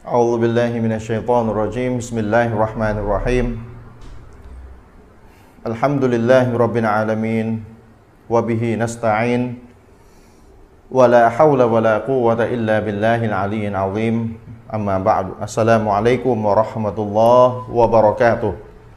أعوذ بالله من الشيطان الرجيم بسم الله الرحمن الرحيم الحمد لله رب العالمين وبه نستعين ولا حول ولا قوة إلا بالله العلي العظيم أما بعد السلام عليكم ورحمة الله وبركاته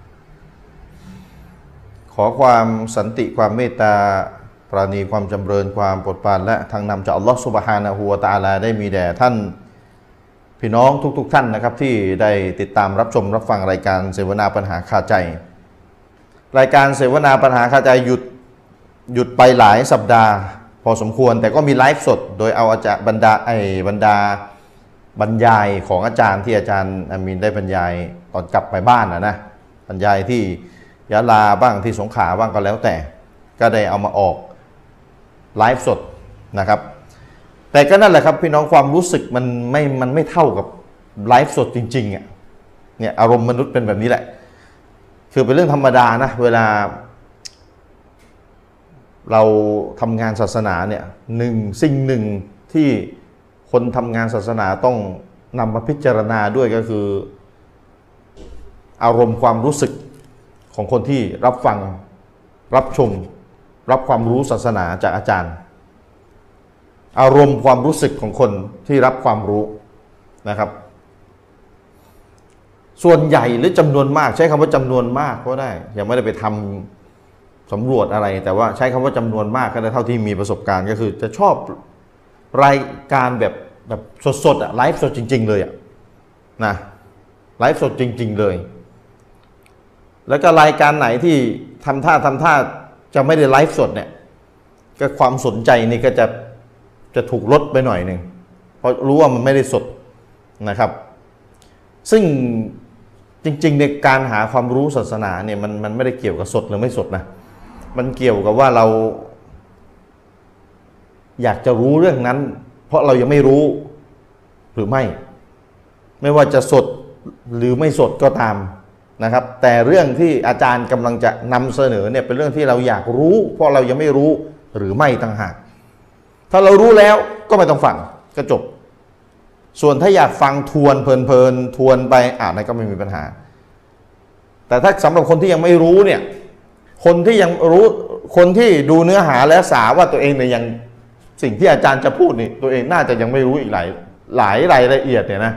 ขอความสันติความเมตตาปราณีความจำเริญความโปรดปรานและทางนำจากอัลลอฮฺซุบฮานะฮูวะตะอาลาได้มีแด่ท่านพี่น้องทุกท่านนะครับที่ได้ติดตามรับชมรับฟังรายการเสวนาปัญหาคาใจรายการเสวนาปัญหาคาใจหยุดไปหลายสัปดาห์พอสมควรแต่ก็มีไลฟ์สดโดยเอาอาจารย์บรรดาบรรยายของอาจารย์ที่อาจารย์อามีนได้บรรยายตอนกลับไปบ้านนะบรรยายที่ยะลาบ้างที่สงขลาบ้างก็แล้วแต่ก็ได้เอามาออกไลฟ์สดนะครับแต่ก็นั่นแหละครับพี่น้องความรู้สึกมันไม่เท่ากับไลฟ์สดจริงๆอ่ะเนี่ยอารมณ์มนุษย์เป็นแบบนี้แหละคือเป็นเรื่องธรรมดานะเวลาเราทำงานศาสนาเนี่ยสิ่งหนึ่งที่คนทำงานศาสนาต้องนำมาพิจารณาด้วยก็คืออารมณ์ความรู้สึกของคนที่รับฟังรับชมรับความรู้ศาสนาจากอาจารย์อารมณ์ความรู้สึกของคนที่รับความรู้นะครับส่วนใหญ่หรือจำนวนมากใช้คำว่าจำนวนมากก็ได้ยังไม่ได้ไปทำสำรวจอะไรแต่ว่าใช้คำว่าจำนวนมากก็ได้เท่าที่มีประสบการณ์ก็คือจะชอบรายการแบบสดๆอะไลฟ์สดจริงๆเลยอะนะไลฟ์สดจริงๆเลยแล้วก็รายการไหนที่ทำท่าจะไม่ได้ไลฟ์สดเนี่ยก็ความสนใจนี่ก็จะถูกลดไปหน่อยหนึ่งเพราะรู้ว่ามันไม่ได้สดนะครับซึ่งจริงๆในการหาความรู้ศาสนาเนี่ยมันไม่ได้เกี่ยวกับสดหรือไม่สดนะมันเกี่ยวกับว่าเราอยากจะรู้เรื่องนั้นเพราะเรายังไม่รู้หรือไม่ว่าจะสดหรือไม่สดก็ตามนะครับแต่เรื่องที่อาจารย์กำลังจะนำเสนอเนี่ยเป็นเรื่องที่เราอยากรู้เพราะเรายังไม่รู้หรือไม่ต่างหากถ้าเรารู้แล้วก็ไม่ต้องฟังก็จบส่วนถ้าอยากฟังทวนเพลินทวนไปนั่นก็ไม่มีปัญหาแต่ถ้าสำหรับคนที่ยังไม่รู้เนี่ยคนที่ยังรู้คนที่ดูเนื้อหาแล้วสาว่าตัวเองเนี่ยยังสิ่งที่อาจารย์จะพูดนี่ตัวเองน่าจะยังไม่รู้อีกหลายรายละเอียดเนี่ยนะ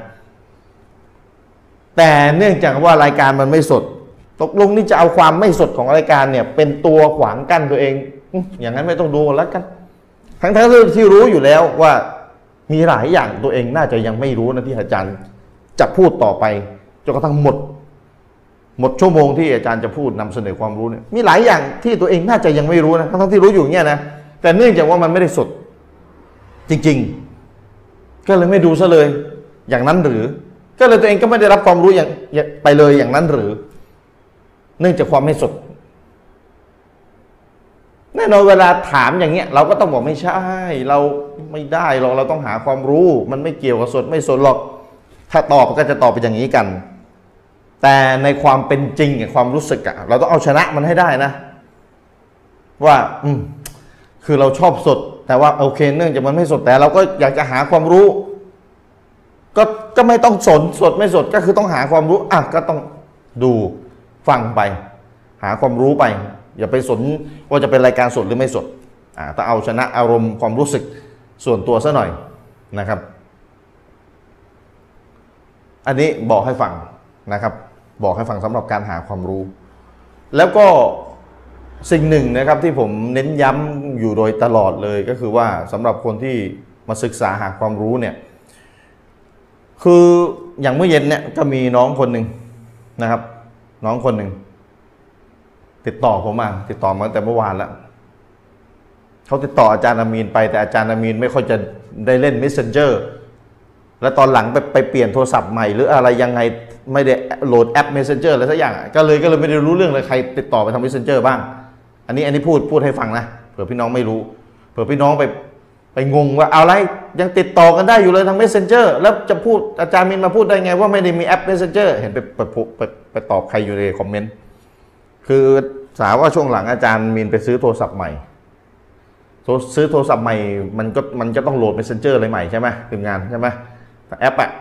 แต่เนื่องจากว่ารายการมันไม่สดตกลงนี่จะเอาความไม่สดของรายการเนี่ยเป็นตัวขวางกั้นตัวเองอย่างนั้นไม่ต้องดูแล้วกันทั้งที่รู้อยู่แล้วว่ามีหลายอย่างตัวเองน่าจะยังไม่รู้นะที่อาจารย์จะพูดต่อไปจนกระทั่งหมดชั่วโมงที่อาจารย์จะพูดนำเสนอความรู้เนี่ยมีหลายอย่างที่ตัวเองน่าจะยังไม่รู้นะทั้งที่รู้อยู่เงี้ยนะแต่เนื่องจากว่ามันไม่ได้สดจริงๆก็เลยไม่ดูซะเลยอย่างนั้นหรือก็เลยตัวเองก็ไม่ได้รับความรู้อย่างไปเลยอย่างนั้นหรือเนื่องจากความไม่สดแน่นอนเวลาถามอย่างเงี้ยเราก็ต้องบอกไม่ใช่เราไม่ได้หรอกเราต้องหาความรู้มันไม่เกี่ยวกับสดไม่สดหรอกถ้าตอบก็จะตอบไปอย่างนี้กันแต่ในความเป็นจริงความรู้สึกอะเราต้องเอาชนะมันให้ได้นะว่าคือเราชอบสดแต่ว่าโอเคเนื่องจากมันไม่สดแต่เราก็อยากจะหาความรู้ก็ไม่ต้องสดไม่สดก็คือต้องหาความรู้ก็ต้องดูฟังไปหาความรู้ไปอย่าไปสนว่าจะเป็นรายการสดหรือไม่สดต้องเอาชนะอารมณ์ความรู้สึกส่วนตัวซะหน่อยนะครับอันนี้บอกให้ฟังนะครับบอกให้ฟังสำหรับการหาความรู้แล้วก็สิ่งหนึ่งนะครับที่ผมเน้นย้ำอยู่โดยตลอดเลยก็คือว่าสำหรับคนที่มาศึกษาหาความรู้เนี่ยคืออย่างเมื่อเย็นเนี่ยก็มีน้องคนหนึ่งนะครับน้องคนหนึ่งติดต่อผมมาตั้งแต่เมื่อวานแล้วเขาติดต่ออาจารย์อามีนไปแต่อาจารย์อามีนไม่ค่อยจะได้เล่น Messenger แล้วตอนหลังไปเปลี่ยนโทรศัพท์ใหม่หรืออะไรยังไงไม่ได้โหลดแอป Messenger อะไรสักอย่างก็เลยไม่ได้รู้เรื่องเลยใครติดต่อไปทาง Messenger บ้างอันนี้พูดให้ฟังนะเผื่อพี่น้องไม่รู้เผื่อพี่น้องไปงงว่าเอาไรยังติดต่อกันได้อยู่เลยทาง Messenger แล้วจะพูดอาจารย์มินมาพูดได้ไงว่าไม่ได้มีแอป Messenger เห็นไปตอบใครอยู่ในคอมเมนต์คือสาวว่าช่วงหลังอาจารย์มินไปซื้อโทรศัพท์ใหม่ซื้อโทรศัพท์ใหม่มันจะต้องโหลด Messenger อะไรใหม่ใช่ไหมทีมงานใช่ไหมแอป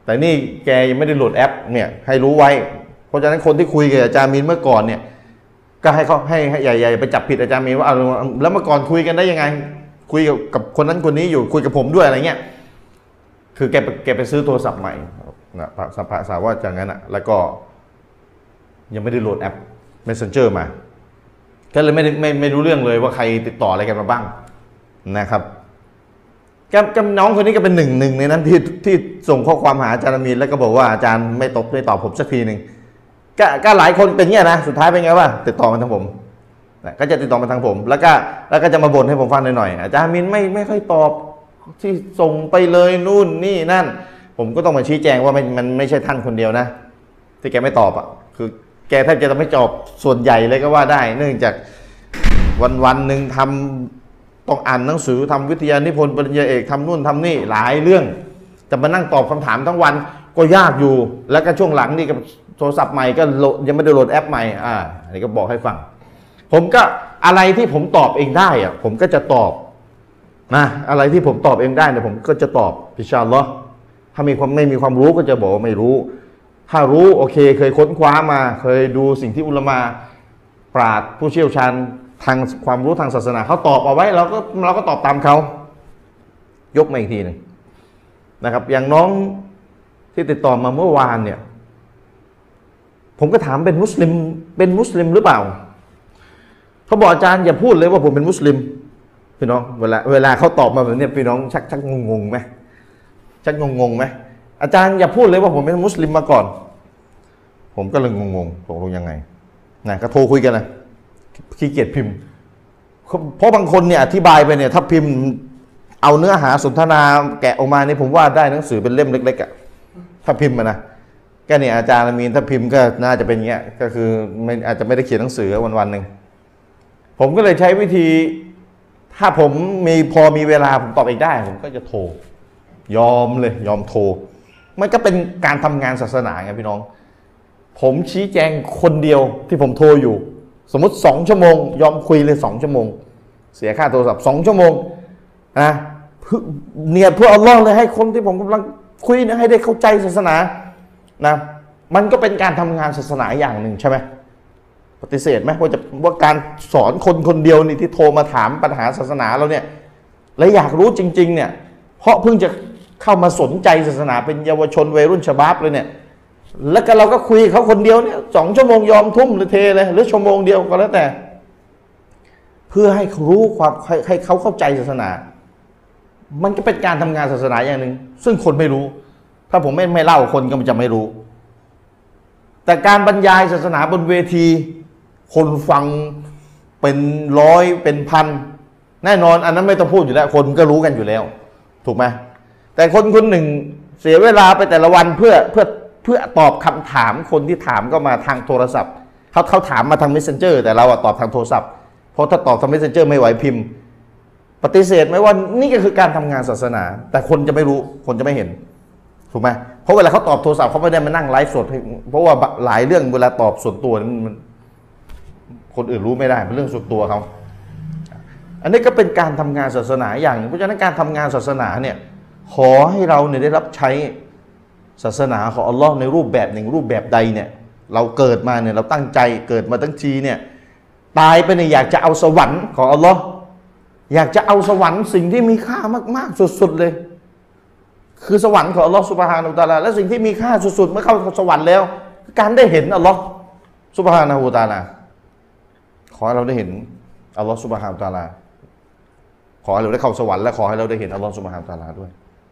แต่นี่แกยังไม่ได้โหลดแอปเนี่ยให้รู้ไว้เพราะฉะนั้นคนที่คุยกับอาจารย์มีนเมื่อก่อนเนี่ยก็ให้เขาให้ใหญ่ๆไปจับผิดอาจารย์มีนว่าแล้วเมื่อก่อนคุยกันได้ยังไงคุยกับคนนั้นคนนี้อยู่คุยกับผมด้วยอะไรเงี้ยคือแกไปซื้อโทรศัพท์ใหม่นะภาษาว่าอย่างนั้นอ่ะแล้วก็ยังไม่ได้โหลดแอป Messenger มาก็เลยไม่รู้เรื่องเลยว่าใครติดต่ออะไรกันมาบ้างนะครับกับน้องคนนี้ก็เป็นหนึ่งในนั้นที่ส่งข้อความหาอาจารย์มีนแล้วก็บอกว่าอาจารย์ไม่ตอบผมสักทีหนึ่งก็หลายคนเป็นเงี้ยนะสุดท้ายเป็นไงวะติดต่อมาทางผมก็จะติดต่อมาทางผมแล้วก็จะมาบ่นให้ผมฟังหน่อยอาจารย์มีนไม่ค่อยตอบที่ส่งไปเลยนู่นนี่นั่นผมก็ต้องมาชี้แจงว่ามันไม่ใช่ท่านคนเดียวนะที่แกไม่ตอบอ่ะคือแกแทบจะไม่ตอบส่วนใหญ่เลยก็ว่าได้เนื่องจากวันหนึ่งทำต้องอ่านหนังสือทำวิทยานิพนธ์ปริญญาเอกทำนู่นทำนี่หลายเรื่องจะมานั่งตอบคำถามทั้งวันก็ยากอยู่แล้วก็ช่วงหลังนี่กับโทรศัพท์ใหม่ก็ยังไม่ได้โหลดแอปใหม่อันนี้ก็บอกให้ฟังผมก็อะไรที่ผมตอบเองได้อะผมก็จะตอบนะอะไรที่ผมตอบเองได้เนี่ยผมก็จะตอบอินชาอัลลอฮ์ถ้าไม่มีความรู้ก็จะบอกว่าไม่รู้ถ้ารู้โอเคเคยค้นคว้ามาเคยดูสิ่งที่อุลามะปราชญ์ผู้เชี่ยวชาญทางความรู้ทางศาสนาเขาตอบเอาไว้เราก็ตอบตามเขายกมาอีกทีหนึ่งนะครับอย่างน้องที่ติดต่อมาเมื่อวานเนี่ยผมก็ถามเป็นมุสลิมหรือเปล่าเขาบอกอาจารย์อย่าพูดเลยว่าผมเป็นมุสลิมพี่น้องเวลาเขาตอบมาแบบนี้พี่น้องชักงงไหมชักงงไหมอาจารย์อย่าพูดเลยว่าผมเป็นมุสลิมมาก่อนผมก็เลยงงตกลงยังไงนะก็โทรคุยกันนะขี้เกียจพิมพ์เพราะบางคนเนี่ยอธิบายไปเนี่ยถ้าพิมพ์เอาเนื้อหาสนทนาแกะออกมาเนี่ยผมว่าได้หนังสือเป็นเล่มเล็กๆอ่ะถ้าพิมพ์มานะก็เนี่ยอาจารย์มีนถ้าพิมพ์ก็น่าจะเป็นอย่างเงี้ยก็คืออาจจะไม่ได้เขียนหนังสือวันหนึ่งผมก็เลยใช้วิธีถ้าผมพอมีเวลาผมตอบเองได้ผมก็จะโทรยอมโทรมันก็เป็นการทำงานศาสนาไงพี่น้องผมชี้แจงคนเดียวที่ผมโทรอยู่สมมติ2 ชั่วโมงยอมคุยเลย2 ชั่วโมงเสียค่าโทรศัพท์2 ชั่วโมงนะเนี่ยเพื่ออัลลอฮ์เลยให้คนที่ผมกำลังคุยนะให้ได้เข้าใจศาสนานะมันก็เป็นการทำงานศาสนาอย่างหนึ่งใช่ไหมปฏิเสธไหมว่าการสอนคนเดียวนี่ที่โทรมาถามปัญหาศาสนาเราเนี่ยและอยากรู้จริงๆเนี่ยเพราะเพิ่งจะเข้ามาสนใจศาสนาเป็นเยาวชนวัยรุ่นชะบับเลยเนี่ยแล้วก็เราก็คุยเขาคนเดียวเนี่ย2 ชั่วโมงยอมทุ่มหรือเทเลยหรือชั่วโมงเดียวก็แล้วแต่เพื่อให้เขารู้ให้เขาเข้าใจศาสนามันก็เป็นการทำงานศาสนาอย่างหนึ่งซึ่งคนไม่รู้ถ้าผมไม่เล่าคนก็จะไม่รู้แต่การบรรยายศาสนาบนเวทีคนฟังเป็นร้อยเป็นพันแน่นอนอันนั้นไม่ต้องพูดอยู่แล้วคนก็รู้กันอยู่แล้วถูกไหมแต่คนหนึ่งเสียเวลาไปแต่ละวันเพื่อตอบคำถามคนที่ถามก็มาทางโทรศัพท์เขาถามมาทาง Messenger แต่เราตอบทางโทรศัพท์เพราะถ้าตอบทาง Messenger ไม่ไหวพิมพ์ปฏิเสธไหมว่านี่ก็คือการทำงานศาสนาแต่คนจะไม่รู้คนจะไม่เห็นถูกไหมเพราะเวลาเขาตอบโทรศัพท์เขาไม่ได้มานั่งไลฟ์สดเพราะว่าหลายเรื่องเวลาตอบส่วนตัวมันคนอื่นรู้ไม่ได้เป็นเรื่องส่วนตัวเขาอันนี้ก็เป็นการทำงานศาสนาอย่างหนึ่งเพราะฉะนั้นการทำงานศาสนาเนี่ยขอให้เราเนี่ยได้รับใช้ศาสนาของอัลลอฮ์ในรูปแบบหนึ่งรูปแบบใดเนี่ยเราเกิดมาเนี่ยเราตั้งใจเกิดมาทั้งทีเนี่ยตายไปเนี่ยอยากจะเอาสวรรค์ของอัลลอฮ์อยากจะเอาสวรรค์สิ่งที่มีค่ามากๆสุดๆเลยคือสวรรค์ของอัลลอฮ์ซุบฮานะฮูวะตะอาลาและสิ่งที่มีค่าสุดๆเมื่อเข้าสวรรค์แล้วการได้เห็นอัลลอฮ์ซุบฮานะฮูวะตะอาลาขอให้เราได้เห็นอัลลอฮ์ซุบฮานะฮูวะตะอาลาขอให้เราได้เข้าสวรรค์และขอให้เราได้เห็นอัลลอฮ์ซุบฮานะฮูวะตะอาลาด้วย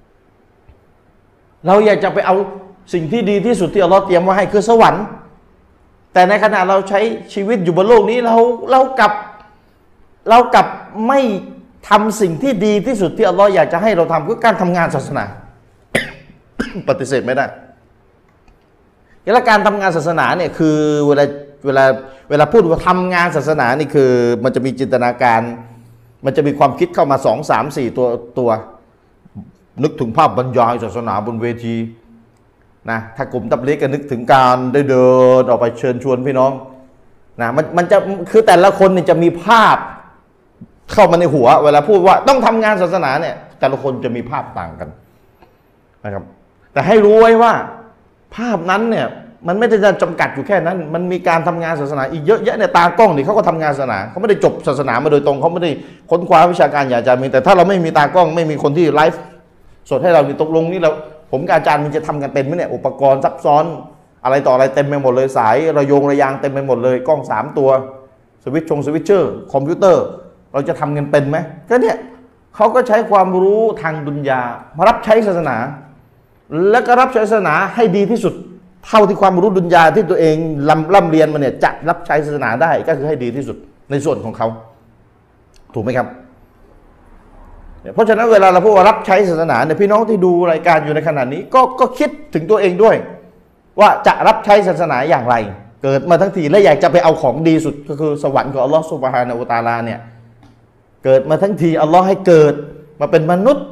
เราอยากจะไปเอาสิ่งที่ดีที่สุดที่อัลลอฮ์เตรียมไว้ให้คือสวรรค์แต่ในขณะเราใช้ชีวิตอยู่บนโลกนี้เรากลับไม่ทำสิ่งที่ดีที่สุดที่อัลลอฮ์อยากจะให้เราทำคือการทำงานศาสนา ปฏิเสธไม่ได้และการทำงานศาสนาเนี่ยคือเวลาพูดว่าทำงานศาสนานี่คือมันจะมีจินตนาการมันจะมีความคิดเข้ามา2, 3, 4ตัวนึกถึงภาพบรรยายศาสนาบนเวทีนะถ้ากลุ่มตับลิกก็นึกถึงการได้เดินออกไปเชิญชวนพี่น้องนะมันจะคือแต่ละคนเนี่ยจะมีภาพเข้ามาในหัวเวลาพูดว่าต้องทำงานศาสนาเนี่ยแต่ละคนจะมีภาพต่างกันนะครับแต่ให้รู้ไว้ว่าภาพนั้นเนี่ยมันไม่ได้จะจำกัดอยู่แค่นั้นมันมีการทำงานศาสนาอีกเยอะแยะเนี่ยตากล้องนี่เขาก็ทำงานศาสนาเขาไม่ได้จบศาสนามาโดยตรงเขาไม่ได้ค้นคว้าวิชาการอย่างอาจารย์มีแต่ถ้าเราไม่มีตากล้องไม่มีคนที่ไลฟ์สดให้เราตกลงนี่เราผมกับอาจารย์มันจะทำกันเป็นไหมเนี่ยอุปกรณ์ซับซ้อนอะไรต่ออะไรเต็มไปหมดเลยสายระยงระยางเต็มไปหมดเลยกล้อง3 ตัวสวิตช์เชอร์คอมพิวเตอร์เราจะทำกันเป็นไหมก็เนี่ยเขาก็ใช้ความรู้ทางดุนยามารับใช้ศาสนาแล้วก็รับใช้ศาสนาให้ดีที่สุดเท่าที่ความรู้ดุนยาที่ตัวเองร่ำเรียนมาเนี่ยจะรับใช้ศาสนาได้ก็คือให้ดีที่สุดในส่วนของเขาถูกไหมครับเพราะฉะนั้นเวลาเราพูดว่ารับใช้ศาสนาเนี่ยพี่น้องที่ดูรายการอยู่ในขณะนี้ก็คิดถึงตัวเองด้วยว่าจะรับใช้ศาสนาอย่างไรเกิดมาทั้งทีและอยากจะไปเอาของดีสุดก็คือสวรรค์ของอัลลอฮฺซุบฮานะฮูวะตะอาลาเนี่ยเกิดมาทั้งทีอัลลอฮ์ให้เกิดมาเป็นมนุษย์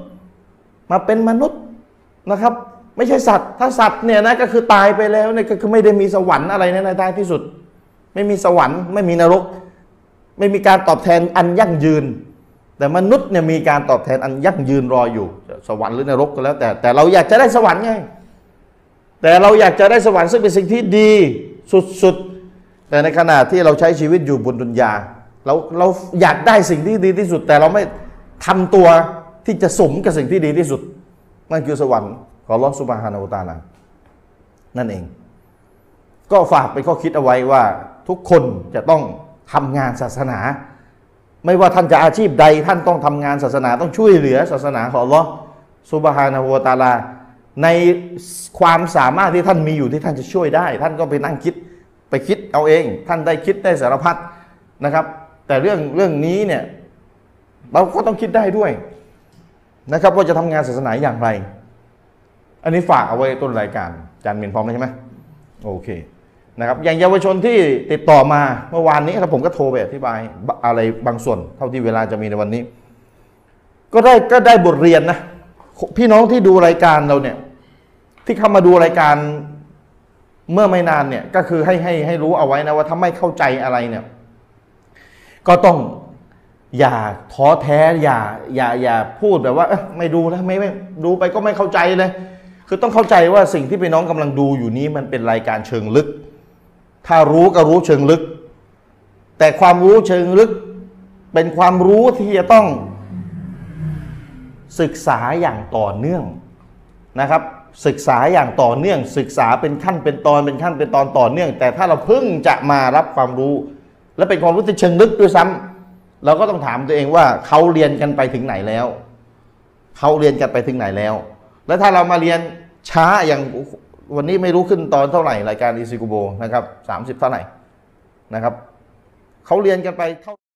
นะครับไม่ใช่สัตว์ถ้าสัตว์เนี่ยนะก็คือตายไปแล้วเนี่ยก็คือไม่ได้มีสวรรค์อะไรในท้ายที่สุดไม่มีสวรรค์ไม่มีนรกไม่มีการตอบแทนอันยั่งยืนแต่มนุษย์เนี่ยมีการตอบแทนอันยั่งยืนรออยู่สวรรค์หรือนรกก็แล้วแต่เราอยากจะได้สวรรค์ไงแต่เราอยากจะได้สวรรค์ซึ่งเป็นสิ่งที่ดีสุดๆแต่ในขณะที่เราใช้ชีวิตอยู่บนดุนยาเราอยากได้สิ่งที่ดีที่สุดแต่เราไม่ทำตัวที่จะสมกับสิ่งที่ดีที่สุดนั่นคือสวรรค์ของอัลเลาะห์ซุบฮานะฮูวะตะอาลานั่นเองก็ฝากเป็นข้อคิดเอาไว้ว่าทุกคนจะต้องทำงานศาสนาไม่ว่าท่านจะอาชีพใดท่านต้องทำงานศาสนาต้องช่วยเหลือศาสนาของอัลเลาะห์ซุบฮานะฮูวะตะอาลาในความสามารถที่ท่านมีอยู่ที่ท่านจะช่วยได้ท่านก็ไปนั่งคิดไปคิดเอาเองท่านได้คิดได้สารพัดนะครับแต่เรื่องนี้เนี่ยเราก็ต้องคิดได้ด้วยนะครับว่าจะทำงานศาสนาอย่างไรอันนี้ฝากเอาไว้ต้นรายการอาจารย์มินพร้อมแล้วใช่ไหมโอเคนะครับอย่างเยาวชนที่ติดต่อมาเมื่อวานนี้ครับผมก็โทรไปอธิบายอะไรบางส่วนเท่าที่เวลาจะมีในวันนี้ก็ได้บทเรียนนะพี่น้องที่ดูรายการเราเนี่ยที่เข้ามาดูรายการเมื่อไม่นานเนี่ยก็คือให้รู้เอาไว้นะว่าถ้าไม่เข้าใจอะไรเนี่ยก็ต้องอย่าท้อแท้อย่าพูดแบบว่าไม่ดูแล้วไม่ดูไปก็ไม่เข้าใจเลยคือต้องเข้าใจว่าสิ่งที่พี่น้องกำลังดูอยู่นี้มันเป็นรายการเชิงลึกถ้ารู้ก็รู้เชิงลึกแต่ความรู้เชิงลึกเป็นความรู้ที่จะต้องศึกษาอย่างต่อเนื่องนะครับศึกษาอย่างต่อเนื่องศึกษาเป็นขั้นเป็นตอนต่อเนื่องแต่ถ้าเราเพิ่งจะมารับความรู้และเป็นความรู้ที่เชิงลึกด้วยซ้ำเราก็ต้องถามตัวเองว่าเขาเรียนกันไปถึงไหนแล้วแล้วถ้าเรามาเรียนช้าอย่างวันนี้ไม่รู้ขึ้นตอนเท่าไหร่รายการอีซิกุโบนะครับ30เท่าไหร่นะครับเขาเรียนกันไป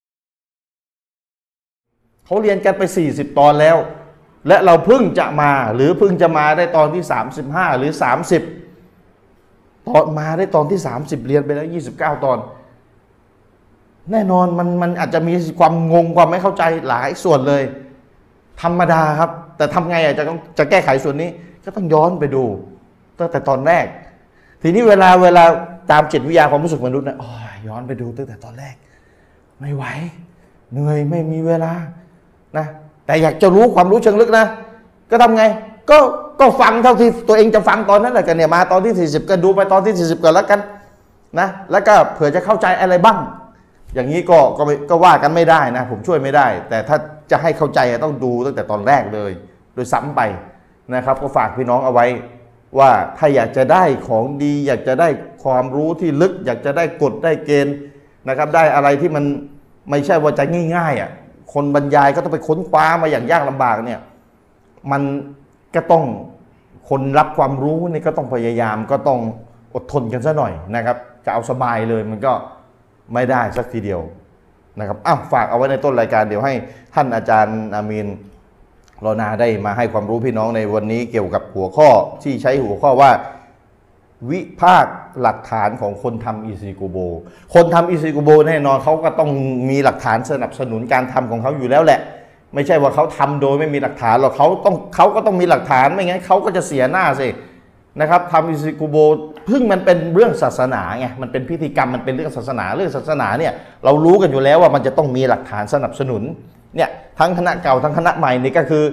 40 ตอนแล้วและเราเพิ่งจะมาหรือเพิ่งจะมาได้ตอนที่35หรือ30ตอนมาได้ตอนที่30เรียนไปแล้ว29 ตอนแน่นอนมันอาจจะมีความงงความไม่เข้าใจหลายส่วนเลยธรรมดาครับแต่ทำไงจะแก้ไขส่วนนี้ก็ต้องย้อนไปดูตั้งแต่ตอนแรกทีนี้เวลาตามจิตวิทยาความรู้สึกมนุษย์นะย้อนไปดูตั้งแต่ตอนแรกไม่ไหวเหนื่อยไม่มีเวลานะแต่อยากจะรู้ความรู้เชิงลึกนะก็ทำไงก็ฟังเท่าที่ตัวเองจะฟังตอนนั้นแหละกันเนี่ยมาตอนที่40ก็ดูไปตอนที่40ก่อนแล้วกันนะแล้วก็เผื่อจะเข้าใจอะไรบ้างอย่างนี้ก็ว่ากันไม่ได้นะผมช่วยไม่ได้แต่ถ้าจะให้เข้าใจต้องดูตั้งแต่ตอนแรกเลยโดยซ้ำไปนะครับก็ฝากพี่น้องเอาไว้ว่าถ้าอยากจะได้ของดีอยากจะได้ความรู้ที่ลึกอยากจะได้กฎได้เกณฑ์นะครับได้อะไรที่มันไม่ใช่ว่าจะง่ายๆคนบรรยายก็ต้องไปค้นคว้ามาอย่างยากลำบากเนี่ยมันก็ต้องคนรับความรู้นี่ก็ต้องพยายามก็ต้องอดทนกันซะหน่อยนะครับจะเอาสบายเลยมันก็ไม่ได้สักทีเดียวนะครับฝากเอาไว้ในต้นรายการเดี๋ยวให้ท่านอาจารย์อามีนรอนาได้มาให้ความรู้พี่น้องในวันนี้เกี่ยวกับหัวข้อที่ใช้หัวข้อว่าวิพากษ์หลักฐานของคนทำอีซิกุโบคนทำอีซิกุโบแน่นอนเขาก็ต้องมีหลักฐานสนับสนุนการทำของเขาอยู่แล้วแหละไม่ใช่ว่าเขาทำโดยไม่มีหลักฐานหรอกเขาก็ต้องมีหลักฐานไม่งั้นเขาก็จะเสียหน้าสินะครับทำอีซิกุโบพึ่งมันเป็นเรื่องศาสนาไงมันเป็นพิธีกรรมมันเป็นเรื่องศาสนาเนี่ยเรารู้กันอยู่แล้วว่ามันจะต้องมีหลักฐานสนับสนุนเนี่ยทั้งคณะเก่าทั้งคณะใหม่นี่ก็คือ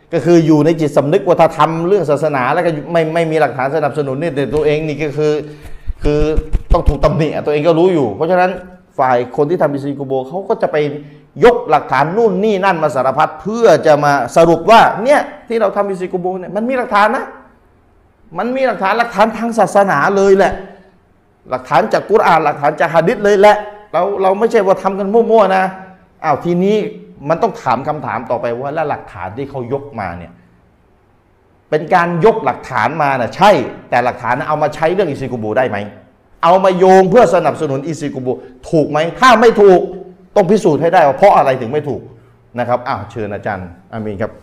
ก็คืออยู่ในจิตสำนึกว่าถ้าทำเรื่องศาสนาแล้วก็ไม่มีหลักฐานสนับสนุนเนี่ยแต่ตัวเองนี่ก็คือต้องถูกตำหนิตัวเองก็รู้อยู่เพราะฉะนั้นฝ่ายคนที่ทำอิซีกูโบเขาก็จะไปยกหลักฐานนู่นนี่นั่นมาสารพัดเพื่อจะมาสรุปว่าเนี่ยที่เราทำอิซีกูโบเนี่ยมันมีหลักฐานนะมันมีหลักฐานทางศาสนาเลยแหละหลักฐานจากกุรอานหลักฐานจากหะดีษเลยแหละเราไม่ใช่ว่าทำกันมั่วๆนะอ้าวทีนี้มันต้องถามคำถามต่อไปว่าแล้วหลักฐานที่เขายกมาเนี่ยเป็นการยกหลักฐานมานะใช่แต่หลักฐานเอามาใช้เรื่องอิซิกุโบได้ไหมเอามาโยงเพื่อสนับสนุนอิซิกุโบถูกไหมถ้าไม่ถูกต้องพิสูจน์ให้ได้ว่าเพราะอะไรถึงไม่ถูกนะครับอ้าวเชิญอาจารย์อามีนครับ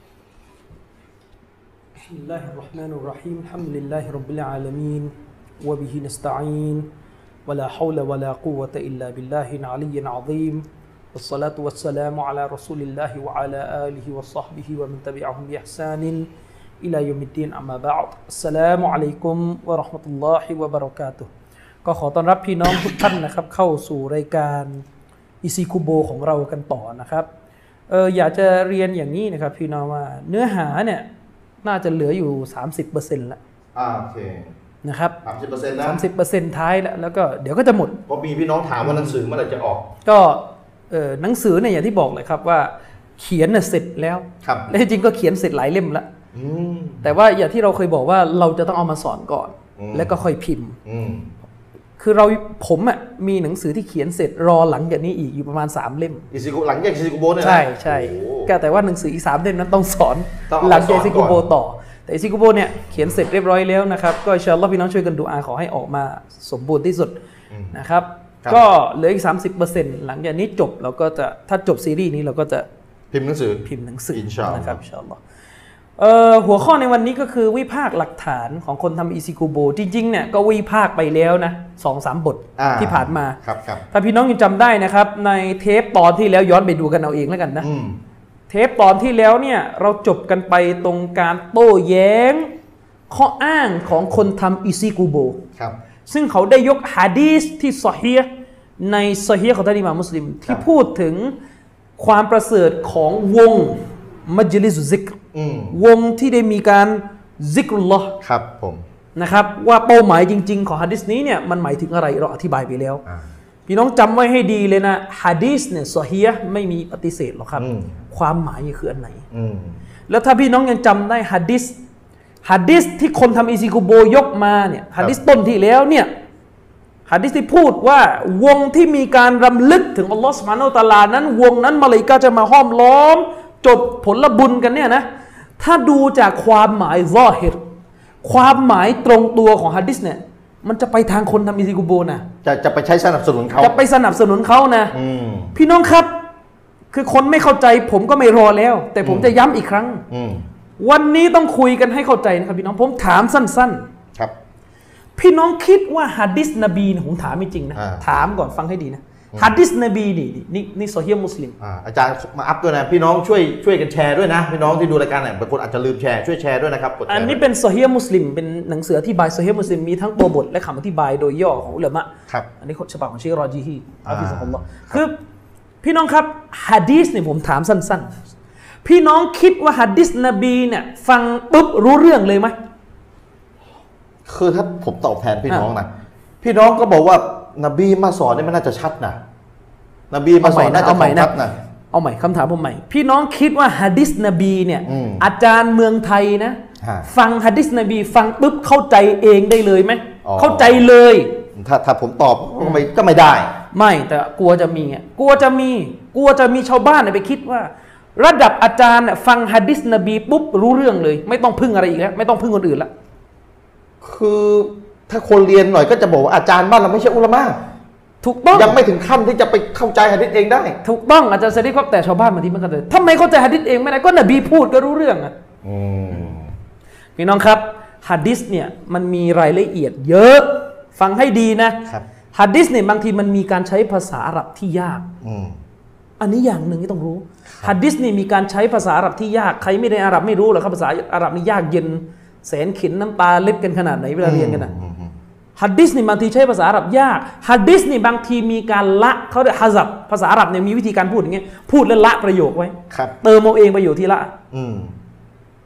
บิสมิลลาฮิรเราะห์มานิรเราะฮีมฮัมดุลิลลาฮิร็อบบิลอาลามีนวะบิฮินัสตะอีนวะลาฮาวละวะลากุวะตะอิลลาบิลลาฮิลอะลียิลอะซีมوالصلاة والسلام على رسول الله وعلى آله وصحبه ومن تبعهم بإحسان إلى يوم الدين أما بعد السلام عليكم ورحمة الله وبركاته ก็ขอต้อนรับพี่น้องทุกท่านนะครับเข้าสู่รายการอิซิคุโบของเรากันต่อนะครับอยากจะเรียนอย่างนี้นะครับพี่น้องว่าเนื้อหาเนี่ยน่าจะเหลืออยู่ 30% แล้วโอเคนะครับ 30% นะ 30% ท้ายแล้วก็เดี๋ยวก็จะหมดเพราะมีพี่น้องถามว่าหนังสือเมื่อไหร่จะออกก็หนังสือเนี่ยอย่างที่บอกเลยครับว่าเขียนน่ะเสร็จแล้วและจริงก็เขียนเสร็จหลายเล่มแล้วแต่ว่าอย่างที่เราเคยบอกว่าเราจะต้องเอามาสอนก่อนแล้วก็ค่อยพิมพ์คือผมอ่ะมีหนังสือที่เขียนเสร็จรอหลังจากนี้อีกอยู่ประมาณ3เล่มหลังจากอิซิกุโบเนี่ยใช่ก็แต่ว่าหนังสืออีก3เล่มนั้นต้องสอนหลังจากอิซิกุโบต่อแต่อิซิกุโบเนี่ยเขียนเสร็จเรียบร้อยแล้วนะครับก็อินชาอัลลอฮ์พี่น้องช่วยกันดุอาขอให้ออกมาสมบูรณ์ที่สุดนะครับก็เหลืออีก 30% หลังจากนี้จบเราก็จะถ้าจบซีรีส์นี้เราก็จะพิมพ์หนังสืออินชาอัลลอฮ์นะครับอินชาอัลลอฮ์หัวข้อในวันนี้ก็คือวิพากษ์หลักฐานของคนทำอิซิกุโบจริงๆเนี่ยก็วิพากษ์ไปแล้วนะ 2-3 บทที่ผ่านมาถ้าพี่น้องยังจำได้นะครับในเทปตอนที่แล้วย้อนไปดูกันเอาเองแล้วกันนะเทปตอนที่แล้วเนี่ยเราจบกันไปตรงการโต้แย้งข้ออ้างของคนทำอิซิกุโบซึ่งเขาได้ยกหะดีษที่ซอฮีฮ์ในซอฮีฮ์ของท่านอิหม่ามมุสลิมที่พูดถึงความประเสริฐของวงมัจลิสุซิกรวงที่ได้มีการซิกรุลลอฮ์ครับผมนะครับว่าเป้าหมายจริงๆของหะดีษนี้เนี่ยมันหมายถึงอะไรเราอธิบายไปแล้วพี่น้องจำไว้ให้ดีเลยนะหะดีษเนี่ยซอฮีฮ์ไม่มีปฏิเสธหรอกครับความหมายคืออันไหนแล้วถ้าพี่น้องยังจำได้หะดีษที่คนทำอิซิกุโบยกมาเนี่ยหะดีษต้นที่แล้วเนี่ยหะดีษที่พูดว่าวงที่มีการรำลึกถึงอัลลอฮฺซุบฮานะฮูวะตะอาลานั้นวงนั้นมะลาอิกะฮ์จะมาห้อมล้อมจดผลบุญกันเนี่ยนะถ้าดูจากความหมายซอฮิรความหมายตรงตัวของหะดีษเนี่ยมันจะไปทางคนทำอิซิกุโบนะจะไปใช้สนับสนุนเขาจะไปสนับสนุนเขานะพี่น้องครับคือคนไม่เข้าใจผมก็ไม่รอแล้วแต่ผมจะย้ำอีกครั้งวันนี้ต้องคุยกันให้เข้าใจนะครับพี่น้องผมถามสั้นๆครับพี่น้องคิดว่าหะดีษนบีผมถามจริงๆนะถามก่อนฟังให้ดีนะหะดีษนบีนี่ซอฮีฮ์มุสลิมอาจารย์มาอัพด้วยนะพี่น้องช่วยกันแชร์ด้วยนะพี่น้องที่ดูรายการเนี่ยบางคนอาจจะลืมแชร์ช่วยแชร์ด้วยนะครับอันนี้เป็นซอฮีฮ์มุสลิมเป็นหนังสืออธิบายซอฮีฮ์มุสลิมมีทั้งตัวบทและคำอธิบายโดยย่อของอุลามะครับอันนี้ฉบับของเชครอจีฮีอัลฟิซฮุลลอฮ์คือพี่น้องครับหะดีษเนี่ยผมถามสั้นๆพี่น้องคิดว่าหะดีษนบีเนี่ยฟังปุ๊บรู้เรื่องเลยไหมคือถ้าผมตอบแทนพี่น้องนะพี่น้องก็บอกว่านบีมาสอนนี่มันน่าจะชัดนะนบีมาสอนน่าจะชัดนะเอาใหม่คำถามผมใหม่พี่น้องคิดว่าหะดีษนบีเนี่ยอาจารย์เมืองไทยนะฟังหะดีษนบีฟังปุ๊บเข้าใจเองได้เลยไหมเข้าใจเลยถ้าผมตอบก็ไม่ได้ไม่แต่กลัวจะมีชาวบ้านไปคิดว่าระดับอาจารย์ฟังหะดีษนบีปุ๊บรู้เรื่องเลยไม่ต้องพึ่งอะไรอีกแล้วไม่ต้องพึ่งคนอื่นละคือถ้าคนเรียนหน่อยก็จะบอกว่าอาจารย์บ้านเราไม่ใช่อุลามะถูกต้องยังไม่ถึงขั้นที่จะไปเข้าใจหะดีษเองได้ถูกต้องอาจารย์สะดิษครับแต่ชาวบ้านบางทีมันก็เลยทำไมเข้าใจหะดีษเองไม่ได้ก็นบีพูดก็รู้เรื่องอ่ะพี่น้องครับหะดีษเนี่ยมันมีรายละเอียดเยอะฟังให้ดีนะหะดีษเนี่ยบางทีมันมีการใช้ภาษาอาหรับที่ยากอันนี้อย่างหนึ่งที่ต้องรู้หะดีษนี่มีการใช้ภาษาอาหรับที่ยากใครไม่ได้อาหรับไม่รู้หรอกครับภาษาอาหรับนี่ยากเย็นแสนเข็ญน้ำตาเล็ดกันขนาดไหนเวลาเรียนกันนะหะดีษนี่บางทีใช้ภาษาอาหรับยากหะดีษนี่บางทีมีการละเขาเรียกฮะซับภาษาอาหรับเนี่ยมีวิธีการพูดอย่างเงี้ยพูดแล้วละประโยคไว้เติมเอาเองประโยคที่ละ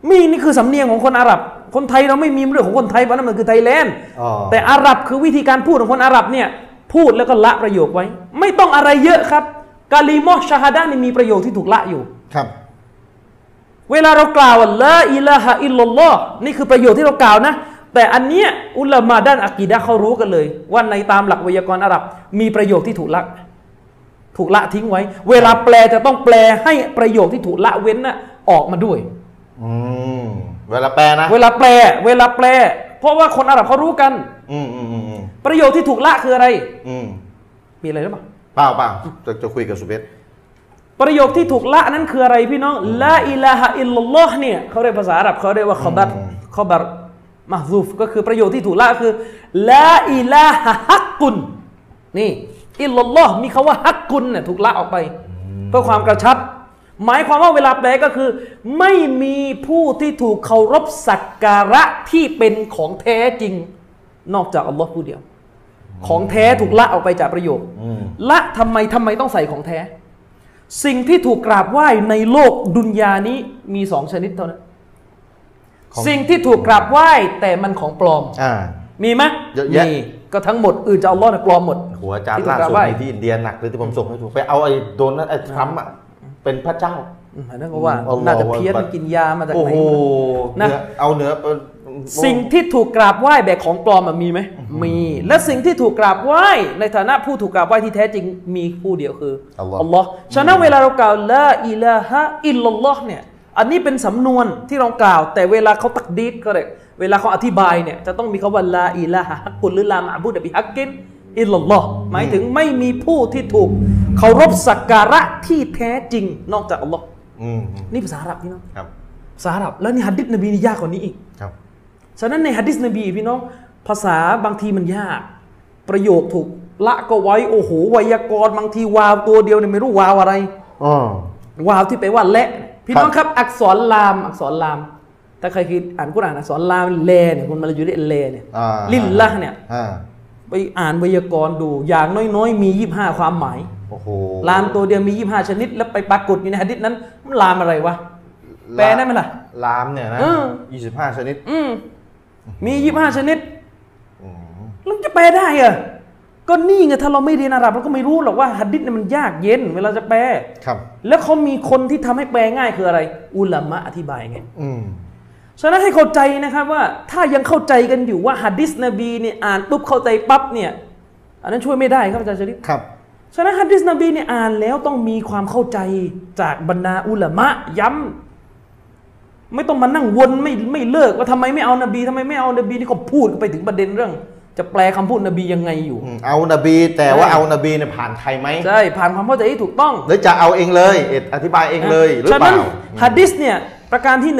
นี่คือสำเนียงของคนอาหรับคนไทยเราไม่มีเรื่องของคนไทยเพราะนั่นมันคือไทยแลนด์แต่อาหรับคือวิธีการพูดของคนอาหรับเนี่ยพูดแล้วก็ละประโยคไว้ไม่ต้องอะไรเยอะครับกาลิมอชะฮาดะห์นี่มีประโยคที่ถูกละอยู่ครับเวลาเรากล่าวว่าลาอิลาฮะอิลลัลลอฮ์นี่คือประโยคที่เรากล่าวนะแต่อันเนี้ยอุลามะด้านอะกีดะห์เขารู้กันเลยว่าในตามหลักไวยากรณ์อาหรับมีประโยคที่ถูกละทิ้งไว้เวลาแปลจะต้องแปลให้ประโยคที่ถูกละเว้นน่ะออกมาด้วยเวลาแปลนะเวลาแปลเพราะว่าคนอาหรับเขารู้กันประโยคที่ถูกละคืออะไรมีอะไรหรือเปล่าเปล่าจะคุยกับสุเบศประโยคที่ถูกละนั้นคืออะไรพี่น้องลาอิลาฮะอิลลัลลอฮ์เนี่ยเขาเรียกภาษาอาหรับเขาเรียกว่าคอบัรมะซูฟก็คือประโยคที่ถูกละคือลาอิลาฮะฮักกุนนี่อิลลัลลอฮ์มีคำว่าฮักกุนเนี่ยถูกละออกไปเพื่อความกระชับหมายความว่าเวลาแปลก็คือไม่มีผู้ที่ถูกเคารพสักการะที่เป็นของแท้จริงนอกจากอัลลอฮ์ผู้เดียวของแท้ถูกละออกไปจากประโยคละทำไมต้องใส่ของแท้สิ่งที่ถูกกราบไหว้ในโลกดุนยานี้มี2ชนิดเท่านั้นสิ่งที่ถูกกราบไหว้แต่มันของปลอมมีไหมมีก็ทั้งหมดอื่นจะอัลลอฮ์ปลอมหมดหัวอาจารย์ล่าสุดที่อินเดียหนักเลยที่ผมส่งให้ดูไปเอาไอ้โดนนั้นไอ้ทรัมป์อ่ะเป็นพระเจ้านั่นก็ว่าน่าจะเพี้ยนกินยามาจากไหนนะเอาเนื้อสิ่งที่ถูกกราบไหว้แบบของปลอมมีไหมมีและสิ่งที่ถูกกราบไหว้ในฐานะผู้ถูกกราบไหว้ที่แท้จริงมีผู้เดียวคืออัลลอฮ์ฉะนั้นเวลาเรากล่าวลาอิลาฮะอิลลัลลอฮ์เนี่ยอันนี้เป็นสำนวนที่เรากล่าวแต่เวลาเขาตักดีดก็เลยเวลาเขาอธิบายเนี่ยจะต้องมีคำว่าลาอิลาฮะฮักกุลหรือลามะบูดะบิฮักกินอิลลัลลอฮ์หมายถึงไม่มีผู้ที่ถูกเคารพสักการะที่แท้จริงนอกจากอัลลอฮ์นี่ภาษาอาหรับพี่น้องภาษาอาหรับแล้วนี่หะดีษนบีนี่ยากกว่านี้อีกฉะนั้นในหะดีษนบีพี่น้องภาษาบางทีมันยากประโยคถูกละก็ไว้โอ้โหไวยากรณ์บางทีวาวตัวเดียวเนี่ยไม่รู้วาวอะไรวาวที่แปลว่าและพี่น้องครับอักษรลามถ้าใครคิดอ่านกุรอานอักษรลามเลเนี่ยคนมาอยู่ได้เลเนี่ยลิลละเนี่ยไปอ่านไวยากรณ์ดูอย่างน้อยๆมี25ความหมายลามตัวเดียวมี25ชนิดแล้วไปปรากฏอยู่ในหะดีษนั้นมันลามอะไรวะแปลได้ไหมล่ะลามเนี่ยนะ25ชนิดมี25ชนิดแล้วจะแปลได้เหรอก็นี่ไงถ้าเราไม่เรียนอาหรับเราก็ไม่รู้หรอกว่าหะดีษเนี่ยมันยากเย็นเวลาจะแปลแล้วเขามีคนที่ทำให้แปลง่ายคืออะไรอุลามะอธิบายไงฉะนั้นให้เข้าใจนะครับว่าถ้ายังเข้าใจกันอยู่ว่าหะดีษนบีเนี่ยอ่านปุ๊บเข้าใจปั๊บเนี่ยอันนั้นช่วยไม่ได้ครับอาจารย์ชริฟครับฉะนั้นหะดีษนบีเนี่ยอ่านแล้วต้องมีความเข้าใจจากบรรดาอุลามะย้ำไม่ต้องมานั่งวนไม่เลิกว่าทำไมไม่เอานบีทำไมไม่เอานบีนี่ก็พูดไปถึงประเด็นเรื่องจะแปลคำพูดนบียังไงอยู่เอานบีแต่ว่าเอานบีเนี่ยผ่านใครไหมใช่ผ่านความเข้าใจที่ถูกต้องหรือจะเอาเองเลยอธิบายเองเลยหรือเปล่าฉะนั้นหะดีษเนี่ยประการที่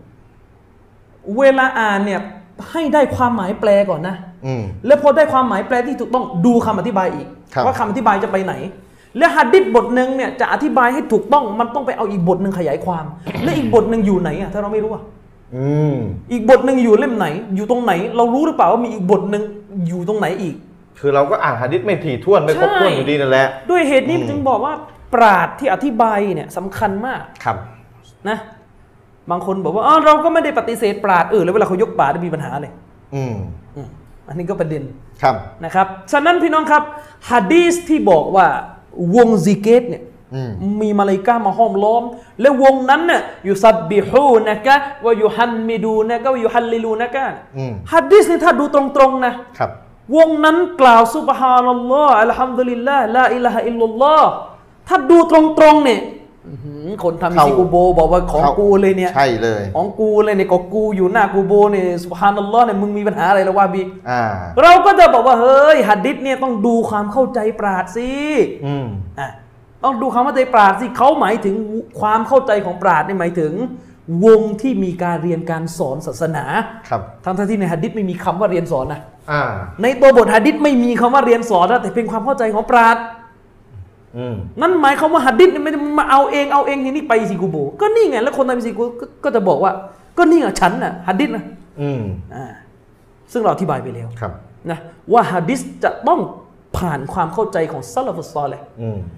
1เวลาอ่านเนี่ยให้ได้ความหมายแปลก่อนนะแล้วพอได้ความหมายแปลที่ถูกต้องดูคำอธิบายอีกว่าคำอธิบายจะไปไหนและหะดีษบทหนึ่งเนี่ยจะอธิบายให้ถูกต้องมันต้องไปเอาอีกบทหนึ่งขยายความและอีกบทหนึ่งอยู่ไหนถ้าเราไม่รู้อีกบทหนึ่งอยู่เล่มไหนอยู่ตรงไหนเรารู้หรือเปล่าว่ามีอีกบทหนึ่งอยู่ตรงไหนอีกคือเราก็อ่านหะดีษไม่ถี่ถ้วนไม่ครบถ้วนอยู่ดีนั่นแหละด้วยเหตุนี้จึงบอกว่าปราชญ์ที่อธิบายเนี่ยสำคัญมากครับนะบางคนบอกว่าเราก็ไม่ได้ปฏิเสธปราชญ์แล้วเวลาเขายกปราชญ์มีปัญหาเลยอันนี้ก็ประเด็นนะครับฉะนั้นพี่น้องครับหะดีษที่บอกว่าวงซิกรเนี่ยมีมะลาอิกะฮ์มาห้อมล้อมและวงนั้นน่ะยุซับบิฮูนะกะวะยุฮัมมิดูนะกะวะยุฮัลลิลูนะกะหะดีษนี่ถ้าดูตรงๆนะครับวงนั้นกล่าวซุบฮานัลลอฮ์อัลฮัมดุลิลลาห์ลาอิลาฮะอิลลัลลอฮ์ถ้าดูตรงๆเนี่ยคนทำอิซิกูโบบอกว่าของกูเลยเนี่ยใช่เลยของกูเลยเนี่ยก็กูอยู่หน้ากูโบเนี่ยซุบฮานัลลอฮ์เนี่ยมึงมีปัญหาอะไรละวะบีเราก็จะบอกว่าเฮ้ยหะดีษเนี่ยต้องดูความเข้าใจปราชญ์สิต้องดูคำว่าใจปราชญ์สิเขาหมายถึงความเข้าใจของปราชญ์นี่หมายถึงวงที่มีการเรียนการสอนศาสนาทั้งที่ในหะดีษไม่มีคำว่าเรียนสอนนะในตัวบทหะดีษไม่มีคำว่าเรียนสอนนะแต่เป็นความเข้าใจของปราชญ์นั่นหมายความว่าหะดีษไม่ได้มาเอาเองทีนี้ไปซิกูโบก็นี่ไงแล้วคนทำซิกูก็จะบอกว่าก็นี่ไงฉันน่ะหะดีษนะซึ่งเราอธิบายไปแล้วนะว่าหะดีษจะต้องผ่านความเข้าใจของซะลาฟุศอลิห์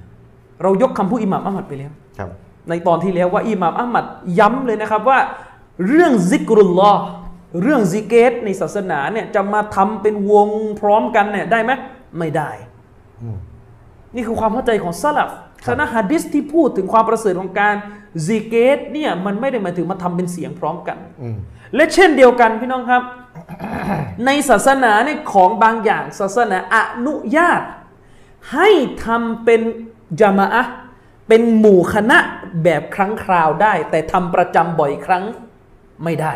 เรายกคำพูดอิหม่ามอะห์มัดไปแล้วในตอนที่แล้วว่าอิหม่ามอะห์มัดย้ำเลยนะครับว่าเรื่องซิกรุลลอฮ์เรื่องซิกเกตในศาสนาเนี่ยจะมาทำเป็นวงพร้อมกันเนี่ยได้ไหมไม่ได้นี่คือความเข้าใจของซะลัฟฉะนั้นหะดีษที่พูดถึงความประเสริฐของการซิกเกตเนี่ยมันไม่ได้หมายถึงมาทำเป็นเสียงพร้อมกันและเช่นเดียวกันพี่น้องครับ ในศาสนาเนี่ยของบางอย่างศาสนาอนุญาตให้ทำเป็นญะมาอะห์เป็นหมู่คณะแบบครั้งคราวได้แต่ทำประจำบ่อยครั้งไม่ได้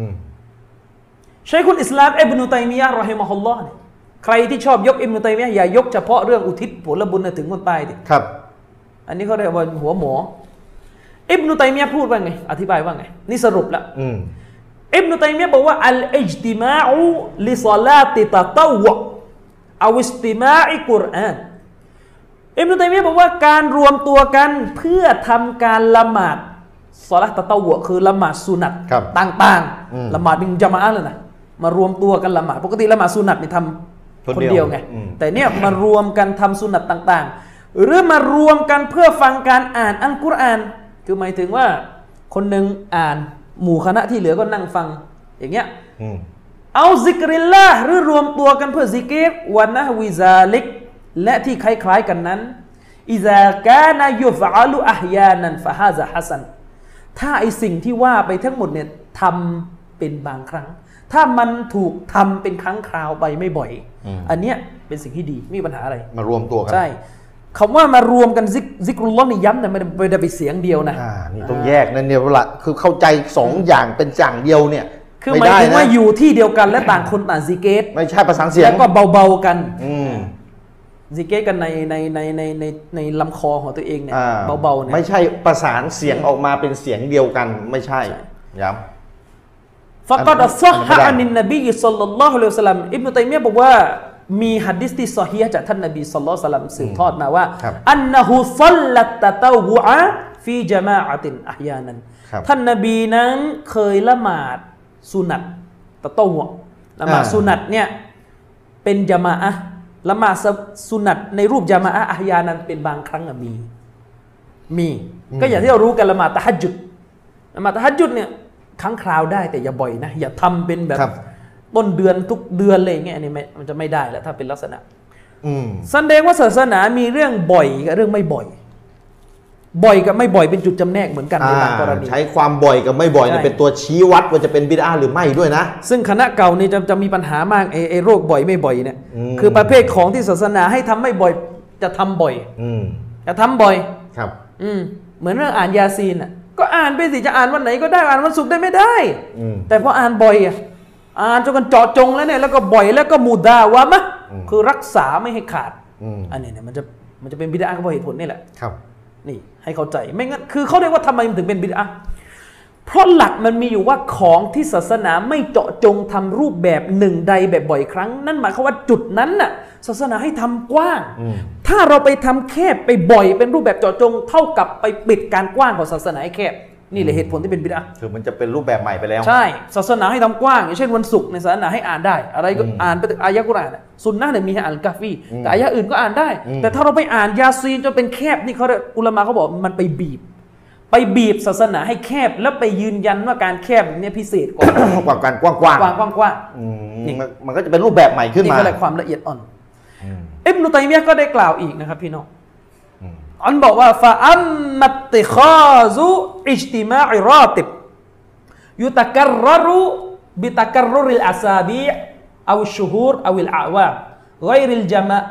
ชัยคุลอิสลามอิบนุตัยมียะห์รอฮิมะฮุลลอฮ์ใครที่ชอบยกอิบนุตัยมียะห์อย่ายกเฉพาะเรื่องอุทิศผลบุญถึงคนตายดิครับอันนี้เขาเรียกว่าหัวหมออิบนุตัยมียะห์พูดว่าไงอธิบายว่าไงนี่สรุปละอิบนุตัยมียะห์บอกว่าอัลอิจติมาอุลิศอลาติตะตะวะเอาอิสติมาอิกุรอานอิบนุตัยมียะห์บอกว่าการรวมตัวกันเพื่อทำการละหมาดศอลาตตะตะวะคือละหมาดสุนัตต่างๆละหมาดเป็นญะมาอะห์เลยนะมารวมตัวกันละหมาดปกติละหมาดสุนัตนี่ทำคนเดียวไงแต่เนี่ยมารวมกันทำสุนัตต่างๆหรือมารวมกันเพื่อฟังการอ่านอัลกุรอานคือหมายถึงว่าคนหนึ่งอ่านหมู่คณะที่เหลือก็นั่งฟังอย่างเงี้ยเอาซิกริลลาห์หรือรวมตัวกันเพื่อซิกรวะนะฮ์วิซาลิกและที่คล้ายๆกันนั้นอิซากานะยุฟอะลุอะฮยานันฟะฮาซะฮะซันถ้าไอสิ่งที่ว่าไปทั้งหมดเนี่ยทำเป็นบางครั้งถ้ามันถูกทำเป็นครั้งคราวไปไม่บ่อยอันเนี้ยเป็นสิ่งที่ดีไม่มีปัญหาอะไรมารวมตัวกันใช่คำว่ามารวมกันซิกรุลลอฮ์นี่ย้ำแต่ไม่ได้ไปเสียงเดียวนะนี่ต้องแยกนั่นเนี่ยละคือเข้าใจ2อย่างเป็นอย่างเดียวเนี่ยคือหมายถึงว่าอยู่ที่เดียวกันและต่างคนต่างซิกเกตไม่ใช่ประสานเสียงแล้วก็เบาๆกันซิกเกตกันในลำคอของตัวเองเนี่ยเบาๆเนี่ยไม่ใช่ประสานเสียงออกมาเป็นเสียงเดียวกันไม่ใช่ย้ำฟะกอดซอฮะอันนบีศ็อลลัลลอฮุอะลัยฮิวะซัลลัมอิบนุตัยมียะห์บอกว่ามีหะดีษที่ซอฮีฮ์จากท่านนบีศ็อลลัลลอฮุอะลัยฮิวะซัลลัมสืบทอดมาว่าอันนะฮูศ็อลลัตตะตะวุอะฟีญะมาอะตินอะฮยานันท่านนบีนั้นเคยละหมาดสุนัตตะตะวุละหมาดสุนัตเนี่ยเป็นญะมาอะห์ละหมาดสุนัตในรูปญะมาอะห์อะฮยานันเป็นบางครั้งมีก็อย่างที่เรารู้กันละหมาดตะฮัจญุดละหมาดตะฮัจญุดเนี่ยครั้งคราวได้แต่อย่าบ่อยนะอย่าทำเป็นแบบต้นเดือนทุกเดือนเลยอย่างเงี้ยอันนี้มันจะไม่ได้แล้วถ้าเป็นลักษณะแสดงว่าศาสนามีเรื่องบ่อยกับเรื่องไม่บ่อยกับไม่บ่อยเป็นจุดจำแนกเหมือนกันในบางกรณีใช้ความบ่อยกับไม่บ่อยเป็นตัวชี้วัดว่าจะเป็นบิดอะห์หรือไม่ด้วยนะซึ่งคณะเก่านี่จะมีปัญหามากไอ้โรคบ่อยไม่บ่อยเนี่ยคือประเภทของที่ศาสนาให้ทำไม่บ่อยจะทำบ่อยจะทำบ่อยครับเหมือนเรื่องอ่านยาซีนอ่ะก็อ่านไปสิจะอ่านวันไหนก็ได้อ่านวันศุกร์ได้ไม่ได้แต่พออ่านบ่อยอ่านจนกันเจาะจงแล้วเนี่ยแล้วก็บ่อยแล้วก็มุดาวะมะคือรักษาไม่ให้ขาดอันนี้เนี่ยมันจะเป็นบิดอะห์ก็เพราะเหตุผลนี่แหละครับนี่ให้เข้าใจไม่งั้นคือเขาเรียกว่าทำไมมันถึงเป็นบิดอะห์เพราะหลักมันมีอยู่ว่าของที่ศาสนาไม่เจาะจงทำรูปแบบหนึ่งใดแบบบ่อยครั้งนั่นหมายความว่าจุดนั้นน่ะศาสนาให้ทำกว้างถ้าเราไปทำแคบไปบ่อยเป็นรูปแบบเจาะจงเท่ากับไปปิดการกว้างของศาสนาให้แคบนี่แหละเหตุผลที่เป็นบิดอะห์คือมันจะเป็นรูปแบบใหม่ไปแล้วใช่ศาสนาให้ทำกว้างอย่างเช่นวันศุกร์ในศาสนาให้อ่านได้อะไรก็อ่านไปอายะห์กุรอานซุนนะห์เนี่ยมีให้อ่านกะฟีแต่อายะห์อื่นก็อ่านได้แต่ถ้าเราไปอ่านยาซีนจนเป็นแคบนี่เขาอุลามะเขาบอกมันไปบีบศาสนาให้แคบแล้วไปยืนยันว่าการแคบเนี่ยพิเศษกว่าการกว้างมันก็จะเป็นรูปแบบใหม่ขึ้นมานี่ก็เลยความละเอียดอ่อนอิบนุตัยมียะห์ก็ได้กล่าวอีกนะครับพี่น้องอันบอกว่าฟะอัมมัตติคาซุอิจติมาอิรอติบยุตะกัรรรุบิตะกัรรุริลอาซาบีเอาชุฮูรเอาอิลอาวามغير الجماع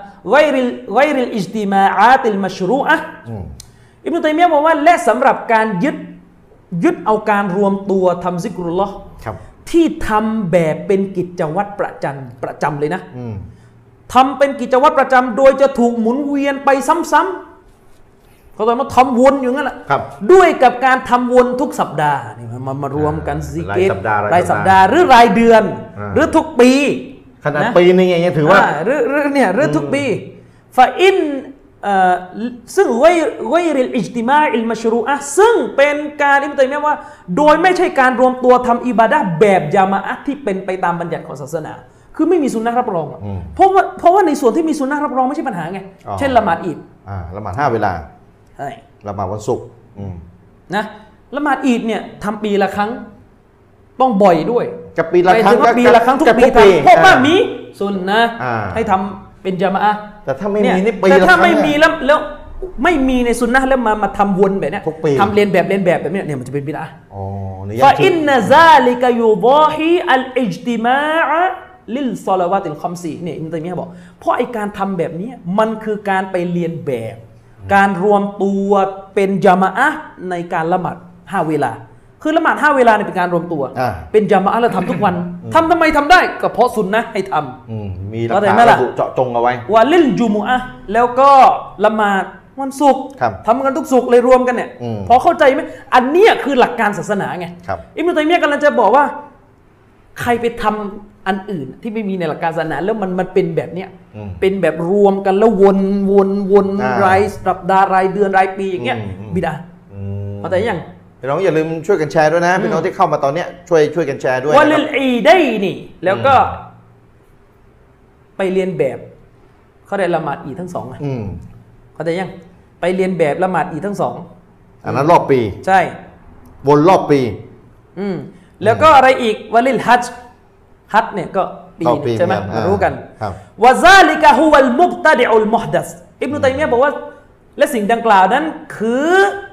غير الاجتماعات المشروعة อิบนุตัยมียะห์บอกว่าและสำหรับการยึดเอาการรวมตัวทำซิกรุลลอฮ์ที่ทำแบบเป็นกิจวัตรประจำเลยนะทำเป็นกิจวัตรประจำโดยจะถูกหมุนเวียนไปซ้ำเขาต้องมาทำวนอยู่งั้นแหละด้วยกับการทำวนทุกสัปดาห์นี่มารวมกันซิกเกตรายสัปดาห์หรือรายเดือนหรือทุกปีขนาดปีนึงยังถือว่าหรือทุกปีฟาอินซึ่งไวริลอิจติมาอิลมัชรูอะห์ซึ่งเป็นการอิบนุตัยมียะห์ว่าโดยไม่ใช่การรวมตัวทำอิบาดะห์แบบญะมาอะห์ที่เป็นไปตามบัญญัติของศาสนาคือไม่มีสุนนะห์รับรองเพราะว่าในส่วนที่มีสุนนะห์รับรองไม่ใช่ปัญหาไงเช่นละหมาดอีดละหมาด5 เวลาละหมาดวันศุกร์นะละหมาดอีดเนี่ยทำปีละครั้งต้องบ่อยด้วยกับปีละครั้งปีละครั้งทุกปีทำเพราะว่ามีสุนนะให้ทำเป็นญะมาอะห์แต่ถ้าไม่มีนี่ปีละครั้งแต่ถ้าไม่มีแล้วไม่มีในสุนนะแล้วมาทำวนแบบนี้ทำเรียนแบบแบบนี้เนี่ยมันจะเป็นบิดอะห์ฟะอินนะซาลิกะยูฎอฮีอัลอิจติมาอะลิลศอลาวาติลคัมซีเนี่ยอิบนุตัยมียะห์บอกเพราะไอการทำแบบนี้มันคือการไปเรียนแบบการรวมตัวเป็นญะมาอะห์ในการละหมาด5 เวลาคือละหมาด5 เวลาเนี่ยเป็นการรวมตัวเป็นญะมาอะห์แล้วทำทุกวันทำไมทำได้ก็เพราะสุนนะให้ทำมีหลักฐานระบุเจาะจงเอาไว้วะลิลจุมุอะห์แล้วก็ละหมาดวันศุกร์ทำกันทุกศุกร์เลยรวมกันเนี่ยพอเข้าใจไหมอันเนี้ยคือหลักการศาสนาไงอิบนุตัยมียะห์กำลังจะบอกว่าใครไปทำอันอื่นที่ไม่มีในหลักการศาสนาแล้วมันเป็นแบบเนี้ยเป็นแบบรวมกันแล้ววนรายสัปดาห์รายเดือนรายปีอย่างเงี้ยบิดอะห์เข้าใจยังพี่น้องอย่าลืมช่วยกันแชร์ด้วยนะพี่น้องที่เข้ามาตอนเนี้ยช่วยกันแชร์ด้วยวะลิลอีดัยนี่แล้วก็ไปเรียนแบบเขาได้ละหมาดอีดทั้งสองเข้าใจยังไปเรียนแบบละหมาดอีดทั้งสองอันนั้นรอบปีใช่วนรอบปีแล้วก็อะไรอีกวะลิลฮัจเนี่ยก็ปีใช่ไหมรู้กันวะซาลิกะฮุวัลมุบตะดิอุลมุฮดัสอิบนุตัยมียะห์บอกว่าและสิ่งดังกล่าวนั้นคือ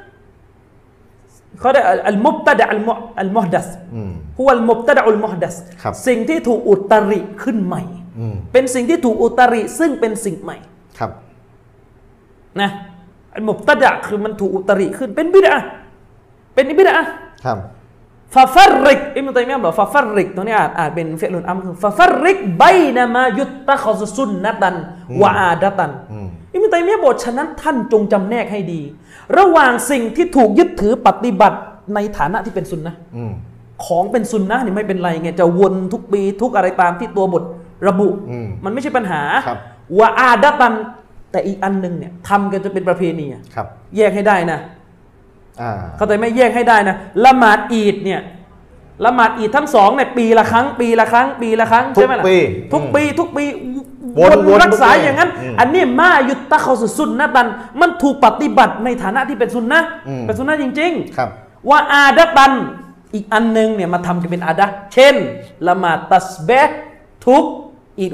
เขาได้อัลมุบตะดะอัลมุฮดัสฮุวัลมุบตะดะอุลมุฮดัสสิ่งที่ถูกอุตริขึ้นใหม่เป็นสิ่งที่ถูกอุตริซึ่งเป็นสิ่งใหม่ครับนะอัลมุบตะดะคือมันถูกอุตริขึ้นเป็นบิดอะห์เป็นบิดอะห์ครับฟะฟัรริกอิบนุตัยมียะห์บอกฟะฟัรริกตรงนี้อาจเป็นฟิอลุนอัมคือฟะฟัรริกบัยนะมายุตตะคอซซุนนะตันวะอาดะตันอิบนุตัยมียะห์บอกฉะนั้นท่านจงจำแนกให้ดีระหว่างสิ่งที่ถูกยึดถือปฏิบัติในฐานะที่เป็นซุนนะห์ของเป็นซุนนะห์นี่ไม่เป็นไรไงจะวนทุกปีทุกอะไรตามที่ตัวบทระบุมันไม่ใช่ปัญหาวะอาดะตันแต่อีกอันนึงเนี่ยทำกันจะเป็นประเพณีแยกให้ได้นะเข้าใจไหมแยกให้ได้นะละหมาดอีดเนี่ยละหมาดอีดทั้งสองเนี่ยปีละครั้งใช่ไหมล่ะทุกปีวนรักษาอย่างนั้นอันนี้มายุตตะเขาสุนนะตันมันถูกปฏิบัติในฐานะที่เป็นซุนนะเป็นซุนนะจริงๆว่าอาดะตันอีกอันนึงเนี่ยมาทำกันเป็นอาดะเช่นละหมาดตัสบีฮ์ทุกอีด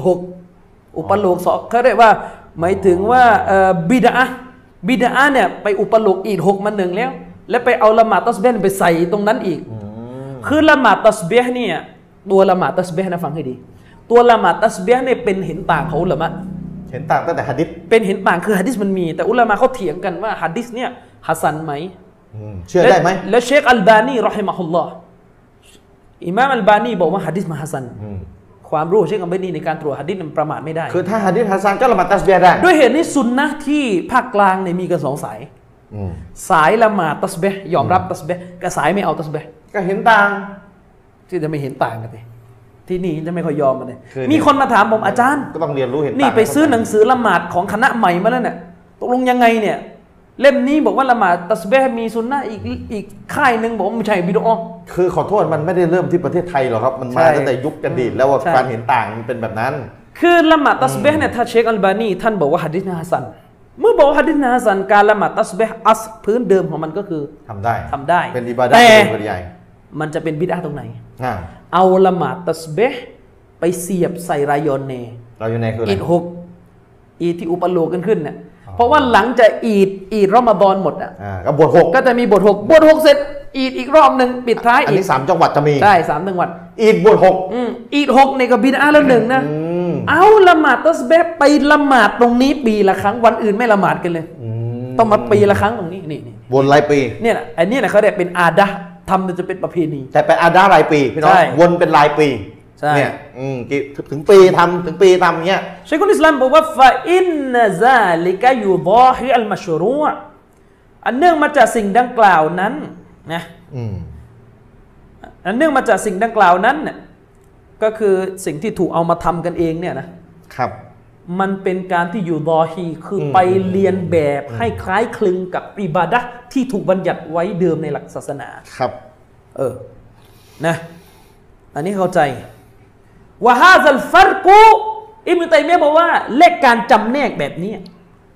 6อุปโลกสองเขาเรียกว่าหมายถึงว่าบิดอะห์เนี่ยไปอุปโลกอีด6มา1แล้วไปเอาละหมาดตัสบีฮ์ไปใส่ตรงนั้นอีกคือละหมาดตัสบีฮ์เนี่ยตัวละหมาดตัสบีฮ์นะฟังให้ดีตัวละหมาดตัสบีฮ์เนี่ยเป็นเห็นต่างของอุลามะเห็นต่างตั้งแต่หะดีษเป็นเห็นต่างคือหะดีษมันมีแต่อุลามะเขาเถียงกันว่าหะดีษเนี่ยฮัสซันไหมเชื่อได้ไหมและเชคอัลบานีรอฮิมะฮุลลอฮ์อิมามอัลบานีบอกว่าหะดีษมาฮัสซันความรู้เชคอัลบานีในการตรวจหะดีษมันประมาทไม่ได้คือถ้าหะดีษฮัสซันก็ละหมาดตัสบีฮ์ได้ด้วยเหตุนี้ซุนนะห์ที่ภาคกลางเนี่ยมีกัน2 สายสายละหมาดตัสบีฮ์ยอมรับตัสบีฮ์กับสายไม่เอาตัสบีฮ์ก็เห็นต่างที่จะไม่เห็นต่างกันเลยที่นี่จะไม่ค่อยยอมกันเลยมีคนมาถามผมอาจารย์ก็ต้องเรียนรู้เห็นนี่ไปซื้อหนังสือละหมาดของคณะใหม่มาแล้วเนี่ยตกลงยังไงเนี่ยเล่มนี้บอกว่าละหมาดตัสบีฮ์มีซุนนะห์อีกค่ายนึงบอกว่าไม่ใช่บิดอะห์คือขอโทษมันไม่ได้เริ่มที่ประเทศไทยหรอกครับมันมาตั้งแต่ยุคอดีตแล้วว่าการเห็นต่างมันเป็นแบบนั้นคือละหมาดตัสบีฮ์เนี่ยถ้าเชคอัลบานีท่านบอกว่าหะดีษฮัสซันเมื่อบอกว่าหะดีษฮัสซันการละหมาดตัสบีฮ์อัสพื้นเดิมของมันก็คือทำได้เป็นอิบาดะห์เป็นใหญ่มันจะเป็นบิดอะห์ตรงไหนเอาละหมาดตัสบีฮ์ไปเสียบใส่รายอนเนคืออีด6อีดที่อุปโลกกันขึ้นเนี่ยเพราะว่าหลังจากอีดรอมฎอนหมดก็บท6 ก็จะมีบท6เสร็จอีดอีกรอบนึงปิดท้ายอันนี้3จังหวัดจะมีใช่3จังหวัดอีดบท6 อีด6ในกับบิดอะห์แล้ว1นะเอาละหมาดตัสบีฮ์ไปละหมาดตรงนี้ปีละครั้งวันอื่นไม่ละหมาดกันเลยต้องมาปีละครั้งตรงนี้นี่วนรายปีเนี่ยอันนี้นะเขาเรียกเป็นอาดะห์ทำจะเป็นประเพณีแต่เป็นอาดะห์รายปีพี่น้องวนเป็นรายปีเนี่ยถึงปีทำเงี้ยเชคุลอิสลามบอกว่าฟาอินนะซาลิกะยูฎอฮิอัลมัชรูอ์อันเนื่องมาจากสิ่งดังกล่าวนั้นนะอันเนื่องมาจากสิ่งดังกล่าวนั้นเนี่ยก็คือสิ่งที่ถูกเอามาทำกันเองเนี่ยนะครับมันเป็นการที่ยูฎอฮีคือไปเรียนแบบให้คล้ายคลึงกับอิบาดะห์ที่ถูกบัญญัติไว้เดิมในหลักศาสนาครับนะอันนี้เข้าใจวะฮาซัลฟัรกุอิบนุตัยมียะห์บอกว่าเลขการจำแนกแบบนี้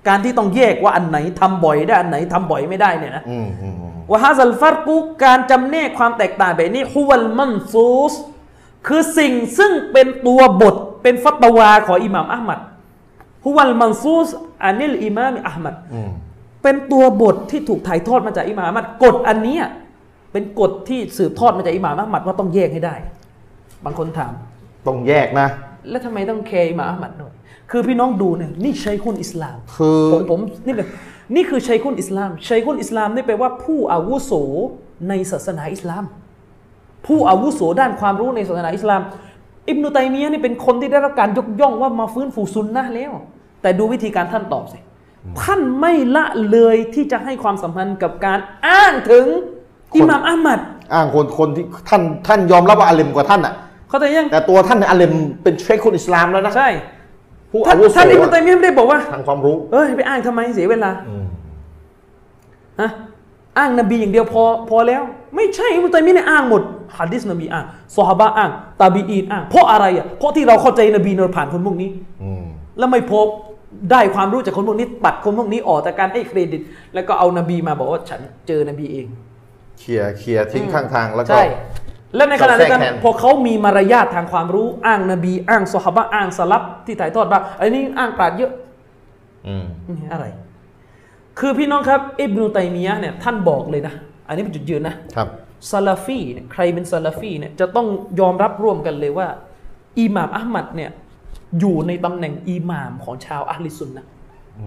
การที่ต้องแยกว่าอันไหนทำบ่อยได้อันไหนทำบ่อยไม่ได้เนี่ยนะว่าฮาซัลฟัรกุการจำแนกความแตกต่างแบบนี้ฮุวัลมันซูสคือสิ่งซึ่งเป็นตัวบทเป็นฟัตวาของอิหม่ามอะห์มัดฮุวัลมันซูสอานิลอิมามอะห์มัดเป็นตัวบทที่ถูกถ่ายทอดมาจากอิหม่ามอะห์มัดกฎอันนี้เป็นกฎที่สืบทอดมาจากอิหม่ามอะห์มัดว่าต้องแยกให้ได้บางคนถามต้องแยกนะแล้วทำไมต้องแคร์อิหม่ามอะห์มัดด้วยคือพี่น้องดูเนี่ยนี่ชัยคุลอิสลามผมนี่คือชัยคุลอิสลามชัยคุลอิสลามนี่แปลว่าผู้อาวุโสในศาสนาอิสลามผู้อาวุโสด้านความรู้ในศาสนาอิสลามอิบนุตัยมียะห์นี่เป็นคนที่ได้รับการยกย่องว่ามาฟื้นฟูซุนนะห์แล้วแต่ดูวิธีการท่านตอบสิท่านไม่ละเลยที่จะให้ความสัมพันธ์กับการอ้างถึงอิหม่ามอะห์มัดอ้างคนที่ท่านยอมรับว่าอาลิมกว่าท่านอ่ะเขาแต่ยังแต่ตัวท่านอาลิมเป็นชัยคุลอิสลามแล้วนะใช่ผู้อาวุโสท่านอิบนุตัยมียะห์ไม่ได้บอกว่าทางความรู้ไปอ้างทำไมเสียเวลาฮะอ้างนบีอย่างเดียวพอแล้วไม่ใช่อิบนุตัยมียะห์อ้างหมดหะดีษนบีอ้างซอฮาบะห์อ้างตาบีอีนอ้างเพราะอะไรเพราะที่เราเข้าใจนบีเราผ่านคนพวกนี้แล้วไม่พบได้ความรู้จากคนพวกนี้ปัดคนพวกนี้ออกจากการให้เครดิตแล้วก็เอานบีมาบอกว่าฉันเจอนบีเองเคลียร์ทิ้งข้างทางแล้วก็ใช่และในขณะเดียวกันพอเขามีมารยาททางความรู้อ้างนบีอ้างซอฮาบะห์อ้างสลับที่ถ่ายทอดมาอันนี้อ้างปราชญ์เยอะอะไรคือพี่น้องครับอิบนุตัยมียะห์เนี่ยท่านบอกเลยนะอันนี้เป็นจุดยืนนะครับซะลาฟีเนี่ยใครเป็นซะลาฟีเนี่ยจะต้องยอมรับร่วมกันเลยว่าอิหม่ามอะห์มัดเนี่ยอยู่ในตำแหน่งอิหม่ามของชาวอะห์ลิซุนนะห์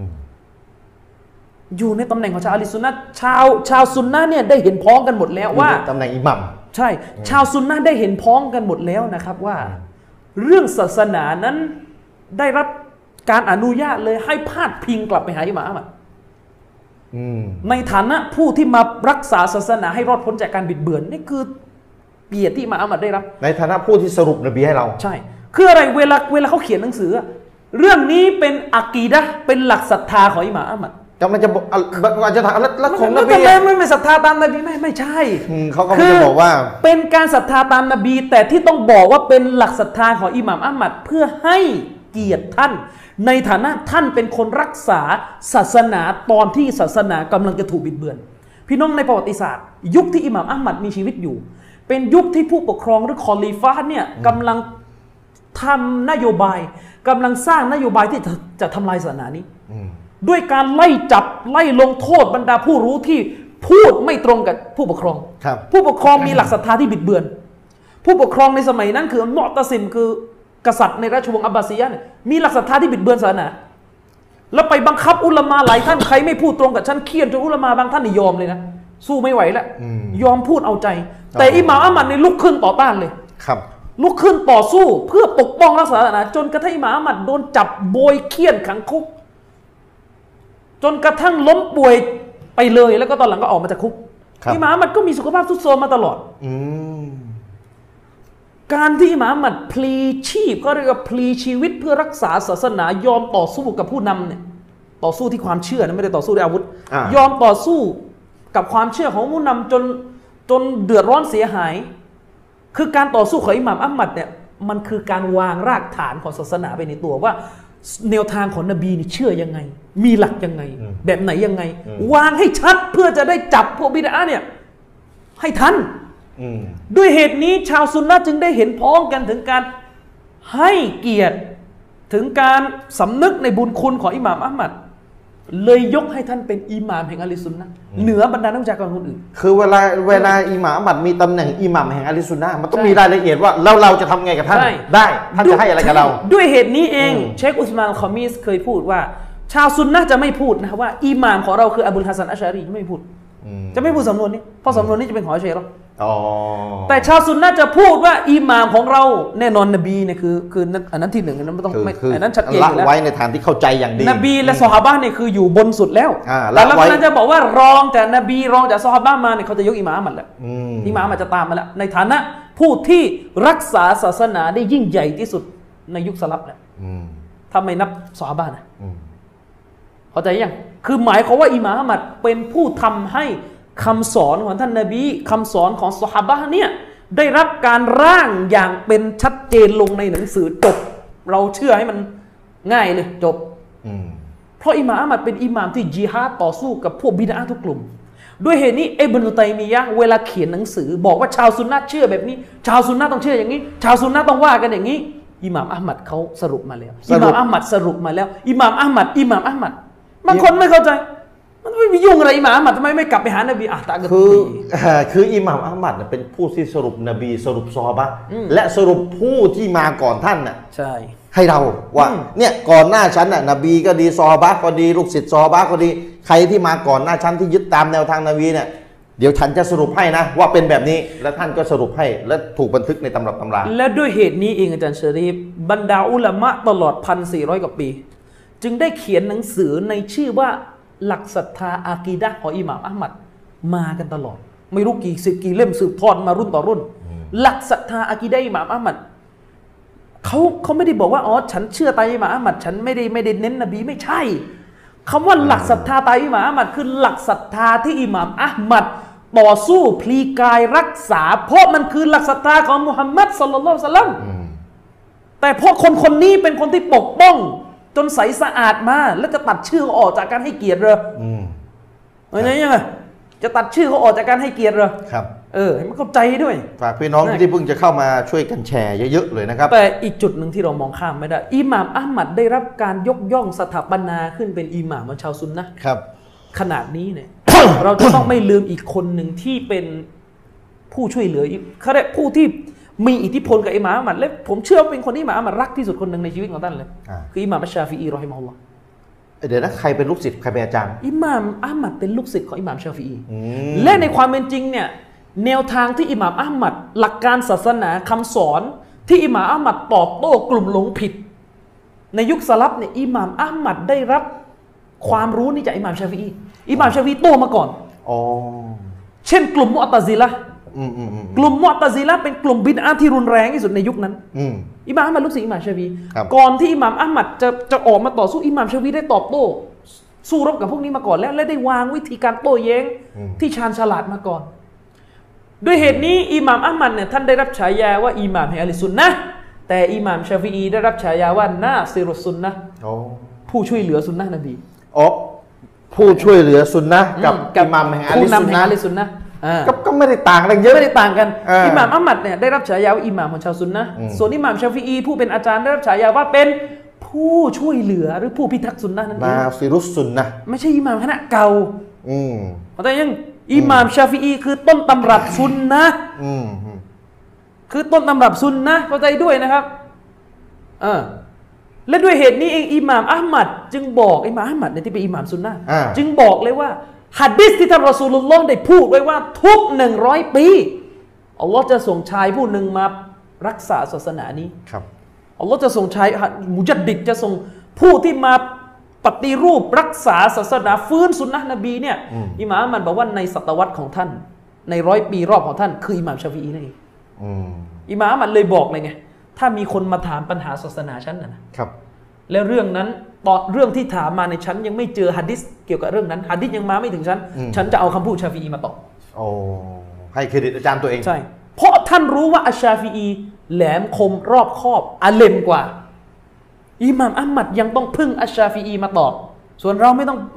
อยู่ในตำแหน่งของชาวอะห์ลิซุนนะห์ชาวซุนนะห์เนี่ยได้เห็นพ้องกันหมดแล้วว่าตำแหน่งอิหม่ามใช่ชาวซุนนะห์ได้เห็นพ้องกันหมดแล้วนะครับว่าเรื่องศาสนานั้นได้รับการอนุญาตเลยให้พาดพิงกลับไปหาอิหม่ามอะห์มัดในฐานะผู้ที่มารักษาศาสนาให้รอดพ้นจากการบิดเบือนนี่คือเกียรติที่อิหม่ามอะห์มัดได้รับในฐานะผู้ที่สรุปนบีให้เราใช่คืออะไรเวลาเขาเขียนหนังสือเรื่องนี้เป็นอะกีดะห์เป็นหลักศรัทธาของอิหม่ามอะห์มัดมันจะถามแล้วของนบีไม่ศรัทธาตามนบีไม่ใช่เขาก็จะบอกว่าเป็นการศรัทธาตามนบีแต่ที่ต้องบอกว่าเป็นหลักศรัทธาของอิหม่ามอะห์มัดเพื่อให้เกียรติท่านในฐานะท่านเป็นคนรักษาศาสนาตอนที่ศาสนากำลังจะถูกบิดเบือนพี่น้องในประวัติศาสตร์ยุคที่อิหม่ามอะห์มัดมีชีวิตอยู่เป็นยุคที่ผู้ปกครองหรือคอลีฟะห์เนี่ยกำลังทำนโยบายกำลังสร้างนโยบายที่จะทำลายศาสนานี้ด้วยการไล่จับไล่ลงโทษบรรดาผู้รู้ที่พูดไม่ตรงกับผู้ปกครองผู้ปกครองมีหลักศรัทธาที่บิดเบือนผู้ปกครองในสมัยนั้นคือมุอ์ตะซิมคือกษัตริย์ในราชวงศ์อับบาซียะห์เนี่ยมีหลักศรัทธาที่บิดเบือนศาสนาแล้วไปบังคับอุลามะหลายท่านใครไม่พูดตรงกับฉันเคี่ยนจนอุลามะบางท่านนี่ยอมเลยนะสู้ไม่ไหวแล้วยอมพูดเอาใจแต่อิหม่ามอะห์มัดนี่ลุกขึ้นต่อต้านเลยลุกขึ้นต่อสู้เพื่อปกป้องรักษาศาสนาจนกระทั่งอิหม่ามอะห์มัดโดนจับโบยเคี่ยนขังคุกจนกระทั่งล้มป่วยไปเลยแล้วก็ตอนหลังก็ออกมาจากคุกอิหม่ามอะห์มัดก็มีสุขภาพทรุดโทรมมาตลอดการที่อิหม่ามอะห์มัดพลีชีพก็เรียกว่าพลีชีวิตเพื่อรักษาศาสนายอมต่อสู้กับผู้นำเนี่ยต่อสู้ที่ความเชื่อนะไม่ได้ต่อสู้ด้วยอาวุธยอมต่อสู้กับความเชื่อของผู้นำจนเดือดร้อนเสียหายคือการต่อสู้ของอิหม่ามอะห์มัดเนี่ยมันคือการวางรากฐานของศาสนาไปในตัวว่าแนวทางของนบีนี่เชื่อยังไงมีหลักยังไงแบบไหนยังไงวางให้ชัดเพื่อจะได้จับพวกบิดอะห์เนี่ยให้ทันด้วยเหตุนี้ชาวซุนนะห์จึงได้เห็นพ้องกันถึงการให้เกียรติถึงการสำนึกในบุญคุณของอิหม่ามอะห์มัดเลยยกให้ท่านเป็นอิหม่ามแห่งอะห์ลิซุนนะห์เหนือบรรดานักวิชาการคนอื่นคือเวลาอิหม่ามอะห์มัดมีตำแหน่งอิหม่ามแห่งอะห์ลิซุนนะห์มันต้องมีรายละเอียดว่าเราจะทำไงกับท่านได้ท่านจะให้อะไรกับเราด้วยเหตุนี้เองเชคอุสมานคอมีสเคยพูดว่าชาวซุนนะห์จะไม่พูดนะว่าอิหม่ามของเราคืออบุลฮัสซันอัชอะรีไม่พูดจะไม่พูดสำนวนนี้เพราะสำนวนนี้จะเป็นของอัชอะรีแต่ชาวซุนนะห์จะพูดว่าอิหม่ามของเราแน่นอนนบีเนี่ยคืออันนั้นที่หนึ่งอันนั้นไม่ต้องอันนั้นชัดเจนอยู่แล้วไว้ในฐานที่เข้าใจอย่างดีนบีและซอฮาบะห์เนี่ยคืออยู่บนสุดแล้วแต่แล้วนั้นจะบอกว่ารองจากนบีรองจากซอฮาบะห์มาเนี่ยเขาจะยกอิหม่ามอะห์มัดแหละอิหม่ามอะห์มัดจะตามมาแล้วในฐานะผู้ที่รักษาศาสนาได้ยิ่งใหญ่ที่สุดในยุคสลับเนี่ยถ้าไม่นับซอฮาบะห์นะเข้าใจยังคือหมายความว่าอิหม่ามอะห์มัดเป็นผู้ทำให้คำสอนของท่านนบีคำสอนของซอฮาบะห์เนี่ยได้รับการร่างอย่างเป็นชัดเจนลงในหนังสือจบเราเชื่อให้มันง่ายเลยจบเพราะอิหม่ามอะห์มัดเป็นอิหม่ามที่ญิฮาดต่อสู้กับพวกบิดอะห์ทุกกลุ่มด้วยเหตุนี้อิบนุตัยมียะห์เวลาเขียนหนังสือบอกว่าชาวซุนนะห์เชื่อแบบนี้ชาวซุนนะห์ต้องเชื่ออย่างนี้ชาวซุนนะห์ต้องว่ากันอย่างนี้อิหม่ามอะห์มัดเขาสรุปมาแล้วอิหม่ามอะห์มัดสรุปมาแล้วอิหม่ามอะห์มัดบางคนไม่เข้าใจมันไม่มียุ่งอะไรอิหม่ามอะห์มัดทำไมไม่กลับไปหานบีตะกะคืออิหม่ามอะห์มัดเป็นผู้ที่สรุปนบีสรุปซอฮาบะห์และสรุปผู้ที่มาก่อนท่านน่ะใช่ให้เราว่าเนี่ยก่อนหน้าฉันน่ะนบีก็ดีซอฮาบะห์ก็ดีลูกศิษย์ซอฮาบะห์ก็ดีใครที่มาก่อนหน้าฉันที่ยึดตามแนวทางนบีเนี่ยเดี๋ยวฉันจะสรุปให้นะว่าเป็นแบบนี้และท่านก็สรุปให้และถูกบันทึกในตำรับตำราและด้วยเหตุนี้เองอาจารย์ชะรีฟบรรดาอุลามะตลอด 1,400 กว่าปีจึงได้เขียนหนังสือในชื่อว่าหลักศรัทธาอากีดะห์ของอิหม่ามอะห์มัดมากันตลอดไม่รู้กี่เล่มสืบทอดมารุ่นต่อรุ่นหลักศรัทธาอากีดะห์อิหม่ามอะห์มัดเขาไม่ได้บอกว่าอ๋อฉันเชื่อตายอิหม่ามอะห์มัดฉันไม่ได้เน้นนบีไม่ใช่คำว่าหลักศรัทธาตายอิหม่ามอะห์มัดคือหลักศรัทธาที่อิหม่ามอะห์มัดต่อสู้พลีกายรักษาเพราะมันคือหลักศรัทธาของมุฮัมมัดศ็อลลัลลอฮุอะลัยฮิวะซัลลัมแต่พวกคนนี้เป็นคนที่ปกป้องจนใสสะอาดมาแล้วจะตัดชื่อเขาออกจากการให้เกียรติเหรออะไรยังไงจะตัดชื่อเขาออกจากการให้เกียรติเหรอครับให้มันเข้าใจด้วยฝากพี่น้องที่เพิ่งจะเข้ามาช่วยกันแชร์เยอะๆเลยนะครับแต่อีกจุดหนึ่งที่เรามองข้ามไม่ได้อิหม่ามอะห์มัดได้รับการยกย่องสถาปนาขึ้นเป็นอิหม่ามของชาวซุนนะห์ครับขนาดนี้เนี่ย เราจะต้องไม่ลืมอีกคนหนึ่งที่เป็นผู้ช่วยเหลือเขาเรียกผู้ที่มีอิทธิพลกับอิหม่ามอะห์มัดและผมเชื่อว่าเป็นคนที่อิหม่ามอะห์มัดรักที่สุดคนหนึ่งในชีวิตของท่านเลยคืออิหม่ามอัชชาฟิอีรอฮิมะฮุลลอฮ์เดี๋ยวนะใครเป็นลูกศิษย์ใครเป็นอาจารย์อิหม่ามอะห์มัดเป็นลูกศิษย์ของอิหม่ามชาฟิอีและในความเป็นจริงเนี่ยแนวทางที่อิหม่ามอะห์มัดหลักการศาสนาคำสอนที่อิหม่ามอะห์มัดตอบโต้กลุ่มหลงผิดในยุคสลับเนี่ยอิหม่ามอะห์มัดได้รับความรู้นี่จากอิหม่ามชาฟิอีอิหม่ามชาฟิอีโตมาก่อนเช่นกลุ่มมุอ์ตะซิละห์กลุ่มมุอ์ตะซิละห์เป็นกลุ่มบิดอะห์ที่รุนแรงที่สุดในยุคนั้นอิหม่ามอะห์มัดลูกศิษย์อิหม่ามชาฟิอีก่อนที่อิหม่ามอะห์มัดจะออกมาต่อสู้อิหม่ามชาฟิอีได้ตอบโต้สู้รบกับพวกนี้มาก่อนแล้วและได้วางวิธีการโต้แย้งที่ชาญฉลาดมาก่อนด้วยเหตุนี้อิหม่ามอะห์มัดเนี่ยท่านได้รับฉายาว่าอิหม่ามแห่งอะห์ลุสซุนนะห์แต่อิหม่ามชาฟิอีได้รับฉายาว่านาซิรุสซุนนะห์ผู้ช่วยเหลือซุนนะห์นบีผู้ช่วยเหลือซุนนะห์กับอิหม่ามแห่งอะห์ลุสซุนนะห์ก็ไม่ได้ต่างกันเยอะไม่ได้ต่างกันอิหม่ามอะห์มัดเนี่ยได้รับฉายาว่าอิหม่ามของชาวซุนนะห์ส่วนอิหม่ามชาฟิอีผู้เป็นอาจารย์ได้รับฉายาว่าเป็นผู้ช่วยเหลือหรือผู้พิทักษ์ซุนนะห์นั่นเองนาซิรุสซุนนะห์ไม่ใช่อิหม่ามคณะเก่าเข้าใจยังอิหม่ามชาฟิอีคือต้นตำรับซุนนะห์คือต้นตำรับซุนนะห์เข้าใจด้วยนะครับและด้วยเหตุนี้เองอิหม่ามอะห์มัดจึงบอกอิหม่ามอะห์มัดเนี่ยที่เป็นอิหม่ามซุนนะห์จึงบอกเลยว่าหะดีษที่ท่านรอซูลุลลอฮ์ได้พูดไว้ว่าทุก100 ปีอัลลอฮ์จะส่งชายผู้หนึ่งมารักษาศาสนานี้ครับอัลลอฮ์จะส่งชายมุจัดดิดจะส่งผู้ที่มาปฏิรูปรักษาศาสนาฟื้นสุนนะห์นบีเนี่ยอิหม่ามอะห์มัดบอกว่าในศตวรรษของท่านใน100 ปีรอบของท่านคืออิหม่ามชาฟิอีนั่นเองอิหม่ามอะห์มัดเลยบอกเลยไงถ้ามีคนมาถามปัญหาศาสนาฉันนะครับแล้วเรื่องนั้นตอนเรื่องที่ถามมาในฉันยังไม่เจอหะดีษเกี่ยวกับเรื่องนั้นหะดีษยังมาไม่ถึงฉันจะเอาคำพูดชาฟิอีมาตอบให้เครดิตอาจารย์ตัวเองใช่เพราะท่านรู้ว่าอัชชาฟิอีแหลมคมรอบคอบอาเลมกว่าอิหม่ามอะห์มัดยังต้องพึ่งอัชชาฟิอีมาตอบส่วนเราไม่ต้อง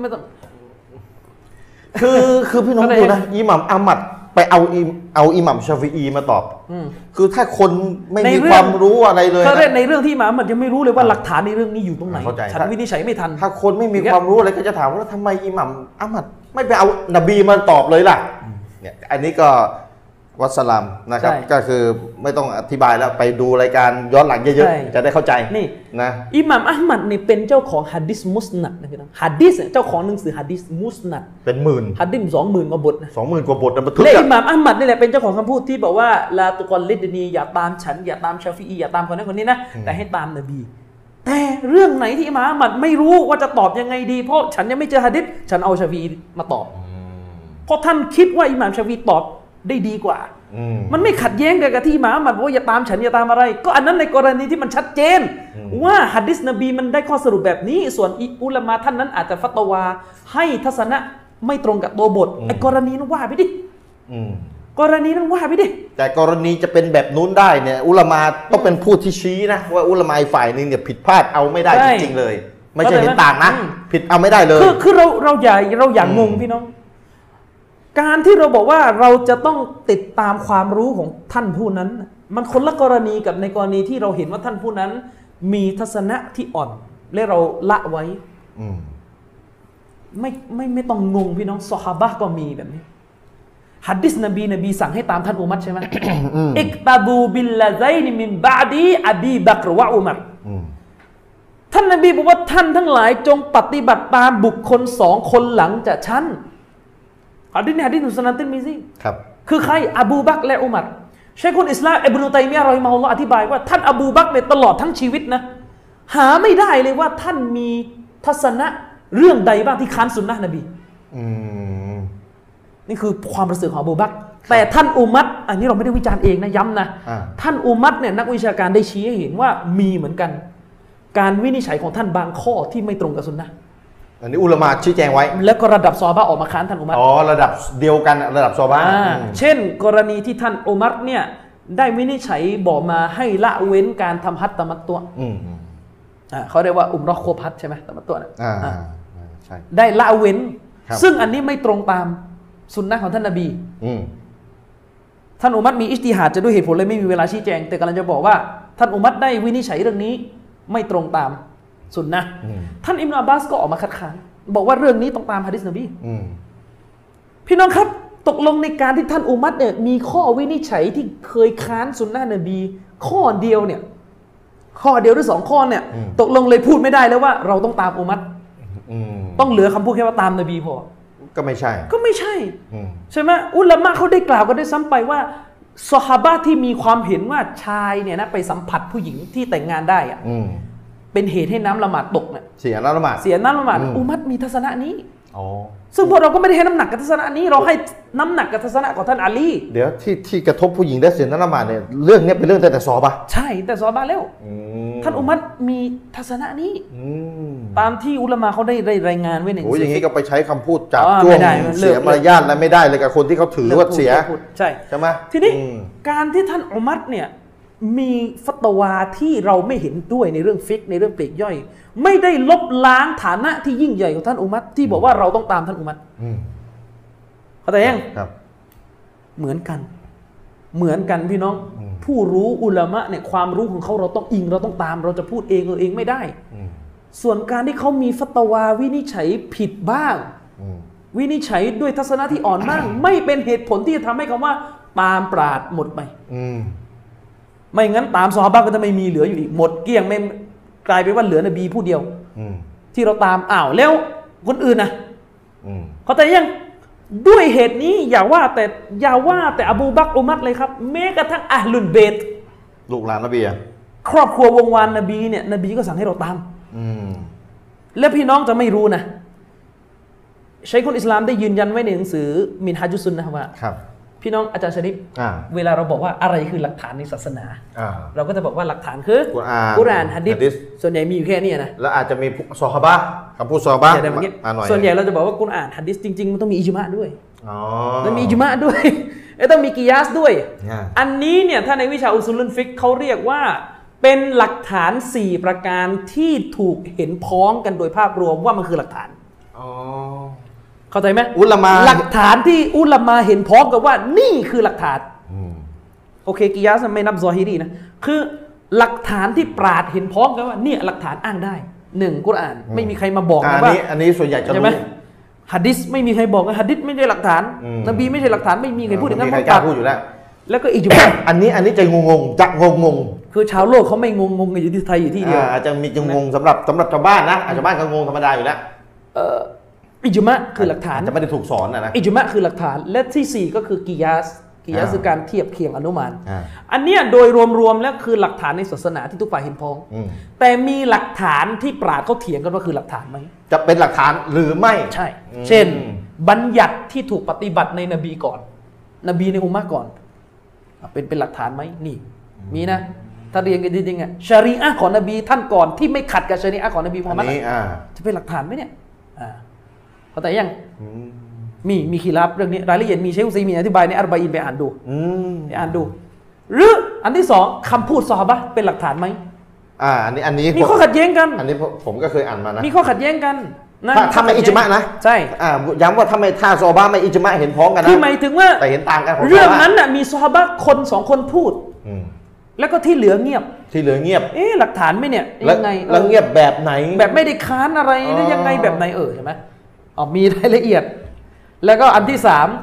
คือพี่น้องดูนะอิหม่ามอะห์มัดไปเอาอิหม่ามชาฟิอีมาตอบคือถ้าคนไม่มีความรู้อะไรเลยในเรื่องที่อิหม่ามอะห์มัดยังไม่รู้เลยว่าหลักฐานในเรื่องนี้อยู่ตรงไหนฉันวินิจฉัยไม่ทันถ้าคนไม่มีความรู้อะไรก็จะถามว่าทำไมอิหม่ามอะห์มัดไม่ไปเอานบีมาตอบเลยล่ะเนี่ยอันนี้ก็วัสลามนะครับก็คือไม่ต้องอธิบายแล้วไปดูรายการย้อนหลังเยอะๆจะได้เข้าใจนี่นะอิหม่ามอะห์มัดนี่เป็นเจ้าของหะดีษมุสนัดนะพี่น้องหะดีษเจ้าของหนังสือหะดีษมุสนัดเป็นหมื่นหะดีษ20,000 กว่าบทนะ 20,000 กว่าบทนะบันทึกและอิหม่ามอะห์มัดนี่แหละเป็นเจ้าของคำพูดที่บอกว่าลาตุกอลิดนีอย่าตามฉันอย่าตามชาฟิอีอย่าตามคนนั้นคนนี้นะแต่ให้ตามนบีแต่เรื่องไหนที่อิหม่ามอะห์มัดไม่รู้ว่าจะตอบยังไงดีเพราะฉันยังไม่เจอหะดีษฉันเอาชาฟิอีมาตอบเพราะท่านคิดว่าอิหม่ามชาฟิอีตอบได้ดีกว่ามันไม่ขัดแย้งกับที่อิหม่ามอะห์มัดว่าอย่าตามฉันอย่าตามอะไรก็อันนั้นในกรณีที่มันชัดเจนว่าหะดีษนบีมันได้ข้อสรุปแบบนี้ส่วนอุลามะท่านนั้นอาจจะฟัตวาให้ทัศนะไม่ตรงกับตัวบทไอ้กรณีนั้นว่าไปดิกรณีนั้นว่าไปดิแต่กรณีจะเป็นแบบนู้นได้เนี่ยอุลามะต้องเป็นผู้ที่ชี้นะว่าอุลามะฝ่ายนึงเนี่ยผิดพลาดเอาไม่ได้จริงๆเลยไม่ใช่เห็นต่างนะผิดเอาไม่ได้เลยคือเราอย่างงงพี่น้องการที่เราบอกว่าเราจะต้องติดตามความรู้ของท่านผู้นั้นมันคนละกรณีกับในกรณีที่เราเห็นว่าท่านผู้นั้นมีทัศนะที่อ่อนและเราละไว้ไม่ต้องงงพี่น้องซอฮาบะห์ก็มีแบบนี้หัดดิษนบีสั่งให้ตามท่านอุมัรใช่ไหมอิกตาบูบิลลาไซนิมินบาดีอบีบักรวะอุมัรท่านนบีบอกว่าท่านทั้งหลายจงปฏิบัติตามบุคคล2 คนหลังจากฉันหัดดิษมุสนันติรมิซีครับคือใครอบูบักรและอุมัรชัยคุลอิสลามอิบนุตัยมียะห์รอฮิมะฮุลลอฮ์อธิบายว่าท่านอบูบักรในตลอดทั้งชีวิตนะหาไม่ได้เลยว่าท่านมีทัศนะเรื่องใดบ้างที่ค้านสุนนะนบีนี่คือความประเสริฐของอบูบักรแต่ท่านอุมัรอันนี้เราไม่ได้วิจารณ์เองนะย้ำนะท่านอุมัรเนี่ยนักวิชาการได้ชี้ให้เห็นว่ามีเหมือนกันการวินิจฉัยของท่านบางข้อที่ไม่ตรงกับสุนนะอันนี้อุลามะชี้แจงไว้แล้วก็ระดับซอฮาบะห์ออกมาค้านท่านอุมัรระดับเดียวกันระดับซอฮาบะห์เช่นกรณีที่ท่านอุมัรเนี่ยได้วินิจฉัยบอกมาให้ละเว้นการทำฮัจญ์ตะมัตตุเขาเรียกว่าอุมเราะห์ครบฮัจญ์ใช่ไหมตะมัตตุนะใช่ได้ละเว้นซึ่งอันนี้ไม่ตรงตามสุนนะของท่านนบีท่านอุมัรมีอิจติฮาดจะด้วยเหตุผลเลยไม่มีเวลาชี้แจงแต่กำลังจะบอกว่าท่านอุมัรได้วินิจฉัยเรื่องนี้ไม่ตรงตามสุนนะท่านอิบนุอับบาสก็ออกมาคัดค้านบอกว่าเรื่องนี้ต้องตามหะดีษนบีพี่น้องครับตกลงในการที่ท่านอุมัรเนี่ยมีข้อวินิจฉัยที่เคยค้านสุนนะนบีข้อเดียวเนี่ยข้อเดียวหรือ2 ข้อเนี่ยตกลงเลยพูดไม่ได้แล้วว่าเราต้องตามอุมัรต้องเหลือคำพูดแค่ว่าตามนบีพอก็ไม่ใช่ใช่ไหมอุลามะเขาได้กล่าวกันได้ซ้ำไปว่าซอฮาบะห์ที่มีความเห็นว่าชายเนี่ยนะไปสัมผัสผู้หญิงที่แต่งงานได้อะเป็นเหตุให้น้ำละหมาดตกเนี่ยเสียน้ำละหมาดอุมัรมีทัศนะนี้ซึ่งพวกเราก็ไม่ได้ให้น้ำหนักกับทัศนะนี้เราให้น้ำหนักกับทัศนะของท่านอาลีเดี๋ยวที่กระทบผู้หญิงได้เสียน้ำละหมาดเนี่ยเรื่องนี้เป็นเรื่องแต่ซอฮาบะห์ใช่แต่ซอฮาบะห์แล้วท่านอุมัรมีทัศนะนี้ตามที่อุลามะเขาได้รายงานไว้ในอย่างนี้ก็ไปใช้คำพูดจับจ้วงเสียมารยาทและไม่ได้เลยกับคนที่เขาถือว่าเสียใช่ไหมทีนี้การที่ท่านอุมัรเนี่ยมีฟัตวาที่เราไม่เห็นด้วยในเรื่องฟิกในเรื่องปลีกย่อยไม่ได้ลบล้างฐานะที่ยิ่งใหญ่ของท่านอุมัรที่บอกว่าเราต้องตามท่านอุมัรเข้าใจยังเหมือนกันพี่น้องผู้รู้อุลามะเนี่ยความรู้ของเขาเราต้องอิงเราต้องตามเราจะพูดเองไม่ได้ส่วนการที่เขามีฟัตวาวินิจฉัยผิดบ้างวินิจฉัยด้วยทัศนะที่อ่อนบ้างไม่เป็นเหตุผลที่จะทำให้คำว่าตามปราดหมดไปไม่งั้นตามซอฮาบะห์ก็จะไม่มีเหลืออยู่อีกหมดเกลี้ยงไม่กลายเป็นว่าเหลือนบีผู้เดียวที่เราตามแล้วคนอื่นนะเขาแต่ยังด้วยเหตุนี้อย่าว่าแต่อบูบักรอุมัรเลยครับแม้กระทั่งอะห์ลุลเบตลูกหลานนบีครอบครัววงวานนบีเนี่ยนบีก็สั่งให้เราตามและพี่น้องจะไม่รู้นะชัยคุลอิสลามได้ยืนยันไว้ในหนังสือมินฮาจุซุนนะว่าพี่น้องอาจารย์ชริฟเวลาเราบอกว่าอะไรคือหลักฐานในศาสนาเราก็จะบอกว่าหลักฐานคือกุรอานหะดีษส่วนใหญ่มีอยู่แค่นี้นะแล้วอาจจะมีซอฮาบะห์คำพูดซอฮาบะห์ส่วนใหญ่เราจะบอกว่ากุรอานหะดีษจริงๆมันต้องมีอิจมาด้วยมันมีอิจมาด้วยต้องมีกิยาสด้วยอันนี้เนี่ยถ้าในวิชาอุซูลุลฟิกเขาเรียกว่าเป็นหลักฐาน4ประการที่ถูกเห็นพ้องกันโดยภาพรวมว่ามันคือหลักฐานเข้าใจไหมอุลามะหลักฐานที่อุลามะเห็นพ้องกันว่านี่คือหลักฐานโอเคกิยาสไม่นับซอฮิรีนะคือหลักฐานที่ปราดเห็นพ้องกันว่านี่หลักฐานอ้างได้1กุรอานไม่มีใครมาบอกนะว่าอันนี้ส่วนใหญ่จะรู้หะดีษไม่มีใครบอกนะหะดีษไม่ใช่หลักฐานนบีไม่ใช่หลักฐานไม่มีใครพูดอย่างนั้นไม่มีใครกล้าพูดอยู่แล้วก็อิจมาอันนี้จะงงคือชาวโลกเขาไม่งงกันอยู่ที่ไทยอยู่ที่เดียวอาจจะมีจะงงสำหรับชาวบ้านนะชาวบ้านก็งงธรรมดาอยู่แล้วอิจมะคือหลักฐานจะไม่ได้ถูกสอนนะอิจมะคือหลักฐานและที่4ก็คือกิยาสคือการเทียบเคียงอนุมานอันเนี้ยโดยรวมๆแล้วคือหลักฐานในศาสนาที่ทุกฝ่ายเห็นพ้องแต่มีหลักฐานที่ปราชญ์เขาเถียงกันว่าคือหลักฐานไหมจะเป็นหลักฐานหรือไม่ใช่เช่นบัญญัติที่ถูกปฏิบัติในนบีก่อนนบีในอุมมะห์ก่อนเป็นหลักฐานไหมนี่มีนะถ้าเรียนกันจริงๆอ่ะชะรีอะห์ของนบีท่านก่อนที่ไม่ขัดกับชะรีอะห์ของนบีมุฮัมมัดจะเป็นหลักฐานไหมเนี่ยเข้าใจยังมีขีราบเรื่องนี้รายละเอียดมีเชคอุซัยมีนอธิบายในอัรบะอีนไปอ่านดูหรืออันที่2คำพูดซอฮาบะห์เป็นหลักฐานไหมอันนี้มีข้อขัดแย้งกันอันนี้ผมก็เคยอ่านมานะมีข้อขัดแย้งกันนะถ้าไม่อิจมะนะใช่ย้ำว่าถ้าซอฮาบะห์ไม่อิจมะเห็นพ้องกันนะคือหมายถึงว่าแต่เห็นต่างกันเรื่องนั้นน่ะมีซอฮาบะห์คน2 คนพูดแล้วก็ที่เหลือเงียบหลักฐานไหมเนี่ยยังไงแล้วเงียบแบบไหนแบบไม่ได้ค้านอะไรหรือยังไงแบบไหนใช่ไหมมีรายละเอียดแล้วก็อันที่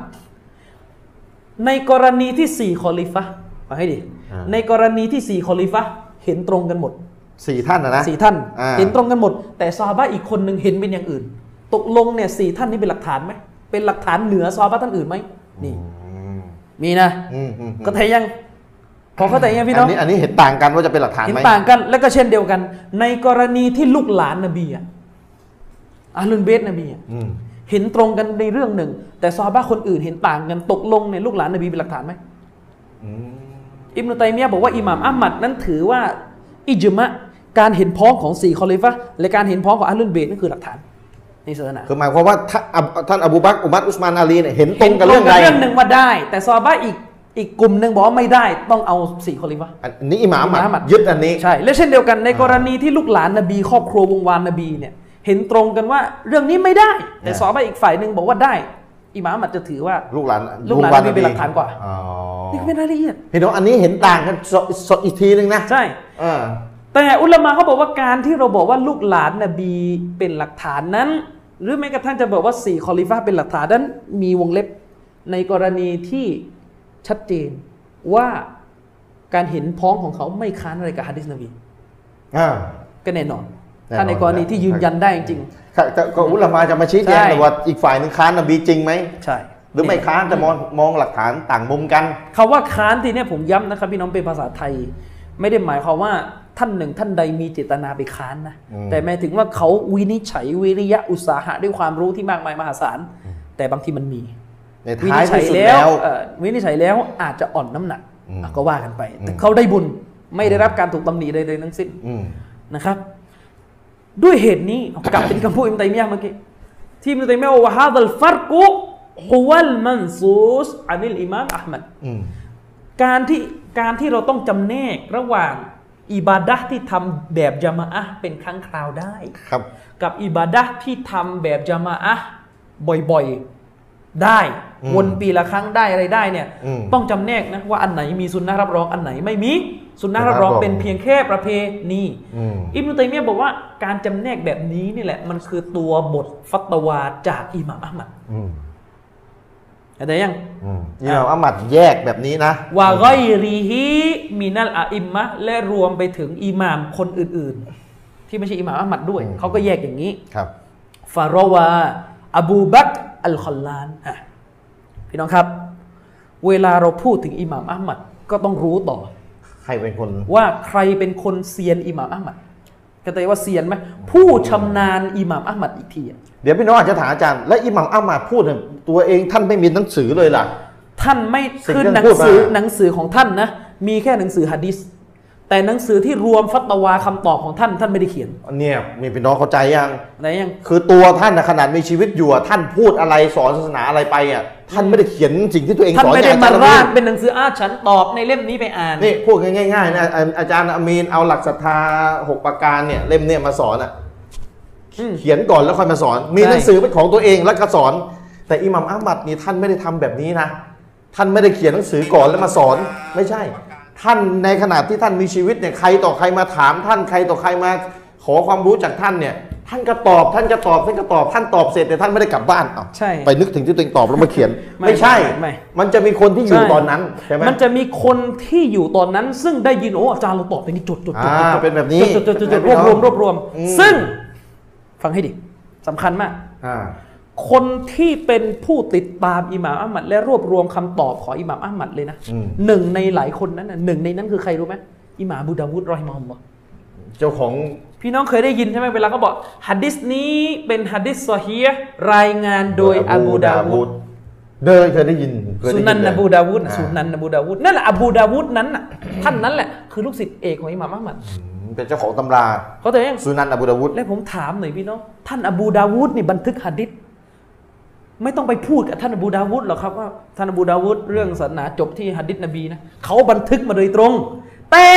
3ในกรณีที่4คอลิฟะห์ฟังให้ดีในกรณีที่4คอลิฟะห์เห็นตรงกันหมด 4 ท่านนะ 4 ท่านเห็นตรงกันหมดแต่ซอฮาบะห์อีกคนนึงเห็นเป็นอย่างอื่นตกลงเนี่ย4 ท่านนี้เป็นหลักฐานไหมเป็นหลักฐานเหนือซอฮาบะห์ท่านอื่นไหมนี่มีนะก็แท้ยังพอเข้าใจยังพี่น้องอันนี้เห็นต่างกันว่าจะเป็นหลักฐานไหมเห็นต่างกันแล้วก็เช่นเดียวกันในกรณีที่ลูกหลานนบีอาลุนเบตนบีเห็นตรงกันในเรื่องหนึ่งแต่ซอฮาบะห์คนอื่นเห็นต่างกันตกลงเนี่ยลูกหลานนบีเป็นหลักฐานไหมอิบนุตัยมียะห์บอกว่าอิหม่ามอะห์มัดนั้นถือว่าอิจมะการเห็นพ้องของ4คอลิฟะห์และการเห็นพ้องของอาลุนเบตนั่นคือหลักฐานในศาสนาคือหมายความว่าท่านอบูบักร อุมัร อุสมาน อาลีเนี่ยเห็นตรงกันเรื่องหนึ่งว่าได้แต่ซอฮาบะห์อีกกลุ่มหนึ่งบอกว่าไม่ได้ต้องเอา4คอลิฟะห์อันนี้อิหม่ามอะห์มัดยึดอันนี้ใช่และเช่นเดียวกันในกรณีที่ลูกหลานนบีครอบครัววงวานนบีเนี่ยเห็นตรงกันว่าเรื่องนี้ไม่ได้แต่ซอฮาบะห์อีกฝ่ายหนึ่งบอกว่าได้อิหม่ามอะห์มัดจะถือว่าลูกหลานนบีเป็นหลักฐานกว่านี่เป็นรายละเอียดพี่น้องอันนี้เห็นต่างกันสดอีกทีนึงนะใช่แต่อุลามะเขาบอกว่าการที่เราบอกว่าลูกหลานนบีเป็นหลักฐานนั้นหรือแม้กระทั่งจะบอกว่า4คอลิฟะห์เป็นหลักฐานนั้นมีวงเล็บในกรณีที่ชัดเจนว่าการเห็นพ้องของเขาไม่ค้านอะไรกับหะดีษนบีก็แน่นอนถ้าในกรณีที่ยืนยันได้จริงก็อุลามะจะมาชี้แจงว่าอีกฝ่ายนึงค้านนบีจริงไหมใช่หรือไม่ค้านจะมองหลักฐานต่างมุมกันคำว่าค้านทีนี้ผมย้ำนะครับพี่น้องเป็นภาษาไทยไม่ได้หมายความว่าท่านหนึ่งท่านใดมีเจตนาไปค้านนะแต่หมายถึงว่าเขาวินิจฉัยวิริยะอุตสาหะด้วยความรู้ที่มากมายมหาศาลแต่บางทีมันมีวินิจฉัยแล้ววินิจฉัยแล้วอาจจะอ่อนน้ำหนักก็ว่ากันไปแต่เขาได้บุญไม่ได้รับการถูกตำหนิใดๆทั้งสิ้นนะครับด้วยเหตุนี้กลับเป็นคำพูดอิบนุตัยมียะห์เมื่อกี้ที่อิบนุตัยมียะห์ว่าฮาซัลฟัรกุฮุวัลมันซูสอันิลอิมามอะห์มัดการที่เราต้องจำแนกระหว่างอิบาดะห์ที่ทำแบบญะมาอะห์เป็นครั้งคราวได้กับอิบาดะห์ที่ทำแบบญะมาอะห์บ่อยๆได้วนปีละครั้งได้อะไรได้เนี่ยต้องจำแนกนะว่าอันไหนมีสุนนะห์รับรองอันไหนไม่มีสุนนะห์รับรองเป็นเพียงแค่ประเพณีอิบนุตัยมียะห์บอกว่าการจำแนกแบบนี้นี่แหละมันคือตัวบทฟัตวาจากอิหม่ามอะห์มัดอะไรยังอิหม่ามอะห์มัดแยกแบบนี้นะวะฆอยริฮิมินัลอะอิมมะห์และรวมไปถึงอิหม่ามคนอื่นๆที่ไม่ใช่อิหม่ามอะห์มัดด้วยเขาก็แยกอย่างนี้ฟารอวาอบูบักรอัลคอลลานพี่น้องครับเวลาเราพูดถึงอิหม่ามอะห์มัดก็ต้องรู้ต่อใครเป็นคนว่าใครเป็นคนเซียนอิหม่ามอะห์มัดเข้าใจว่าเซียนไหมผู้ชำนาญอิหม่ามอะห์มัดอีกทีเดี๋ยวพี่น้องอาจจะถามอาจารย์และอิหม่ามอะห์มัดพูดตัวเองท่านไม่มีหนังสือเลยล่ะท่านไม่คือหนังสือของท่านนะมีแค่หนังสือหะดีษแต่หนังสือที่รวมฟัตวาคำตอบของท่านไม่ได้เขียนเนี่ยมีพี่น้องเข้าใจยังไหนยังคือตัวท่านขนาดมีชีวิตอยู่ท่านพูดอะไรสอนศาสนาอะไรไปท่านไม่ได้เขียนสิ่งที่ตัวเองสอนท่านไม่ได้มาร่างเป็นหนังสือฉันตอบในเล่มนี้ไปอ่านนี่พูดง่ายๆนะอาจารย์อามีนเอาหลักศรัทธา6ประการเนี่ยเล่มเนี่ยมาสอนเขียนก่อนแล้วค่อยมาสอนมีหนังสือเป็นของตัวเองแล้วก็สอนแต่อิหม่ามอะห์มัดนี่ท่านไม่ได้ทำแบบนี้นะท่านไม่ได้เขียนหนังสือก่อนแล้วมาสอนไม่ใช่ท่านในขณะที่ท่านมีชีวิตเนี่ยใครต่อใครมาถามท่านใครต่อใครมาขอความรู้จากท่านเนี่ยท่านก็ตอบท่านตอบเสร็จแต่ท่านไม่ได้กลับบ้านไปนึกถึงที่ตัวเองตอบแล้วมาเขียนไม่ใช่มันจะมีคนที่อยู่ตอนนั้นใช่ไหมมันจะมีคนที่อยู่ตอนนั้นซึ่งได้ยินอาจารย์เราตอบในนี้จดเป็นแบบนี้รวบรวมซึ่งฟังให้ดีสำคัญมากคนที่เป็นผู้ติดตามอิหม่ามอะห์มัดและรวบรวมคำตอบของอิหม่ามอะห์มัดเลยนะหนึ่งในหลายคนนั้นหนึ่งในนั้นคือใครรู้ไหมอิหม่ามอบูดาวุดรอฮิมะฮุลลอฮ์เจ้าของพี่น้องเคยได้ยินใช่ไหมเวลาเขาบอกหะดีษนี้เป็นหะดีษซอฮีฮ์รายงานโดยอบูดาวุดเคยได้ยินสุนันอบูดาวุดสุนันอบูดาวุดนั่นแหละอบูดาวุดนั้นน่ะท่านนั้นแหละคือลูกศิษย์เอกของอิหม่ามอะห์มัดเป็นเจ้าของตำราเขาแต่ยังสุนันอบูดาวุดและผมถามหน่อยพี่น้องท่านอบูดาวุดนี่บันทึกหะดีษไม่ต้องไปพูดกับท่านอบูดาวุดหรอกครับว่าท่านอบูดาวุดเรื่องศาสนาจบที่หะดีษนบีนะเขาบันทึกมาโดยตรงแต่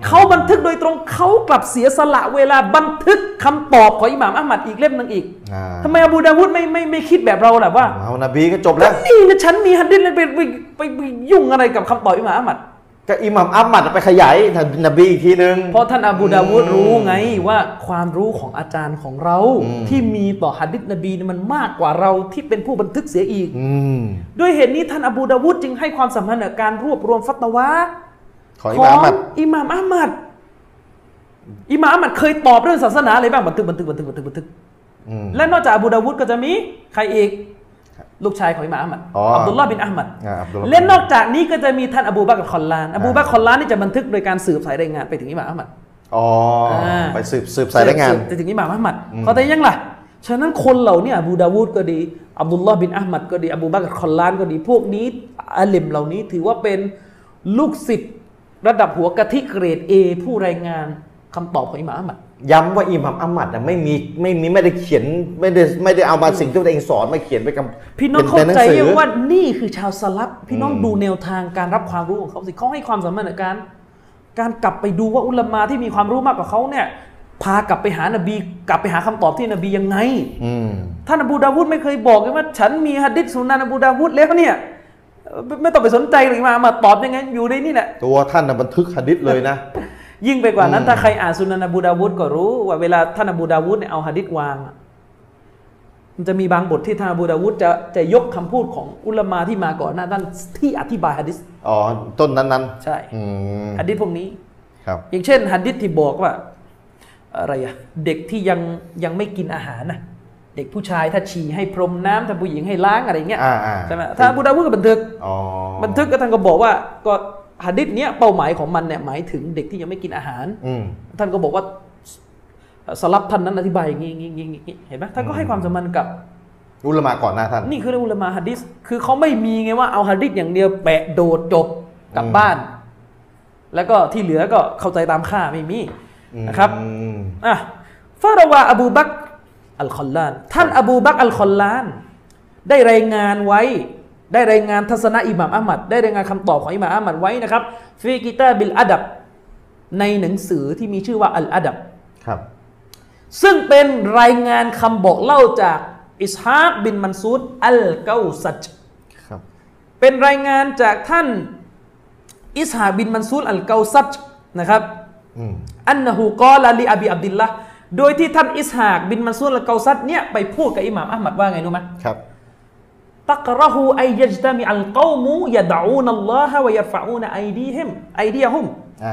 เขาบันทึกโดยตรงเขากลับเสียสละเวลาบันทึกคำตอบของอิหม่ามอะห์มัดอีกเล่มหนึงอีกทำไมอบูดาวุดไม่คิดแบบเราล่ะว่าเอานบีก็จบแล้วนี่นะฉันมีหะดีษเลยไปยุ่งอะไรกับคำตอบอิหม่ามอะห์มัดก็อิหม่ามอัมมัดไปขยายนบีอีกทีนึงเพราะท่านอบูดาวุดรู้ไงว่าความรู้ของอาจารย์ของเราที่มีต่อหะดีษนบีมันมากกว่าเราที่เป็นผู้บันทึกเสียอีกด้วยเหตุนี้ท่านอบูดาวุดจึงให้ความสำคัญกับการรวบรวมฟัตวาของอิหม่ามอัมมัดอิหม่ามอัมมัดเคยตอบเรื่องศาสนาอะไรบ้างบันทึกและนอกจากอบูดาวุดก็จะมีใครอีกลูกชายของอิหม่ามอัมมัดอับดุลลอฮ์บินอะห์มัดและนอกจากนี้ก็จะมีท่านอบูบักรคอลลานอบูบักรคอลลานนี่จะบันทึกโดยการสืบสายรายงานไปถึงอิหม่ามอัมมัดไปสืบสายรายงานไปถึงอิหม่ามอัมมัดเขาแต่ยังล่ะฉะนั้นคนเหล่านี้อบูดาวุดก็ดีอับดุลลอฮ์บินอะห์มัดก็ดีอบูบักรคอลลานก็ดีพวกนี้อาลิมเหล่านี้ถือว่าเป็นลูกศิษย์ระดับหัวกะทิเกรด A ผู้รายงานคำตอบของอิหม่ามอัมมัดย้ำว่าอิหม่ามอัมมัดไม่ได้เขียนไม่ได้เอามาสิ่งที่ตัวเองสอนมาเขียนไปกับพี่น้องเข้าใจยังว่านี่คือชาวสลับพี่น้องดูแนวทางการรับความรู้ของเขาสิเขาให้ความสำคัญกับการกลับไปดูว่าอุลามะที่มีความรู้มากกว่าเขาเนี่ยพากลับไปหานบีกลับไปหาคำตอบที่นบียังไงท่านอบูดาวุดไม่เคยบอกเลยว่าฉันมีหะดีษสุนันอบูดาวุดแล้วเนี่ยไม่ต้องไปสนใจเลยมาตอบยังไงอยู่ในนี่แหละตัวท่านบันทึกหะดีษเลยนะยิ่งไปกว่านั้นถ้าใครอ่านสุนันอบูดาวุดก็รู้ว่าเวลาท่านอบูดาวุดเนี่ยเอาหะดีษวางมันจะมีบางบทที่ท่านอบูดาวุดจะยกคำพูดของอุลามะที่มาก่อนหน้านั้นที่อธิบายหะดีษต้นนั้นใช่หะดีษพวกนี้ครับอย่างเช่นหะดีษที่บอกว่าอะไรอะเด็กที่ยังไม่กินอาหารนะเด็กผู้ชายถ้าฉี่ให้พรมน้ำถ้าผู้หญิงให้ล้างอะไรเงี้ยใช่ไหมท่านอบูดาวุดก็บันทึกก็ท่านก็บอกว่าก็หะดีษเนี้ยเป้าหมายของมันเนี่ยหมายถึงเด็กที่ยังไม่กินอาหารท่านก็บอกว่าสลับท่านนั้นอธิบายอย่างนี้เห็นไหมท่านก็ให้ความสำคัญกับอุลามะก่อนหน้าท่านนี่คืออุลามะหะดีษคือเขาไม่มีไงว่าเอาหะดีษอย่างเดียวแปะโดดจบกลับบ้านแล้วก็ที่เหลือก็เข้าใจตามค่าไม่มีนะครับฟาราวาอบูบักรอัลคอลลานท่านอบูบักรอัลคอลลานได้รายงานไว้ได้รายงานทัศนะอิหม่ามอะห์มัดได้รายงานคำตอบของอิหม่ามอะห์มัดไว้นะครับฟีกิตาบิลอะดับในหนังสือที่มีชื่อว่าอัลอะดับครับซึ่งเป็นรายงานคำบอกเล่าจากอิสฮากบินมันซูดอัลเกาซัจครับเป็นรายงานจากท่านอิสฮากบินมันซูดอัลเกาซัจนะครับอันนะฮูกอลาลีอบีอับดิลละโดยที่ท่านอิสฮากบินมันซูดอัลเกาซัจเนี่ยไปพูดกับอิหม่ามอะห์มัดว่าไงรู้มั้ยครับตักเราะฮูอัยยัจตะมิอัลกอมูยะดะอูนัลลอฮะวะยัรฟะอูนอัยดียะฮุม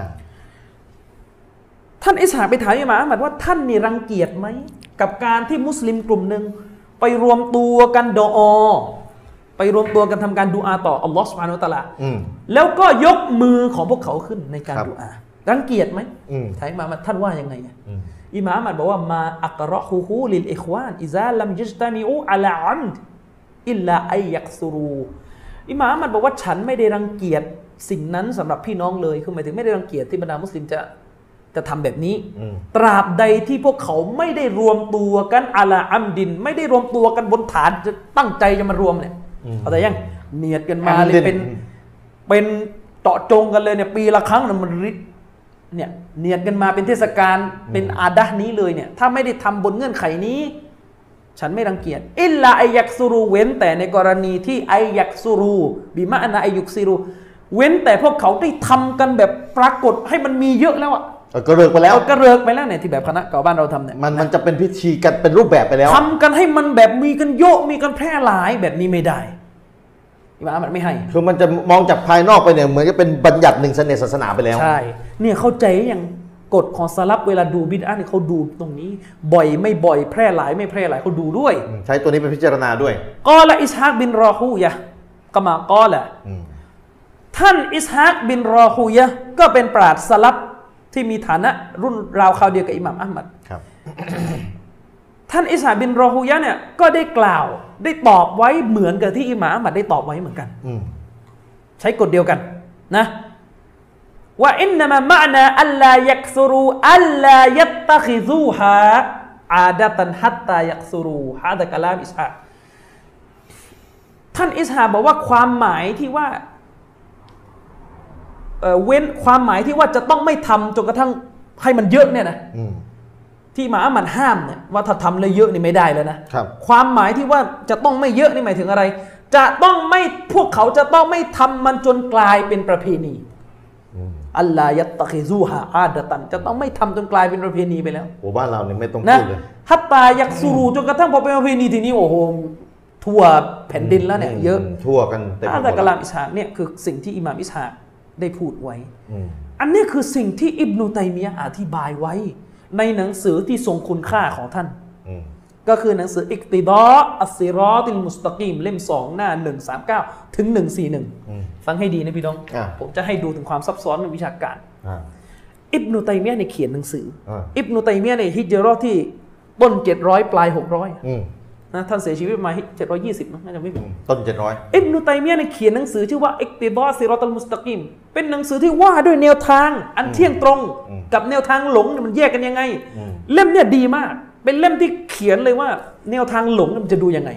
ท่านอิสฮากไปถามอิหม่ามอะห์มัดว่าท่านนี่รังเกียจไหมกับการที่มุสลิมกลุ่มหนึ่งไปรวมตัวกันดุอาไปรวมตัวกันทำการดุอาต่ออัลลอฮฺซุบฮานะฮูวะตะอาลาแล้วก็ยกมือของพวกเขาขึ้นในการดุอารังเกียจไหมถามอิหม่ามอะห์มัดท่านว่ายังไงอิหม่ามอะห์มัดบอกว่ามาอักเราะฮูลิลอิควานอิซาลัมยัจตะมิอูอะลาอัมดอิลลาอัยยักซุรูอิหม่ามอะห์มัดบอกว่าฉันไม่ได้รังเกียจสิ่งนั้นสำหรับพี่น้องเลยคือหมายถึงไม่ได้รังเกียจที่บรรดามุสลิมจะทำแบบนี้ตราบใดที่พวกเขาไม่ได้รวมตัวกันอะลาอัมดินไม่ได้รวมตัวกันบนฐานจะตั้งใจจะมารวมเนี่ยเอาแต่ยังเนียดกันมาเลยเป็นเจาะจงกันเลยเนี่ยปีละครั้งมันเนี่ยเนียดกันมาเป็นเทศกาลเป็นอาดะห์นี้เลยเนี่ยถ้าไม่ได้ทำบนเงื่อนไขนี้ฉันไม่รังเกียจอิลลาอัยยักซุรูเว้นแต่ในกรณีที่อัยยักซุรูบิมะนะอัยยุกซิรูเว้นแต่พวกเขาได้ทำกันแบบปรากฏให้มันมีเยอะแล้วอะกระเริกไปแล้วเนี่ยที่แบบคณะเก่าบ้านเราทำเนี่ยมันจะเป็นพิธีกันเป็นรูปแบบไปแล้วทำกันให้มันแบบมีกันเยอะมีกันแพร่หลายแบบนี้ไม่ได้อิหม่ามมันไม่ให้คือมันจะมองจากภายนอกไปเนี่ยเหมือนกับเป็นบัญญัติหนึ่งในศาสนาไปแล้วใช่เนี่ยเข้าใจอย่างกฎของสลับเวลาดูบิดอะห์เนี่ยเขาดูตรงนี้บ่อยไม่บ่อยแพร่หลายไม่แพร่หลายเขาดูด้วยใช้ตัวนี้เป็นพิจารณาด้วยกอละอิสฮากบินรอฮูยะกะมากอละท่านอิสฮากบินรอฮูยะก็เป็นปราชญ์สลับที่มีฐานะรุ่นราวคราวเดียวกับอิหม่ามอะห์มัดครับท่านอิสฮากบินรอฮูยะเนี่ยก็ได้กล่าวได้ตอบไว้เหมือนกับที่อิหม่ามอะห์มัดได้ตอบไว้เหมือนกันใช้กฎเดียวกันนะว่าอินนามะมะนาอัลลายักซุรูอัลลายัตตะคิซูฮาอาดะตันฮัตตายักซุรูฮาดะกะลามอิสฮากท่านอิสฮากบอกว่าความหมายที่ว่าเว้นความหมายที่ว่าจะต้องไม่ทำจนกระทั่งให้มันเยอะเนี่ยนะที่อิหม่ามอัลมัดห้ามเนี่ยว่าถ้าทำเลยเยอะนี่ไม่ได้แล้วนะความหมายที่ว่าจะต้องไม่เยอะนี่หมายถึงอะไรจะต้องไม่พวกเขาจะต้องไม่ทำมันจนกลายเป็นประเพณีอัลลอฮฺยัตตะคิซูฮาอาดะตันจะต้องไม่ทำจนกลายเป็นประเพณีไปแล้วโอ้บ้านเราเนี่ยไม่ต้องพูดเลยฮัตตายักซูรูจนกระทั่งพอเป็นประเพณีทีนี้โอ้โหทั่วแผ่นดินแล้วเนี่ยเยอะทั่วกันเต็มหมดแต่กะลามอิสฮากเนี่ยคือสิ่งที่อิหม่ามอิสฮากได้พูดไว้อันนี้คือสิ่งที่อิบนุตัยมียะห์อธิบายไว้ในหนังสือที่ทรงคุณค่าของท่านก็คือหนังสืออิกติดออัสซิรอติลมุสตะกีมเล่ม2หน้า139ถึง141ฟังให้ดีนะพี่น้องผมจะให้ดูถึงความซับซ้อนในวิชาการอิบนุตัยมียะห์เนี่ยเขียนหนังสืออิบนุตัยมียะห์เนี่ยฮิจเราะห์ที่ต้น700ปลาย600นะท่านเสียชีวิตมา720น่าจะไม่ผิดต้น700 อิบนุตัยมียะห์เนี่ยเขียนหนังสือชื่อว่าอิกติดออัสซิรอติลมุสตะกีมเป็นหนังสือที่ว่าด้วยแนวทางอันเที่ยงตรงกับแนวทางหลงมันแยกกันยังไงเล่มเนี่ยดีมากเป็นเล่มที่เขียนเลยว่าแนวทางหลงมันจะดูยังไง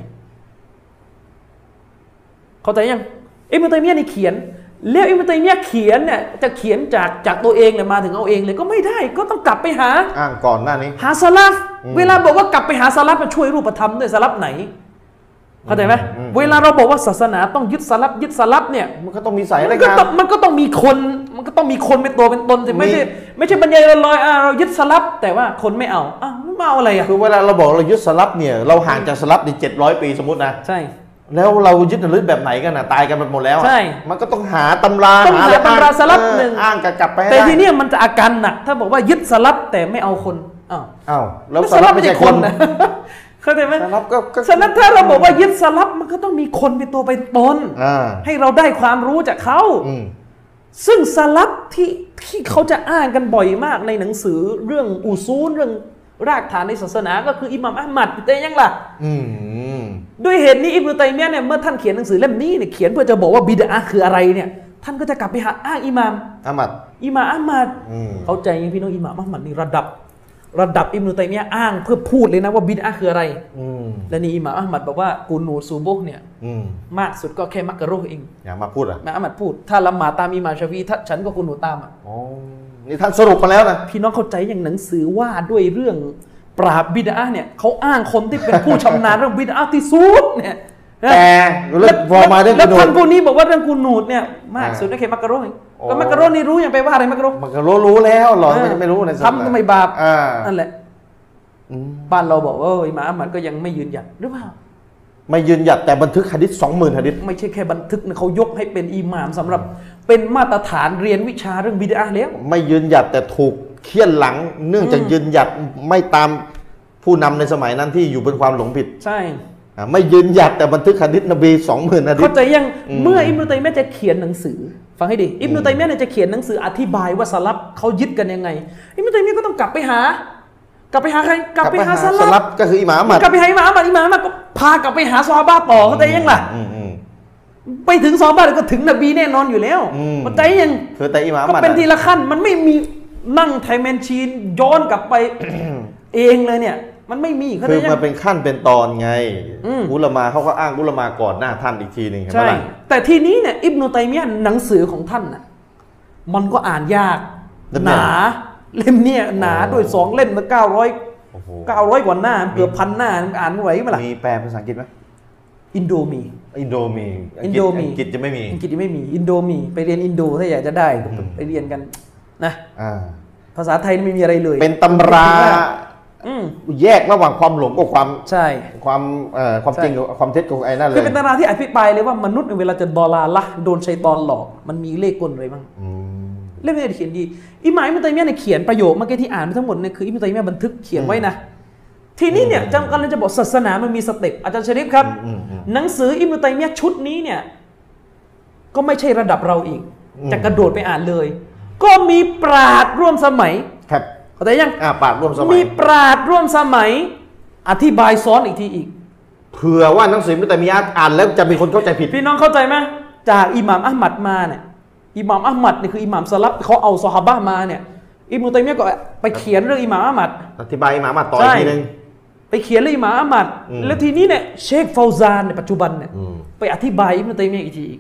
เข้าใจยังอิบนุตัยมียะห์นี่เขียนแล้วอิบนุตัยมียะห์เขียนเนี่ยจะเขียนจากตัวเองเลยมาถึงเอาเองเลยก็ไม่ได้ก็ต้องกลับไปหาอ้างก่อนหน้านี้หาซะลัฟเวลาบอกว่ากลับไปหาซะลัฟมันช่วยรูปธรรมด้วยซะลัฟไหนเข้าใจไหมเวลาเราบอกว่าศาสนาต้องยึดซะลัฟเนี่ยมันก็ต้องมีสายรายงานมันก็ต้องมีคนเป็นตัวเป็นตนแต่ไม่ใช่บรรยายลอยๆเรายึดซะลัฟแต่ว่าคนไม่เอาไม่เอาอะไรอ่ะคือเวลาเราบอกเรายึดซะลัฟเนี่ยเราห่างจากซะลัฟนี่700 ปีสมมตินะใช่แล้วเรายึดหรือแบบไหนกันนะตายกันไปหมดแล้วใช่มันก็ต้องหาตำราต้องหาตำราสลับหนึ่งอ้างกลับไปแต่ทีนี้มันจะอาการหนักถ้าบอกว่ายึดสลับแต่ไม่เอาคนอ้าวแล้วสลับไม่ใช่คนนะเข้าใจไหมสลับก็ฉะนั้นถ้าเราบอกว่ายึดสลับมันก็ต้องมีคนเป็นตัวเป็นตนให้เราได้ความรู้จากเขาซึ่งสลับที่เขาจะอ้างกันบ่อยมากในหนังสือเรื่องอุซูลเรื่องรากฐานในศาสนาก็คืออิหม่ามอะห์มัดแต่ยังล่ะด้วยเหตุนี้อิบนุตัยมียะห์เนี่ยเมื่อท่านเขียนหนังสือเล่มนี้เนี่ยเขียนเพื่อจะบอกว่าบิดอะห์คืออะไรเนี่ยท่านก็จะกลับไปหาอ้างอิหม่ามอะห์มัดเข้าใจยังพี่น้องอิหม่ามอะห์มัดนี่ระดับอิบนุตัยมียะห์อ้างเพื่อพูดเลยนะว่าบิดอะห์คืออะไรและนี่อิหม่ามอะห์มัดบอกว่ากูนูซูบุฮ์เนี่ยมากสุดก็แค่มักกะรูฮ์เองอย่ามาพูดอ่ะอิหม่ามอะห์มัดพูดถ้าละหมาดตามอิหม่ามชาฟีอีฉันก็กูนูตามนี่ท่านสรุปมาแล้วนะพี่น้องเข้าใจอย่างหนังสือว่าด้วยเรื่องปราบบิดอะห์เนี่ยเขาอ้างคนที่เป็นผู้ชำนาญเรื่องบิดอะห์ที่สุดเนี่ยแต่แล้วท่านผู้นี้บอกว่าเรื่องกูนูดเนี่ยมากสุดได้แค่มักกะโรก็มักกะโรนี่รู้ยังไปว่าอะไรมักกะโรรู้แล้วหรอไม่รู้ในทำก็ไม่บาปนั่นแหละบ้านเราบอกว่าอิหม่ามอะห์มัดก็ยังไม่ยืนหยัดหรือเปล่าไม่ยืนหยัดแต่บันทึกหะดีษ 20,000 หะดีษไม่ใช่แค่บันทึกนะเขายกให้เป็นอิหม่ามสำหรับเป็นมาตรฐานเรียนวิชาเรื่องบิดอะห์แล้วไม่ยืนหยัดแต่ถูกเคี่ยนหลังเนื่องจากยืนหยัดไม่ตามผู้นำในสมัยนั้นที่อยู่บนความหลงผิดใช่ไม่ยืนหยัดแต่บันทึกหะดีษนบี 20,000 หะดีษเข้าใจยังเมื่ออิบนุตัยมียะห์จะเขียนหนังสือฟังให้ดีอิบนุตัยมียะห์เนี่ยจะเขียนหนังสืออธิบายว่าสลับเขายึดกันยังไงอิบนุตัยมียะห์ก็ต้องกลับไปหาใครกลับไปหาสลับก็คืออิหม่ามอะห์มัดกลับไปหาอิหม่ามอะห์มัดก็พากลับไปหาซอฮาบะห์ต่อเข้าใจยังล่ะไปถึงซอฮาบะห์ก็ถึงนบีแน่นอนอยู่แล้วเข้าใจยังคือแต่อิหม่ามก็เป็นทีละขั้นมันไม่มีนั่งไทม์แมชชีนย้อนกลับไปเองเลยเนี่ยมันไม่มีคือมันเป็นขั้นเป็นตอนไงอุลามะเขาก็อ้างอุลามะก่อนหน้าท่านอีกทีนึงใช่ไหมแต่ทีนี้เนี่ยอิบนุตัยมียะห์หนังสือของท่านน่ะมันก็อ่านยากหนาเล่มเนี่ยหนาด้วย2 เล่มละ900กว่าหน้าเกือบ1,000 หน้าอ่านไม่ไหวมั้ยล่ะมีแปลภาษาอังกฤษมั้ยอินโดมีอังกฤษจะไม่มีอังกฤษไม่มีอินโดมีไปเรียนอินโดถ้าอยากจะได้ไปเรียนกันนะภาษาไทยไม่มีอะไรเลยเป็นตำราแยกระหว่างความหลงกับความใช่ความจริงกับความเท็จของไอ้นั่นเลยคือเป็นตำราที่อภิปรายเลยว่ามนุษย์เวลาจะดอลาละโดนชัยฏอนหลอกมันมีเลขกลอะไรบ้างเล่มนี้เขียนดีอิหม่ามอิบนุตัยมียะห์เนี่ยเขียนประโยคเมื่อกี้ที่อ่านไปทั้งหมดเนี่ยคืออิบนุตัยมียะห์บันทึกเขียนไว้นะทีนี้เนี่ยจำกันเลยจะบอกศาสนามันมีสเต็ปอาจารย์ชะริฟครับหนังสืออิบนุตัยมียะห์ชุดนี้เนี่ยก็ไม่ใช่ระดับเราอีกจะกระโดดไปอ่านเลยก็มีปราชญ์ร่วมสมัยครับเข้าใจยังปราชญ์ร่วมสมัยมีปราชญ์ร่วมสมัยอธิบายซ้อนอีกทีอีกเผื่อว่าหนังสืออิบนุตัยมียะห์อ่านแล้วจะมีคนเข้าใจผิดพี่น้องเข้าใจไหมจากอิหม่ามอะห์มัดมาเนี่ยอิหม่ามอะห์มัดนี่คืออิหม่ามสลับเขาเอาซอฮาบะห์มาเนี่ยอิบนุตัยมียะห์ก็ไปเขียนเรื่องอิหม่ามอะห์มัดอธิบายอิหม่ามอะห์มัดต่ออีกทีนึงไปเขียนเรื่องอิหม่ามอะห์มัดแล้วทีนี้เนี่ยเชคฟาวซานในปัจจุบันเนี่ยไปอธิบายอิบนุตัยมียะห์อีกทีอีก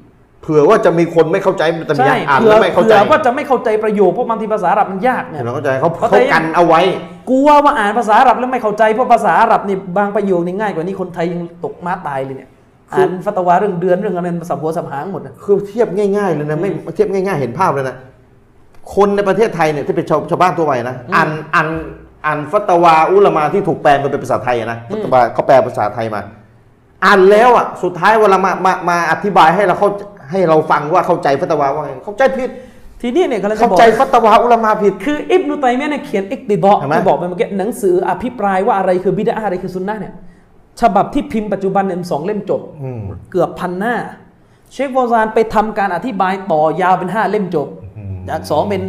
เผื่อว่าจะมีคนไม่เข้าใจอิบนุตัยมียะห์อ่านแล้วไม่เข้าใจเผื่อว่าจะไม่เข้าใจประโยคเพราะบางทีภาษาอาหรับมันยากเนี่ยเราเข้าใจเขากันเอาไว้กลัวว่าอ่านภาษาอาหรับแล้วไม่เข้าใจเพราะภาษาอาหรับนี่บางประโยคนี่ง่ายกว่านี้คนไทยยังตกม้าตายเลยเนี่ยอ่านฟัตวาเรื่องเดือนเรื่องอะไรสับหัวสับหางหมดนะคือเทียบง่ายๆเลยนะไม่เทียบง่ายๆเห็นภาพเลยนะคนในประเทศไทยเนี่ยที่เป็นชาวบ้านทั่วไปนะอ่านฟัตวาอุลามะที่ถูกแปลเป็นภาษาไทยนะฟัตวาเขาแปลภาษาไทยมาอ่านแล้วอ่ะสุดท้ายเวลามาอธิบายให้เราฟังว่าเข้าใจฟัตวาว่าไงเข้าใจผิดทีนี้เนี่ยเข้าใจฟัตวาอุลามะผิดคืออิบนุตัยมียะห์เนี่ยเขียนอิกติฎอที่บอกไปเมื่อกี้หนังสืออภิปรายว่าอะไรคือบิดอะห์อะไรคือซุนนะห์เนี่ยฉบับที่พิมพ์ปัจจุบันเนี่ย2 เล่มจบเกือบ1,000 หน้าเชคฟาวซานไปทำการอธิบายต่อยาวเป็น5 เล่มจบจาก2เป็น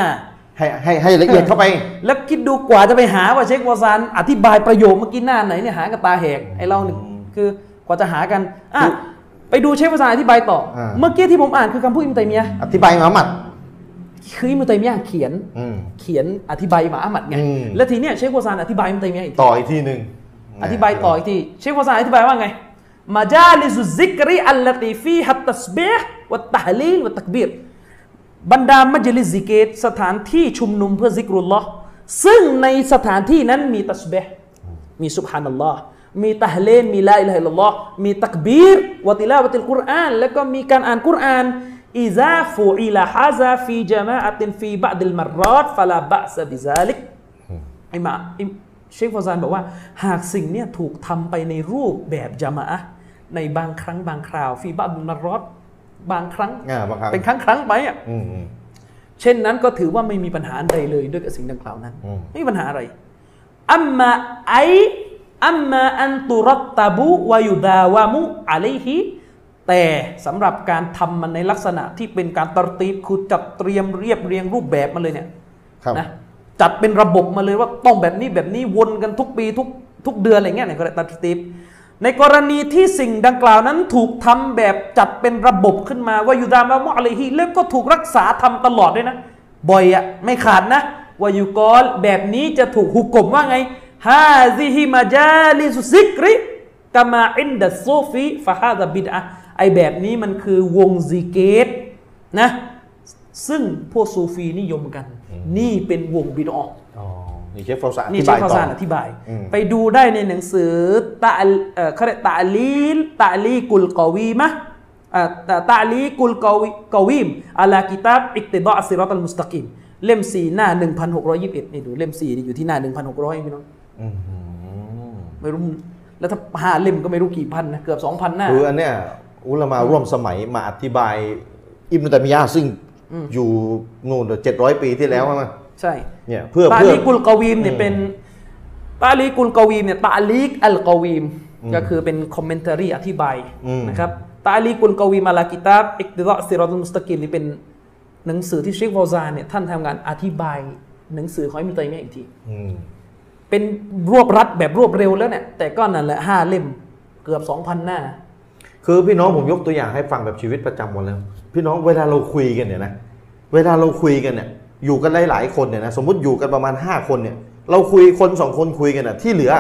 5 ให้ละเอียดเข้าไปแล้วคิดดูกว่าจะไปหาว่าเชคฟาวซานอธิบายประโยคเมื่อกี้หน้าไหนเนี่ยหากับตาแหกไอ้เราเนี่ยคือกว่าจะหากันไปดูเชคฟาวซานอธิบายต่อเมื่อกี้ที่ผมอ่านคือคำพูดอิบนุตัยมียะห์อธิบายอิหม่ามอัมมัดคืออิบนุตัยมียะห์เขียนอธิบายอิหม่ามอัมมัดไงแล้วทีเนี้ยเชคฟาวซานอธิบายอิบนุตัยมียะห์ต่ออีกทีนึงอธิบายต่ออีกทีเชคฟาวซานอธิบายว่าไงมาจาลิซุซิกริอัลลตีฟีฮัตตัสบีฮ์วัตตะฮลีลวัตตักบีรบรรดามัจลิสซิกรสถานที่ชุมนุมเพื่อซิกรุลลอฮ์ซึ่งในสถานที่นั้นมีตัสบีฮ์มีซุบฮานัลลอฮ์มีตะฮลีลมีลาอิลาฮะอิลลัลลอฮ์มีตักบีรวะติลาวะติลกุรอานแล้วก็มีการอ่านกุรอานอิซาฟูอิลาฮาซาฟีญะมาอะตินฟีบะดิลมัรรอตฟะลาบะซะบิซาลิกเชคฟาวซานบอกว่าหากสิ่งนี้ถูกทำไปในรูปแบบญะมาอะห์ในบางครั้งบางคราวฟีบะดิลมัรรอตบางครั้งเป็นครั้งไปอ่ะเช่นนั้นก็ถือว่าไม่มีปัญหาใดเลยด้วยกับสิ่งดังกล่าวนั้นไม่มีปัญหาอะไรอัมมาอันตุรัตตะบุวะยุดาวะมุอะลัยฮิแต่สำหรับการทำมันในลักษณะที่เป็นการตรตีบคือจัดเตรียมเรียบเรียงรูปแบบมาเลยเนี่ยนะจัดเป็นระบบมาเลยว่าต้องแบบนี้วนกันทุกปีทุกเดือนอะไรเงี้ยเนี่ยก็ตัดตีบในกรณีที่สิ่งดังกล่าวนั้นถูกทำแบบจัดเป็นระบบขึ้นมาว่าอยู่ดามะมุอะลัยฮิแล้วก็ถูกรักษาทำตลอดด้วยนะบ่อยอะไม่ขาดนะว่าอยู่กอลแบบนี้จะถูกหุกกลมว่าไงฮาซิฮิมาจาลิซุซิกริกะมาอินดัสซูฟีฟะฮาซาบิดอะห์ไอแบบนี้มันคือวงซิกรนะซึ่งพวกซูฟีนิยมกันนี่เป็นวงบิดอะห์นี่เชฟฟาวซานอธิบายไปดูได้ในหนังสือเขาเรียกตะลีกุลกอวีมะตะลีกุลกอวีมอะลากิตาบอิกติฎออัสซิรอตัลมุสตะกีมเล่ม4หน้า 1621นี่ดูเล่ม4นี่อยู่ที่หน้า 1600พี่น้องไม่รู้แล้วถ้า5 เล่มก็ไม่รู้กี่พันนะเกือบ 2,000 หน้าคืออันเนี้ยอุลามะร่วมสมัยมาอธิบายอิบนุตัยมียะห์ซึ่งอยู่นู่น700 ปีที่แล้วมั้งใช่เนี่ยเพื่อตะลีกุลกอวีมเนี่ยเป็นตะลีกุลกอวีมเนี่ยตะลีกอัลกอวีมก็คือเป็นคอมเมนตารีอธิบายนะครับตะลีกุลกอวีมอะลากิตาบอิกติฎออัสซิรอตุลมุสตะกีมนี่เป็นหนังสือที่เชคฟาวซานเนี่ยท่านทำงานอธิบายหนังสือของอิบนุตัยมียะห์อีกทีเป็นรวบรัดแบบรวบเร็วแล้วเนี่ยแต่ก็นั่นแหละ5 เล่มเกือบ 2,000 หน้าคือพี่น้องผมยกตัวอย่างให้ฟังแบบชีวิตประจำวันแล้วพี่น้องเวลาเราคุยกันเนี่ยนะเวลาเราคุยกันเนี่ยอยู่กันหลายๆคนเนี่ยนะสมมุติอยู่กันประมาณ5 คนเนี่ยเราคุยคน2 คนคุยกันนะที่เหลือ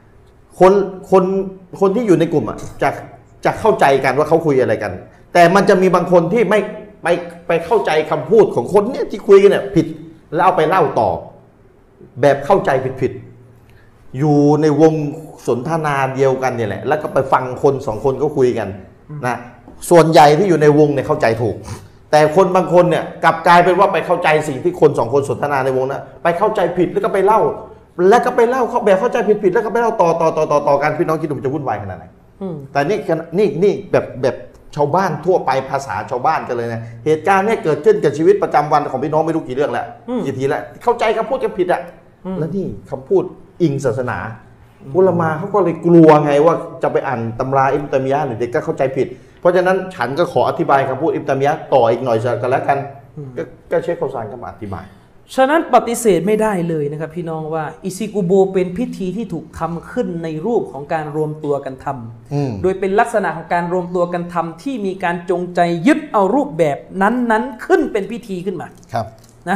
คนที่อยู่ในกลุ่มอ่ะจะเข้าใจกันว่าเขาคุยอะไรกันแต่มันจะมีบางคนที่ไม่ไปเข้าใจคำพูดของคนเนี่ยที่คุยกันเนี่ยผิดแล้วเอาไปเล่าต่อแบบเข้าใจผิดอยู่ในวงสนทนาเดียวกันเนี่ยแหละแล้วก็ไปฟังคน2 คนก็คุยกันนะส่วนใหญ่ที่อยู่ในวงเนี่ยเข้าใจถูกแต่คนบางคนเนี่ยกลับกลายเป็นว่าไปเข้าใจสิ่งที่คน2 คนสนทนาในวงนั้นไปเข้าใจผิดแล้วก็ไปเล่าเขาแบบเข้าใจผิดแล้วก็ไปเล่าต่อกันพี่น้องคิดดูมันจะวุ่นวายขนาดไหนแต่นี่แบบชาวบ้านทั่วไปภาษาชาวบ้านกันเลยนะเหตุการณ์นี้เกิดขึ้นกับชีวิตประจำวันของพี่น้องไม่รู้กี่เรื่องแล้วกี่ทีแล้วเข้าใจคำพูดกันผิดอ่ะแล้วนี่คำพูดอิงศาสนาอุลามะเขาก็เลยกลัวไงว่าจะไปอ่านตำราอิบนุตัยมียะห์เด็กก็เข้าใจผิดเพราะฉะนั้นฉันก็ขออธิบายคำพูดอิบนุตัยมียะห์ต่ออีกหน่อยกันแล้วกันก็เชคฟาวซานก็มาอธิบายฉะนั้นปฏิเสธไม่ได้เลยนะครับพี่น้องว่าอิซิกุโบเป็นพิธีที่ถูกทำขึ้นในรูปของการรวมตัวกันทำโดยเป็นลักษณะของการรวมตัวกันทำที่มีการจงใจยึดเอารูปแบบนั้นขึ้นเป็นพิธีขึ้นมาครับนะ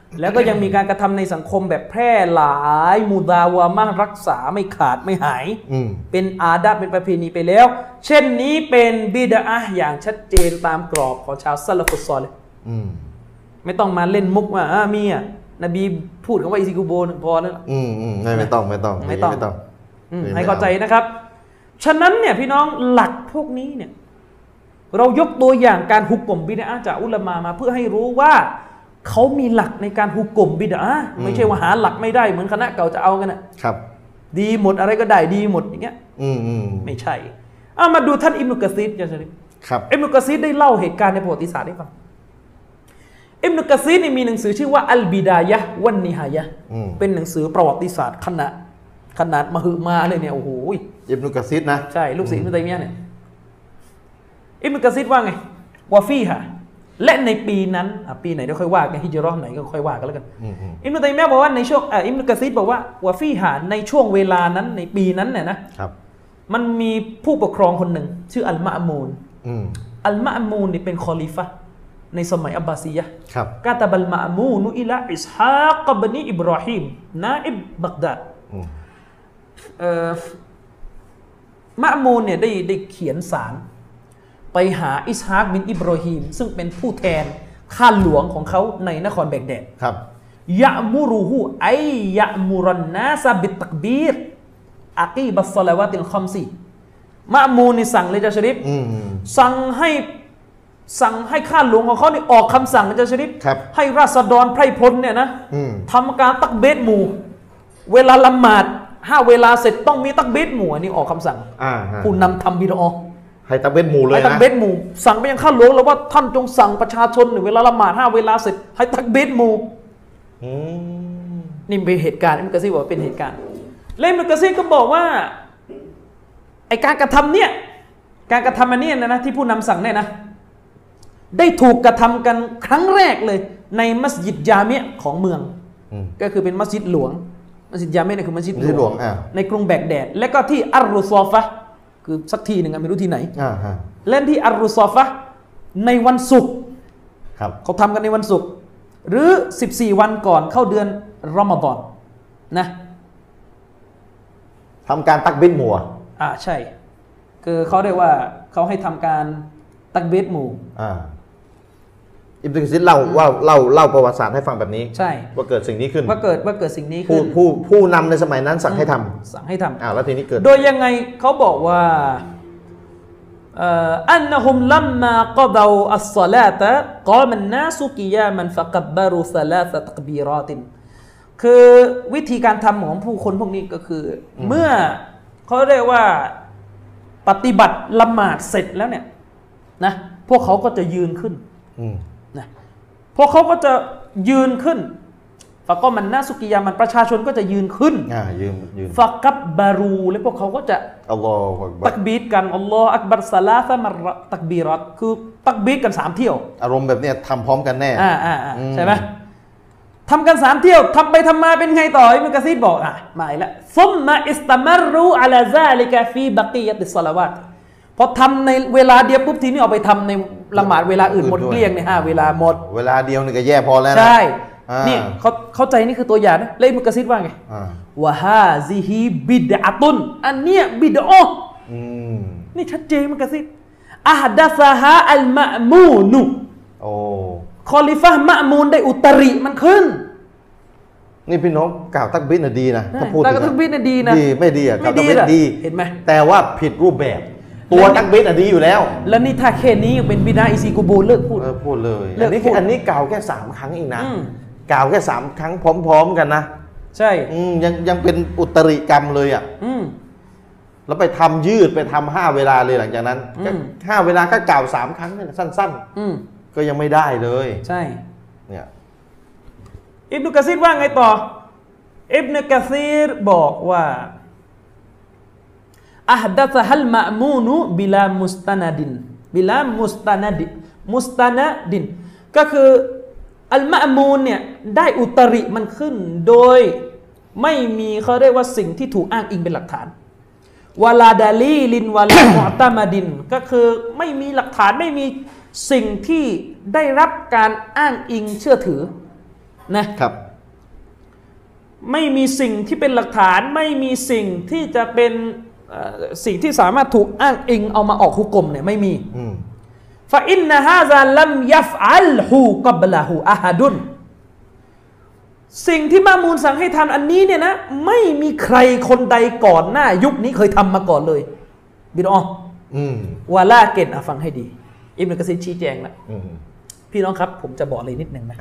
แล้วก็ยังมีการกระทำในสังคมแบบแพร่หลายมุดาวามะรักษาไม่ขาดไม่หายเป็นอาดาเป็นประเพณีไปแล้วเช่นนี้เป็นบิดอะห์อย่างชัดเจนตามกรอบของชาวซะละฟุสซอลิห์ไม่ต้องมาเล่นมุกว่ามีอ่ะนบีพูดคำว่าอิซิกุโบพอแล้วไม่ต้องให้เข้าใจนะครับฉะนั้นเนี่ยพี่น้องหลักพวกนี้เนี่ยเรายกตัวอย่างการฮุกกลมบิดอะห์จากอุลามะมาเพื่อให้รู้ว่าเขามีหลักในการฮุกกลมบิดอะห์ไม่ใช่ว่าหาหลักไม่ได้เหมือนคณะเก่าจะเอากันนะครับดีหมดอะไรก็ได้ดีหมดอย่างเงี้ยไม่ใช่มาดูท่านอิบนุกะซีรจะครับอิบนุกะซีรได้เล่าเหตุการณ์ในประวัติศาสตร์ให้ฟังอิบนุกะซีรมีหนังสือชื่อว่าอัลบิดายะฮ์วันนิฮายะฮ์เป็นหนังสือประวัติศาสตร์ขนาดมหึมาเลยเนี่ยโอ้โหอิบนุกะซีรนะใช่ลูกศิษย์อิบนุตัยมียะห์เนี่ยอิบนุกะซีรว่าไงวะฟีฮะและในปีนั้นปีไหนเดี๋ยวค่อยว่ากันฮิจเราะห์ไหนก็ค่อยว่ากันแล้วกันอิบนุตัยมียะห์บอกว่าในช่วงอิบนุกะซีรบอกว่าวะฟีฮะในช่วงเวลานั้นในปีนั้นเนี่ยนะครับมันมีผู้ปกครองคนหนึ่งชื่ออัลมะมูนอัลมะมูนนี่เป็นคอลิฟะห์ในสมัยอับบาซียะห์กาตะบัลมะมูนอิลาอิสฮากบินอิบราฮิมนาอิบบักดาดมะมูนเนี่ยได้เขียนสารไปหาอิสฮากบินอิบราฮิมซึ่งเป็นผู้แทนข้าหลวงของเขาในนครแบกแดดครับยะมุรุฮูไอยะมุรันนาซะบิตตักบีรอากีบัสศอลาวาติลคัมซีมะมูนนี่สั่งเลยจะชริฟสั่งให้ข้าหลวงของเขานี่ออกคำสั่งเลยจะชริฟให้ราษฎรไพร่พลเนี่ยนะทำการตักเบสหมู่เวลาละหมาด5 เวลาเสร็จต้องมีตักเบสหมู่อันนี้ออกคำสั่งผู้นำทำบิดอะห์ให้ตักเบสหมู่เลยนะให้ตักเบสหมู่สั่งไปยังข้าหลวงแล้วว่าท่านจงสั่งประชาชนเวลาละหมาด5 เวลาเสร็จให้ตักเบสหมู่นี่เป็นเหตุการณ์อิบนุกะซีรบอกเป็นเหตุการณ์อิบนุกะซีรก็บอกว่าไอการกระทำเนี่ยการกระทำอันนี้นะที่ผู้นำสั่งเนี่ยนะได้ถูกกระทำกันครั้งแรกเลยในมัสยิดยาเมียของเมืองก็คือเป็นมัสยิดหลวงมัสยิดยาเมียเนี่ยคือมัสยิดหลวงในกรุงแบกแดดและก็ที่อัรรุซอฟะคือสักทีหนึ่งไม่รู้ที่ไหนเล่นที่อัรรุซอฟะในวันศุกร์เขาทำกันในวันศุกร์หรือ14 วันก่อนเข้าเดือนรอมฎอนนะทำการตักเบสหมู่ใช่คือเขาเรียกว่าเขาให้ทำการตักเบสหมู่อิบนุกะซีรเล่าประวัติศาสตร์ให้ฟังแบบนี้ใช่ว่าเกิดสิ่งนี้ขึ้นว่าเกิดสิ่งนี้ขึ้นผู้นำในสมัยนั้นสั่งให้ทำแล้วทีนี้เกิดโดยยังไงเขาบอกว่าอันนะฮุมลัมมาक़ฎออัศศอลาตะกอมันนาสุกิยามันฟะกับบารุซะลาซะตักบีรอตินคือวิธีการทำของผู้คนพวกนี้ก็คือเมื่อเขาเรียกว่าปฏิบัติละหมาดเสร็จแล้วเนี่ยนะพวกเขาก็จะยืนขึ้นนะพวกเขาก็จะยืนขึ้นฟะกอมันนาสุกิยามันประชาชนก็จะยืนขึ้นยืนฟะกับบารูและพวกเขาก็จะอัลลอฮฺตักบีรกันอัลลอฮฺอักบัรซะลาซะมัรตักบีรัตคือตักบีรกัน3 เที่ยวอารมณ์แบบเนี้ยทำพร้อมกันแน่ใช่ไหมทำกัน3 เที่ยวทำไปทำมาเป็นไงต่ออิบนุกะซีรบอกมาอีกแล้วซุมมาอิสตะมัรรูอะลาซาลิกะฟีบักียะติศศอลาวาตพอทำในเวลาเดียวปุ๊บทีนี้เอาไปทำในละหมาดเวลาอื่นหมดเกลี้ยงใน5 เวลาหมดเวลาเดียวนี่ก็แย่พอแล้วนะใช่นี่เขาเข้าใจนี่คือตัวอย่างนะแล้วอิบนุกะซีรว่าไงวะฮาซิฮิบิดอะตุนอันเนี้ยบิดอะห์นี่ชัดเจนอิบนุกะซีรอะฮดะซะฮาอัลมะมูนคอลิฟะห์มะมูนได้อุตริมันขึ้นนี่พี่น้องกล่าวตักบิรดีนะถ้าพูดตักบิรดีนะไม่ดีกล่าวตักบิรดีเห็นไหมแต่ว่าผิดรูปแบบตัวตักบิรดีอยู่แล้วแล้วนี่ถ้าแค่นี้เป็นบิดาอิซิกุโบเลิกพูดเลยอันนี้กล่าวแค่3 ครั้งเองนะกล่าวแค่3 ครั้งพร้อมๆกันนะใช่ยังเป็นอุตริกรรมเลยแล้วไปทำยืดไปทำ5 เวลาเลยหลังจากนั้น5 เวลาก็กล่าว3 ครั้งนี่สั้นๆก็ยังไม่ได้เลยใช่เนี่ยอิบนุกะซีรว่าไงต่ออิบนุกะซีรบอกว่าอะฮดะซะฮัลมะมูนุบิลามุสตะนัดินก็คืออัลมะมูนเนี่ยได้อุตริมันขึ้นโดยไม่มีเขาเรียกว่าสิ่งที่ถูกอ้างอิงเป็นหลักฐานวะลาดาลีลินวะลามุอ์ตะมะดินก็คือไม่มีหลักฐานไม่มีสิ่งที่ได้รับการอ้างอิงเชื่อถือนะครับ ไม่มีสิ่งที่เป็นหลักฐานไม่มีสิ่งที่จะเป็นสิ่งที่สามารถถูกอ้างอิงเอามาออกฮุกมเนี่ยไม่มีฟะอินนะฮาซาลัมยัฟอัลฮูกับละฮูอะฮัดุนสิ่งที่มามูลสั่งให้ทำอันนี้เนี่ยนะไม่มีใครคนใดก่อนหน้ายุคนี้เคยทำมาก่อนเลยบิดวะลาเกนฟังให้ดีอิบนุกะซีรชี้แจงละพี่น้องครับผมจะบอกเลยนิดนึงนะ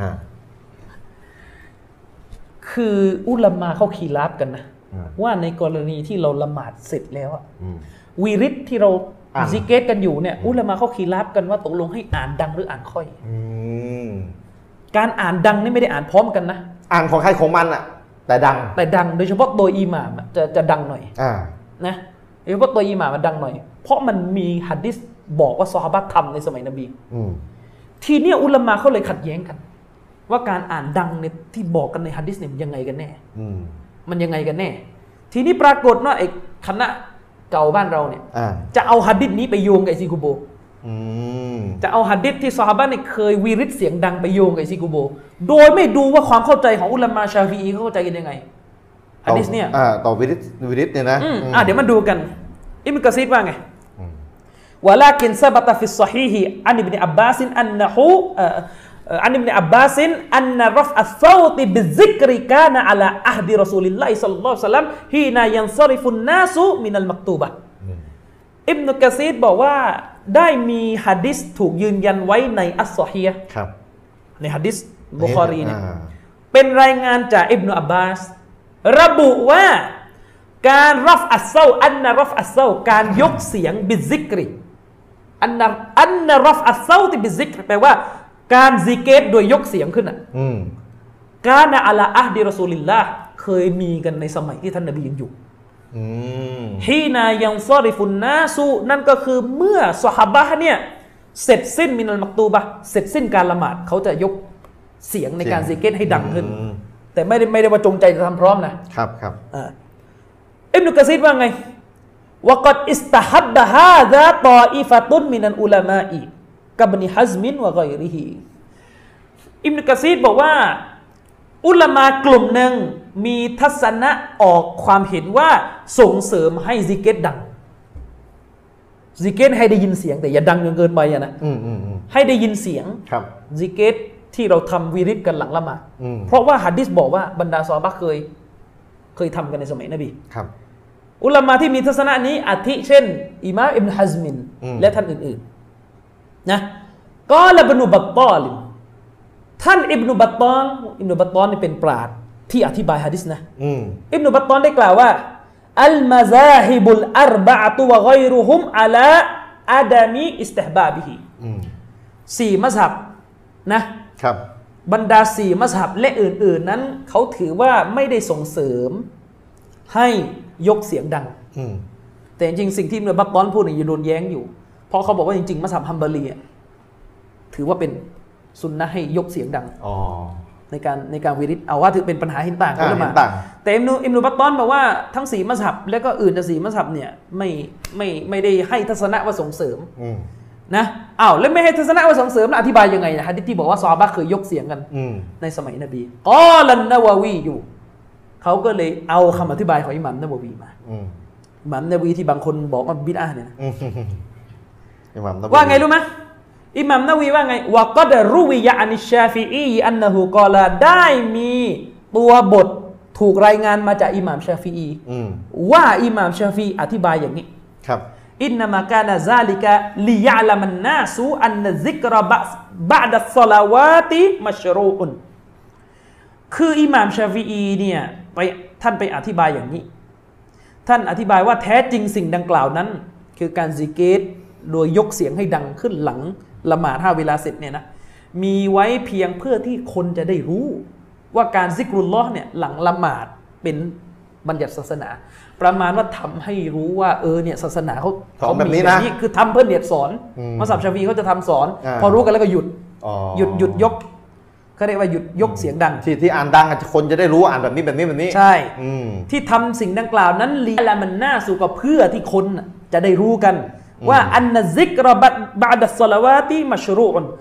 คืออุลามะเขาคีราฟกันนะว่าในกรณีที่เราละหมาดเสร็จแล้ววีริดที่เราซิกเกตกันอยู่เนี่ยอุลามะเขาคีราฟกันว่าตกลงให้อ่านดังหรืออ่านค่อยการอ่านดังนี่ไม่ได้อ่านพร้อมกันนะอ่านของใครของมันอะแต่ดังโดยเฉพาะโดยอิหม่ามจะดังหน่อยนะโดยเฉพาะตัวอิหม่ามมันดังหน่อยเพราะมันมีหะดีษบอกว่าซอฮาบะห์ทำในสมัยนบีทีนี้อุลามะเขาเลยขัดแย้งกันว่าการอ่านดังเนี่ยที่บอกกันในหะดีษเนี่ยมันยังไงกันแน่มันยังไงกันแน่ทีนี้ปรากฏว่าไอ้คณะเก่าบ้านเราเนี่ยจะเอาหะดีษนี้ไปโยงกับไอซิกุโบจะเอาหะดีษที่ซอฮาบะห์เนี่ยเคยวีริดเสียงดังไปโยงกับไอซิกุโบโดยไม่ดูว่าความเข้าใจของอุลามะชาฟีอีเขาเข้าใจกันยังไงหะดีษเนี่ยต่อวีริดเนี่ยนะเดี๋ยวมาดูกันอิบนุกะซีรว่าไงวะลากินซะบะตะฟิศศอฮีฮิอันอิบนุอับบาสอันนะฮูอันอิบนุอับบาสอันนะรัฟอัศศอติบิซิกริกานะอะลาอะฮดิรอซูลิลลาฮิศ็อลลัลลอฮุอะลัยฮิวะซัลลัมฮีนายันซอริฟุนนาสุมินัลมักตูบะห์อิบนุกะซีรบอกว่าได้มีหะดีษถูกยืนยันไว้ในอัศศอฮีฮ์ในหะดีษบุคอรีเนี่ยเป็นรายงานจากอิบนุอับบาสระบุว่าการรัฟอัศเซาอันนะรัฟอัศเซาการยกเสียงบิซิกริอันนะรัฟอัศเซาติบิซิกรแปลว่าการซิกเกตโดยยกเสียงขึ้นการนะอะลาอะฮดิรอซูลิลลาห์เคยมีกันในสมัยที่ท่านนบียังอยู่ฮีนายังซอริฟุนนาสุนั่นก็คือเมื่อซอฮาบะห์เนี่ยเสร็จสิ้นมินัลมักตูบะห์เสร็จสิ้นการละหมาดเขาจะยกเสียงในการซิกเกตให้ดังขึ้นแต่ไม่ได้ว่าจงใจจะทำพร้อมนะครับอิบนุกะซีรว่าไงวะกัดอิสตะฮับบะฮาซาตออิฟะตุนมินัลอุลามะอีกับนิฮัซมินวะฆอยริฮิอิบนุกะซีรบอกว่าอุลามะกลุ่มหนึ่งมีทัศนะออกความเห็นว่าส่งเสริมให้ซิกเกตดังซิกเกตให้ได้ยินเสียงแต่อย่าดังจนเกินไปนะให้ได้ยินเสียงซิกเกตที่เราทำวิริดกันหลังละหมาดเพราะว่าหะดีษบอกว่าบรรดาซอฮาบะห์เคยทำกันในสมัยนบีอุลามะที่มีทัศนะนี้อาทิเช่นอิมามอิบนุฮัซมินและท่านอื่นๆนะกอละอิบนุบัตตอลท่านอิบนุบัตตอลนี่เป็นปราชญ์ที่อธิบายหะดีษนะอิบนุบัตตอลได้กล่าวว่าอัลมาซาฮิบุลอัรบะอะตุวะฆอยรุฮุมอะลาอะดามิอิสติฮบาบิฮิ4มัซฮับนะครับบรรดา4มัซฮับและอื่นๆนั้นเขาถือว่าไม่ได้ส่งเสริมให้ยกเสียงดังแต่จริงๆสิ่งที่อิบนุบัตตอลพูดเนี่ยโดนแย้งอยู่เพราะเขาบอกว่าจริงๆมัซฮับฮัมบารีถือว่าเป็นซุนนะห์ให้ยกเสียงดังในการวิริดเอาว่าถือเป็นปัญหาหินต่างกันมาแต่อิบนุบัตตอลบอกว่าทั้ง4มัซฮับและก็อื่นจาก4มัซฮับเนี่ยไม่ได้ให้ทัศนะว่าส่งเสริมนะแล้วไม่ให้ทัศนะว่าส่งเสริมแล้วอธิบายยังไงนะฮะที่บอกว่าซอฮาบะห์เคยยกเสียงกันในสมัยนบีกอลันนะวะวีอยู่เขาก็เลยเอาคำอธิบายของอิหม่ามนะวะวีมาอิหม่ามนะวะวีที่บางคนบอกว่าบิดอะห์เนี่ยว่าไงรู้ไหมอิหม่ามนะวะวีว่าไงวะกอดรุวิยะอันิชชาฟิอีอันนะฮูกอลาได้มีตัวบทถูกรายงานมาจากอิหม่ามชาฟิอีว่าอิหม่ามชาฟิอีอธิบายอย่างนี้ครับอินนามะกานะซาลิกะลิยะละมันนาสุอันนะซิกรบะดัสศอลาวาติมัชรูอุนคืออิหม่ามชาฟิอีเนี่ยท่านไปอธิบายอย่างนี้ท่านอธิบายว่าแท้จริงสิ่งดังกล่าวนั้นคือการซิกเกตโดยยกเสียงให้ดังขึ้นหลังละหมาด5เวลาเสร็จเนี่ยนะมีไว้เพียงเพื่อที่คนจะได้รู้ว่าการซิกรุลลอฮ์เนี่ยหลังละหมาดเป็นบัญญัติศาสนาประมาณว่าทำให้รู้ว่าเนี่ยศาสนาเขาแบบนี้นะคือทำเพื่อเนียดสอนมัซฮับชาฟีเขาจะทำสอนพอรู้กันแล้วก็หยุดยกเขาเรียกว่าหยุดยกเสียงดังที่อ่านดังคนจะได้รู้อ่านแบบนี้ใช่ที่ทำสิ่งดังกล่าวนั้นลีละมันน่าสู่กับเพื่อที่คนจะได้รู้กันว่าอันนะซิกรบะดัสศอลาวาติมัชรูอุน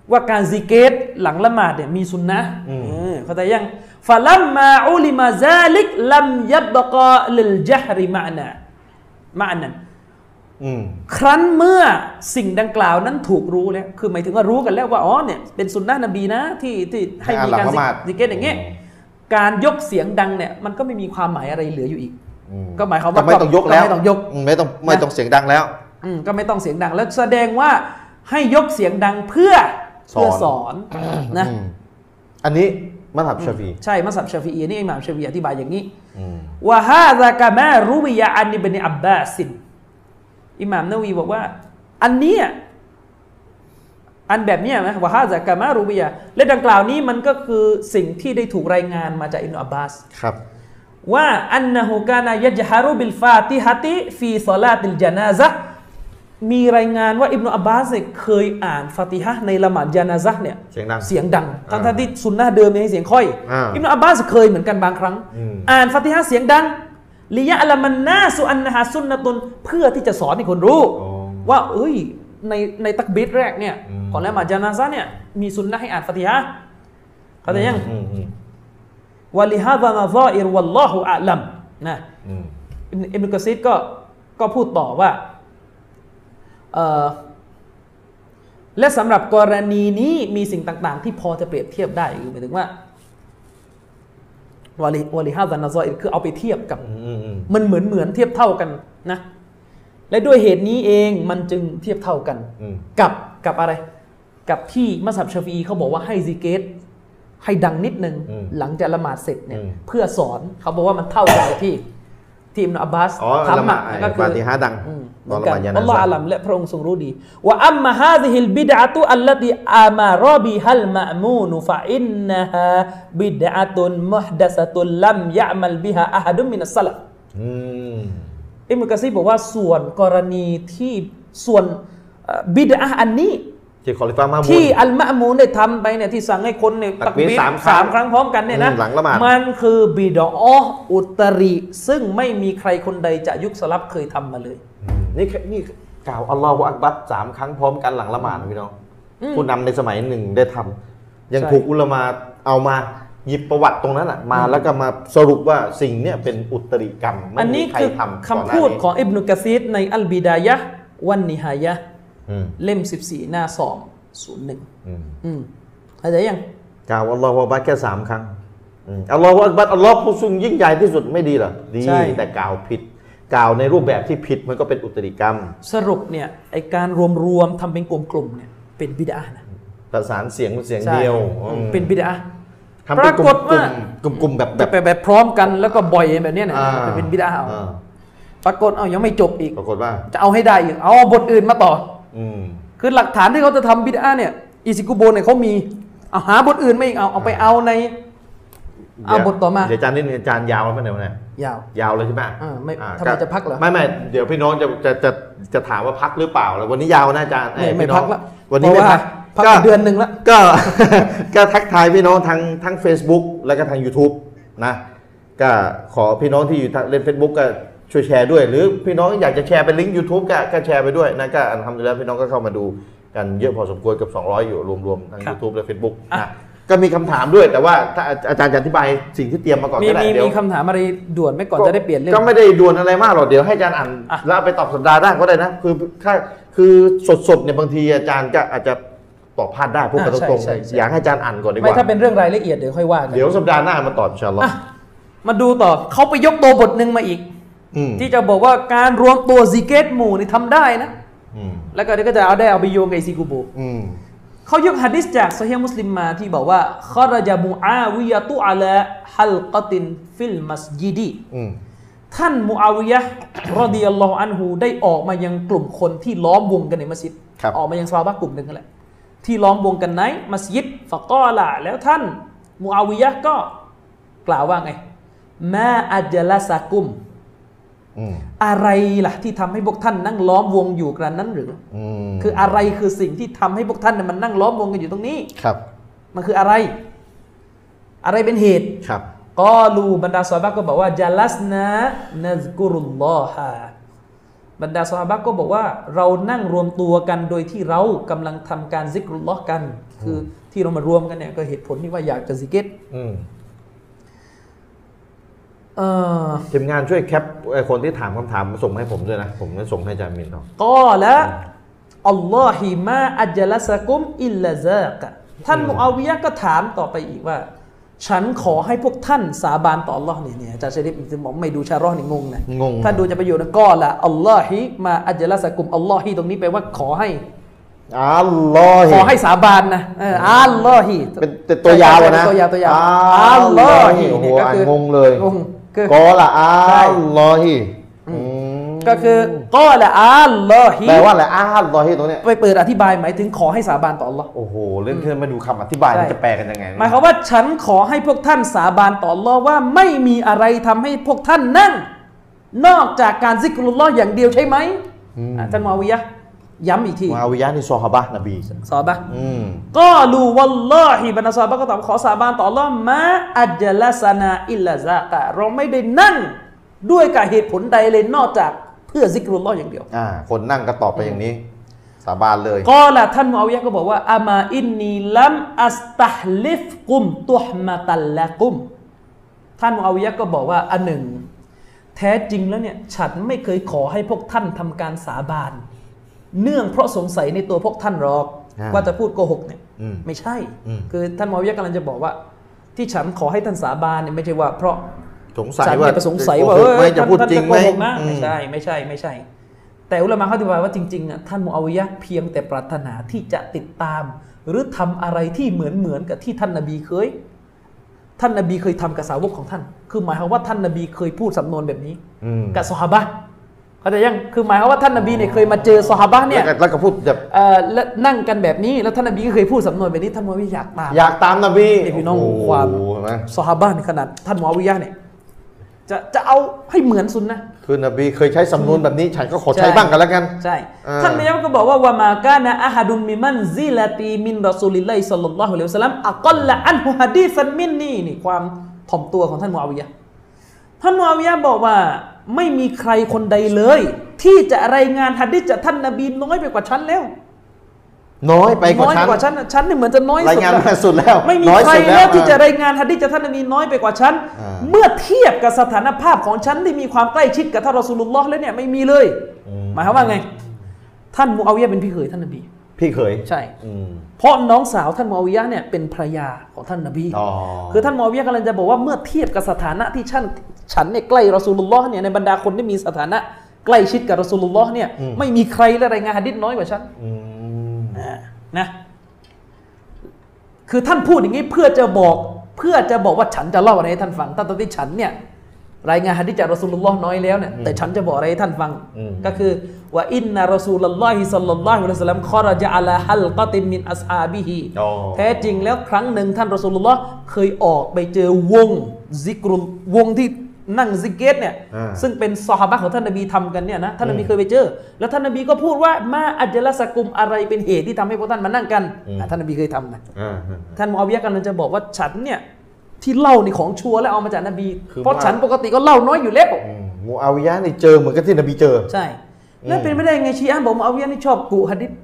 ว่าการซิกเกตหลังละหมาดเนี่ยมีสุนนะเข้าใจยังฟะลัมมาอุลิมาซาลิกลัมยับบกะลิลญะฮริมะนันครั้นเมื่อสิ่งดังกล่าวนั้นถูกรู้แล้วคือหมายถึงว่ารู้กันแล้วว่าอ๋อเนี่ยเป็นสุนนะนบีนะที่ให้มีการซิกเกตอย่างเงี้ยการยกเสียงดังเนี่ยมันก็ไม่มีความหมายอะไรเหลืออยู่อีกก็หมายความว่าไม่ต้องยกแล้วไม่ต้องยกไม่ต้องเสียงดังแล้วก็ไม่ต้องเสียงดังแล้วแสดงว่าให้ยกเสียงดังเพื่อสอนนะอันนี้มัซฮับชาฟีใช่มัซฮับชาฟีนี่อิหม่ามชาฟีอธิบายอย่างนี้วะฮาซากะมารุวิยะอันอิบนุอับบาสอิหม่ามนะวีบอกว่าอันนี้อันแบบนี้นะวะฮาซากะมารุวิยะและดังกล่าวนี้มันก็คือสิ่งที่ได้ถูกรายงานมาจากอิบนุอับบาสครับว่าอันนะฮูกานะยัจฮารุบิลฟาติฮะติฟีศอลาติลญะนาซะห์มีรายงานว่าอิบนุอับบาสเคยอ่านฟาติฮะห์ในละหมาดญะนาซะห์เนี่ยเสียงดังทั้งที่สุนนะห์เดิมให้เสียงค่อยอิบนุอับบาสเคยเหมือนกันบางครั้งอ่านฟาติฮะห์เสียงดังลิยะละมันนาสุอันนะฮะซุนนะตุนเพื่อที่จะสอนให้คนรู้ว่าเอ้ยในตักบีรแรกเนี่ยก่อนละหมาดญะนาซะห์เนี่ยมีสุนนะห์ให้อ่านฟาติฮะห์เข้าใจยังวะลิฮาซานะซาอิรวัลลอฮุอะลัมนะอิบนุกะซีรก็พูดต่อว่าและสำหรับกรณีนี้มีสิ่งต่างๆที่พอจะเปรียบเทียบได้คือหมายถึงว่าวะลิฮาซานะซาอิรคือเอาไปเทียบกับมันเหมือนเทียบเท่ากันนะและด้วยเหตุนี้เองมันจึงเทียบเท่ากันกับอะไรกับที่มัซฮับชาฟีอีเขาบอกว่าให้ซิกเกตให้ดังนิดนึงหลังจากละหมาดเสร็จเนี่ยเพื่อสอนเขาบอกว่ามันเท่ากันกับที่อิบนุอับบาสทำมาก็คือฟาติฮะห์ดังตอนละหมาดญะนาซะห์อัลลอฮุอะลัมและพระองค์ทรงรู้ดีว่าอัมมาฮาซิฮิลบิดอะตุอัลลติอามารอบิฮัลมะมูนฟะอินนะฮาบิดอะตุนมุฮดะซะตุนลัมยะมัลบิฮาอะฮัดุมินัสซะลัฟอิบนุกะซีรบอกว่าส่วนกรณีที่ส่วนบิดอะห์อันนี้ที่คอลิฟะห์มะมูนที่อัลมะมูนได้ทำไปเนี่ยที่สั่งให้คนเนี่ยตักบีร3 ครั้งพร้อมกันเนี่ยนะมันคือบิดอะห์อุตริซึ่งไม่มีใครคนใดจะยุคสลับเคยทำมาเลยนี่กล่าวอัลลอฮฺอักบัร3 ครั้งพร้อมกันหลังละหมาดพี่น้องผู้นำในสมัยหนึ่งได้ทำยังถูกอุลามะเอามาหยิบประวัติตรงนั้นมาแล้วก็มาสรุปว่าสิ่งเนี้ยเป็นอุตริกรรมอันนี้คือคำพูดของอิบนุกะซีรในอัลบิดายะห์วันนิฮายะห์เล่ม14หน้า201เข้าใจยังกล่าวอัลลอฮฺอักบัรแค่3 ครั้งอัลลอฮฺอักบัรอัลลอฮฺผู้ทรงยิ่งใหญ่ที่สุดไม่ดีเหรอดีแต่กล่าวผิดกล่าวในรูปแบบที่ผิดมันก็เป็นอุตริกรรมสรุปเนี่ยไอการรวมทำเป็นกลุ่มๆเนี่ยเป็นบิดอะห์นะประสานเสียงเดียวเป็นบิดอะห์ปรากฏว่ากลุ่มแบบพร้อมกันแล้วก็บ่อยแบบนี้เนี่ยเป็นบิดอะห์ปรากฏยังไม่จบอีกปรากฏว่าจะเอาให้ได้อีกเอาบทอื่นมาต่อคือหลักฐานที่เขาจะทำบิดอะห์เนี่ยอิซิกุโบเนี่ยเขามีเอาหาบทอื่นไม่อีกเอาไปเอาในเอาบทต่อมาเดี๋ยวอาจารย์นี่อาจารย์ยาวไหมเนี่ยยาวเลยใช่ไหมไม่ทำไมจะพักเหรอไม่เดี๋ยวพี่น้องจะถามว่าพักหรือเปล่าแล้ววันนี้ยาวนะอาจารย์ไม่พักแล้ววันนี้ไม่พักเดือนหนึ่งแล้วก็ทักทายพี่น้องทั้ง Facebook แล้วก็ทาง YouTube นะก็ขอพี่น้องที่อยู่เล่น Facebook ก็ช่วยแชร์ด้วยหรือพี่น้องอยากจะแชร์เป็นลิงก์ YouTube ก็แชร์ไปด้วยนะก็ทำแล้วพี่น้องก็เข้ามาดูกันเยอะพอสมควรกับ200อยู่รวมๆทั้ง YouTube และ Facebook นะก็มีคำถามด้วยแต่ว่าถ้าอาจารย์จะอธิบายสิ่งที่เตรียมมาก่อนก็ได้เดี๋ยวมีคำถามอะไรด่วนไหมก่อนจะได้เปลี่ยนเรื่องก็ไม่ได้ด่วนอะไรมากหรอกเดี๋ยวให้อาจารย์อ่านแล้วไปตอบสัปดาห์หน้าก็ได้นะคือสดเนี่ยบางทีอาจารย์ก็อาจจะตอบพลาดได้พูดกันตรงๆอยากให้อาจารย์อ่านก่อนดีกว่าไม่ถ้าเป็นเรื่องรายละเอียดเดี๋ยวค่อยว่ากันเดี๋ยวสัปดาห์หน้ามาตอบอินชาอัลลอฮ์มาดูต่อเขาไปยกตัวบทหนึ่งมาอีกที่จะบอกว่าการรวมตัวซิกเกตหมู่นี่ทำได้นะแล้วก็เดี๋ยวก็จะเอาไปโยงกับอิซิกุโบเขายกหะดีษจากซอฮีฮ์มุสลิมมาที่บอกว่าคอรจามูอาวิยะตุอะลาฮัลกะตินฟิลมัสยิดท่านมูอาวิยะห์รอฎิยัลลอฮุอันฮุได้ออกมายังกลุ่มคนที่ล้อมวงกันในมัสยิดออกมายังซอฮาบะห์กลุ่มหนึ่งนั่นแหละที่ล้อมวงกันในมัสยิดฟะกอละแล้วท่านมูอาวิยะห์ก็กล่าวว่าไงมาอัจละซะกุมอะไรล่ะที่ทำให้พวกท่านนั่งล้อมวงอยู่กันนั้นหรือคืออะไรคือสิ่งที่ทำให้พวกท่านมันนั่งล้อมวงกันอยู่ตรงนี้ครับมันคืออะไรเป็นเหตุครับกอลูบรรดาซอฮาบะห์ก็บอกว่าจัลัสนานัซกุรุลลอฮะบรรดาซอฮาบะห์ก็บอกว่าเรานั่งรวมตัวกันโดยที่เรากำลังทำการซิกรุลลอฮ์กันคือที่เรามารวมกันเนี่ยก็เหตุผลที่ว่าอยากจะซิกรทีมงานช่วยแคปไอ้คนที่ถามคำถามมาส่งให้ผมด้วยนะผมจะส่งให้อาจารย์มินต่อก็แล้วอัลลอฮิมาอัจลัสกุมอิลลาซากะท่านมุอาวิยะห์ก็ถามต่อไปอีกว่าฉันขอให้พวกท่านสาบานต่ออัลลอฮ์เนี่ยอาจารย์ชะริฟจะบอกไม่ดูชาร้อนนี่งงนะท่านดูจะประโยชน์นะก็ละอัลลอฮิมาอัจลัสกุมอัลลอฮิตรงนี้แปลว่าขอให้อัลลอฮิขอให้สาบานนะอัลลอฮิเป็นตัวยาวนะตัวยาวอัลลอฮินี่ก็คืองงเลยก็ละอัลลอฮิก็คือก็ละอัลลอฮิแปลว่าอะไรอัลลอฮิตรงนี้ไปเปิดอธิบายหมายถึงขอให้สาบานต่ออัลลอฮ์โอ้โหเรื่องที่มาดูคำอธิบายจะแปลกันยังไงหมายความว่าฉันขอให้พวกท่านสาบานต่ออัลลอฮ์ว่าไม่มีอะไรทำให้พวกท่านนั่งนอกจากการซิกรุลลอฮ์อย่างเดียวใช่ไหมท่านมุอาวิยะห์ย้ำอีกทีมุอาวิยะห์นี่ซอฮาบะห์นบีซอฮาบะห์ก็ลูวัลลอฮิบรรดาซอฮาบะห์ก็ตอบขอสาบานต่ออัลลอฮ์มาอัจลัสนาอิลลาซากะเราไม่ได้นั่งด้วยกับเหตุผลใดเลยนอกจากเพื่อซิกรุลลอฮ์อย่างเดียวคนนั่งก็ตอบไปอย่างนี้สาบานเลยก็ละท่านมุอาวิยะห์ก็บอกว่าอามาอินนีลัมอัสตัฮลิฟกุมตุฮมะตัลละกุมท่านมุอาวิยะห์ก็บอกว่าอันหนึ่งแท้จริงแล้วเนี่ยฉันไม่เคยขอให้พวกท่านทำการสาบานเนื่องเพราะสงสัยในตัวพวกท่านหรอกว่าจะพูดโกหกเนี่ยไม่ใช่คือท่านมุอาวิยะห์กำลังจะบอกว่าที่ฉันขอให้ท่านสาบานเนี่ยไม่ใช่ว่าเพราะสงสัยว่าจะพูดจริงไหมไม่ใช่แต่อุลามะเขาอธิบายว่าจริงๆอ่ะท่านมุอาวิยะห์เพียงแต่ปรารถนาที่จะติดตามหรือทำอะไรที่เหมือนกับที่ท่านนบีเคยทำกับสาวกของท่านคือหมายความว่าท่านนบีเคยพูดสำนวนแบบนี้กับซอฮาบะห์เข้าใจยังคือหมายความว่าท่านนบีเนี่ยเคยมาเจอซอฮาบะห์เนี่ยแล้วก็พูดแบบและนั่งกันแบบนี้แล้วท่านนบีก็เคยพูดสำนวนแบบนี้ท่านมุอาวิยะห์อยากตามนบีพี่น้องความซอฮาบะห์ในขนาดท่านมุอาวิยะห์เนี่ยจะเอาให้เหมือนซุนนะคือนบีเคยใช้สำนวนแบบนี้ฉันก็ขอใช้บ้างกันแล้วกันใช่ท่านนบีก็บอกว่าวะมากานะอะฮัดุมมิมันซิลาตีมินรอซูลิลลาฮิศ็อลลัลลอฮุอะลัยฮิวะซัลลัมอักอลละอันฮุฮะดีซันมินนีนี่ความถ่อมตัวของท่านมุอาวิยะห์ท่านมุอาวิยะห์บอกว่าไม่มีใครคนใดเลยที่จะรายงานหะดีษจากท่านนบีน้อยไปกว่าฉันแล้วน้อยไปกว่าฉันนี่เหมือนจะน้อยสุดรายงานมาสุดแล้วไม่มีใครแล้วที่จะรายงานหะดีษจากท่านนบีน้อยไปกว่าฉันเมื่อเทียบกับสถานภาพของฉันที่มีความใกล้ชิดกับท่านรอซูลุลลอฮ์แล้วเนี่ยไม่มีเลยหมายความว่าไงท่านมุอาวิยะห์เป็นพี่เขยท่านนบีพี่เขยใช่เพราะน้องสาวท่านมุอาวิยะห์เนี่ยเป็นภรรยาของท่านนบีคือท่านมุอาวิยะห์กำลังจะบอกว่าเมื่อเทียบกับสถานะที่ฉันเนี่ยใกล้รอซูลุลลอฮ์เนี่ยในบรรดาคนที่มีสถานะใกล้ชิดกับรอซูลุลลอฮ์เนี่ยไม่มีใครและรายงานหะดีษน้อยกว่าฉันนะคือท่านพูดอย่างนี้เพื่อจะบอกว่าฉันจะเล่าอะไรให้ท่านฟังตอนที่ฉันเนี่ยรายงานหะดีษจากรอซูลุลลอฮ์น้อยแล้วเนี่ยแต่ฉันจะบอกอะไรให้ท่านฟังก็คือว่าอินนะรอซูลุลลอฮิศ็อลลัลลอฮุอะลัยฮิวะซัลลัมคอรจะอะลาฮัลกะตินมินอัศฮาบิฮิแท้จริงแล้วครั้งหนึ่งท่านรอซูลุลลอฮ์เคยออกไปเจอวงซิกรุลวงที่นั่งซิกเกตเนี่ยซึ่งเป็นซอฮาบะห์ของท่านนบีทำกันเนี่ยนะท่านนบีเคยไปเจอแล้วท่านนบีก็พูดว่ามาอัจลัสกุมอะไรเป็นเหตุที่ทำให้พวกท่านมานั่งกันท่านนบีเคยทำนะท่านมุอาวิยะห์กำลังจะบอกว่าฉันเนี่ยที่เล่านี่ของชัวร์แล้วเอามาจากนบีเพราะฉันปกติก็เล่าน้อยอยู่แล้วมุอาวิยะห์นี่เจอเหมือนกับที่นบีเจอใช่แล้วเป็นไม่ได้ไงชีอะห์บอกมุอาวิยะห์นี่ชอบกุหะดีษ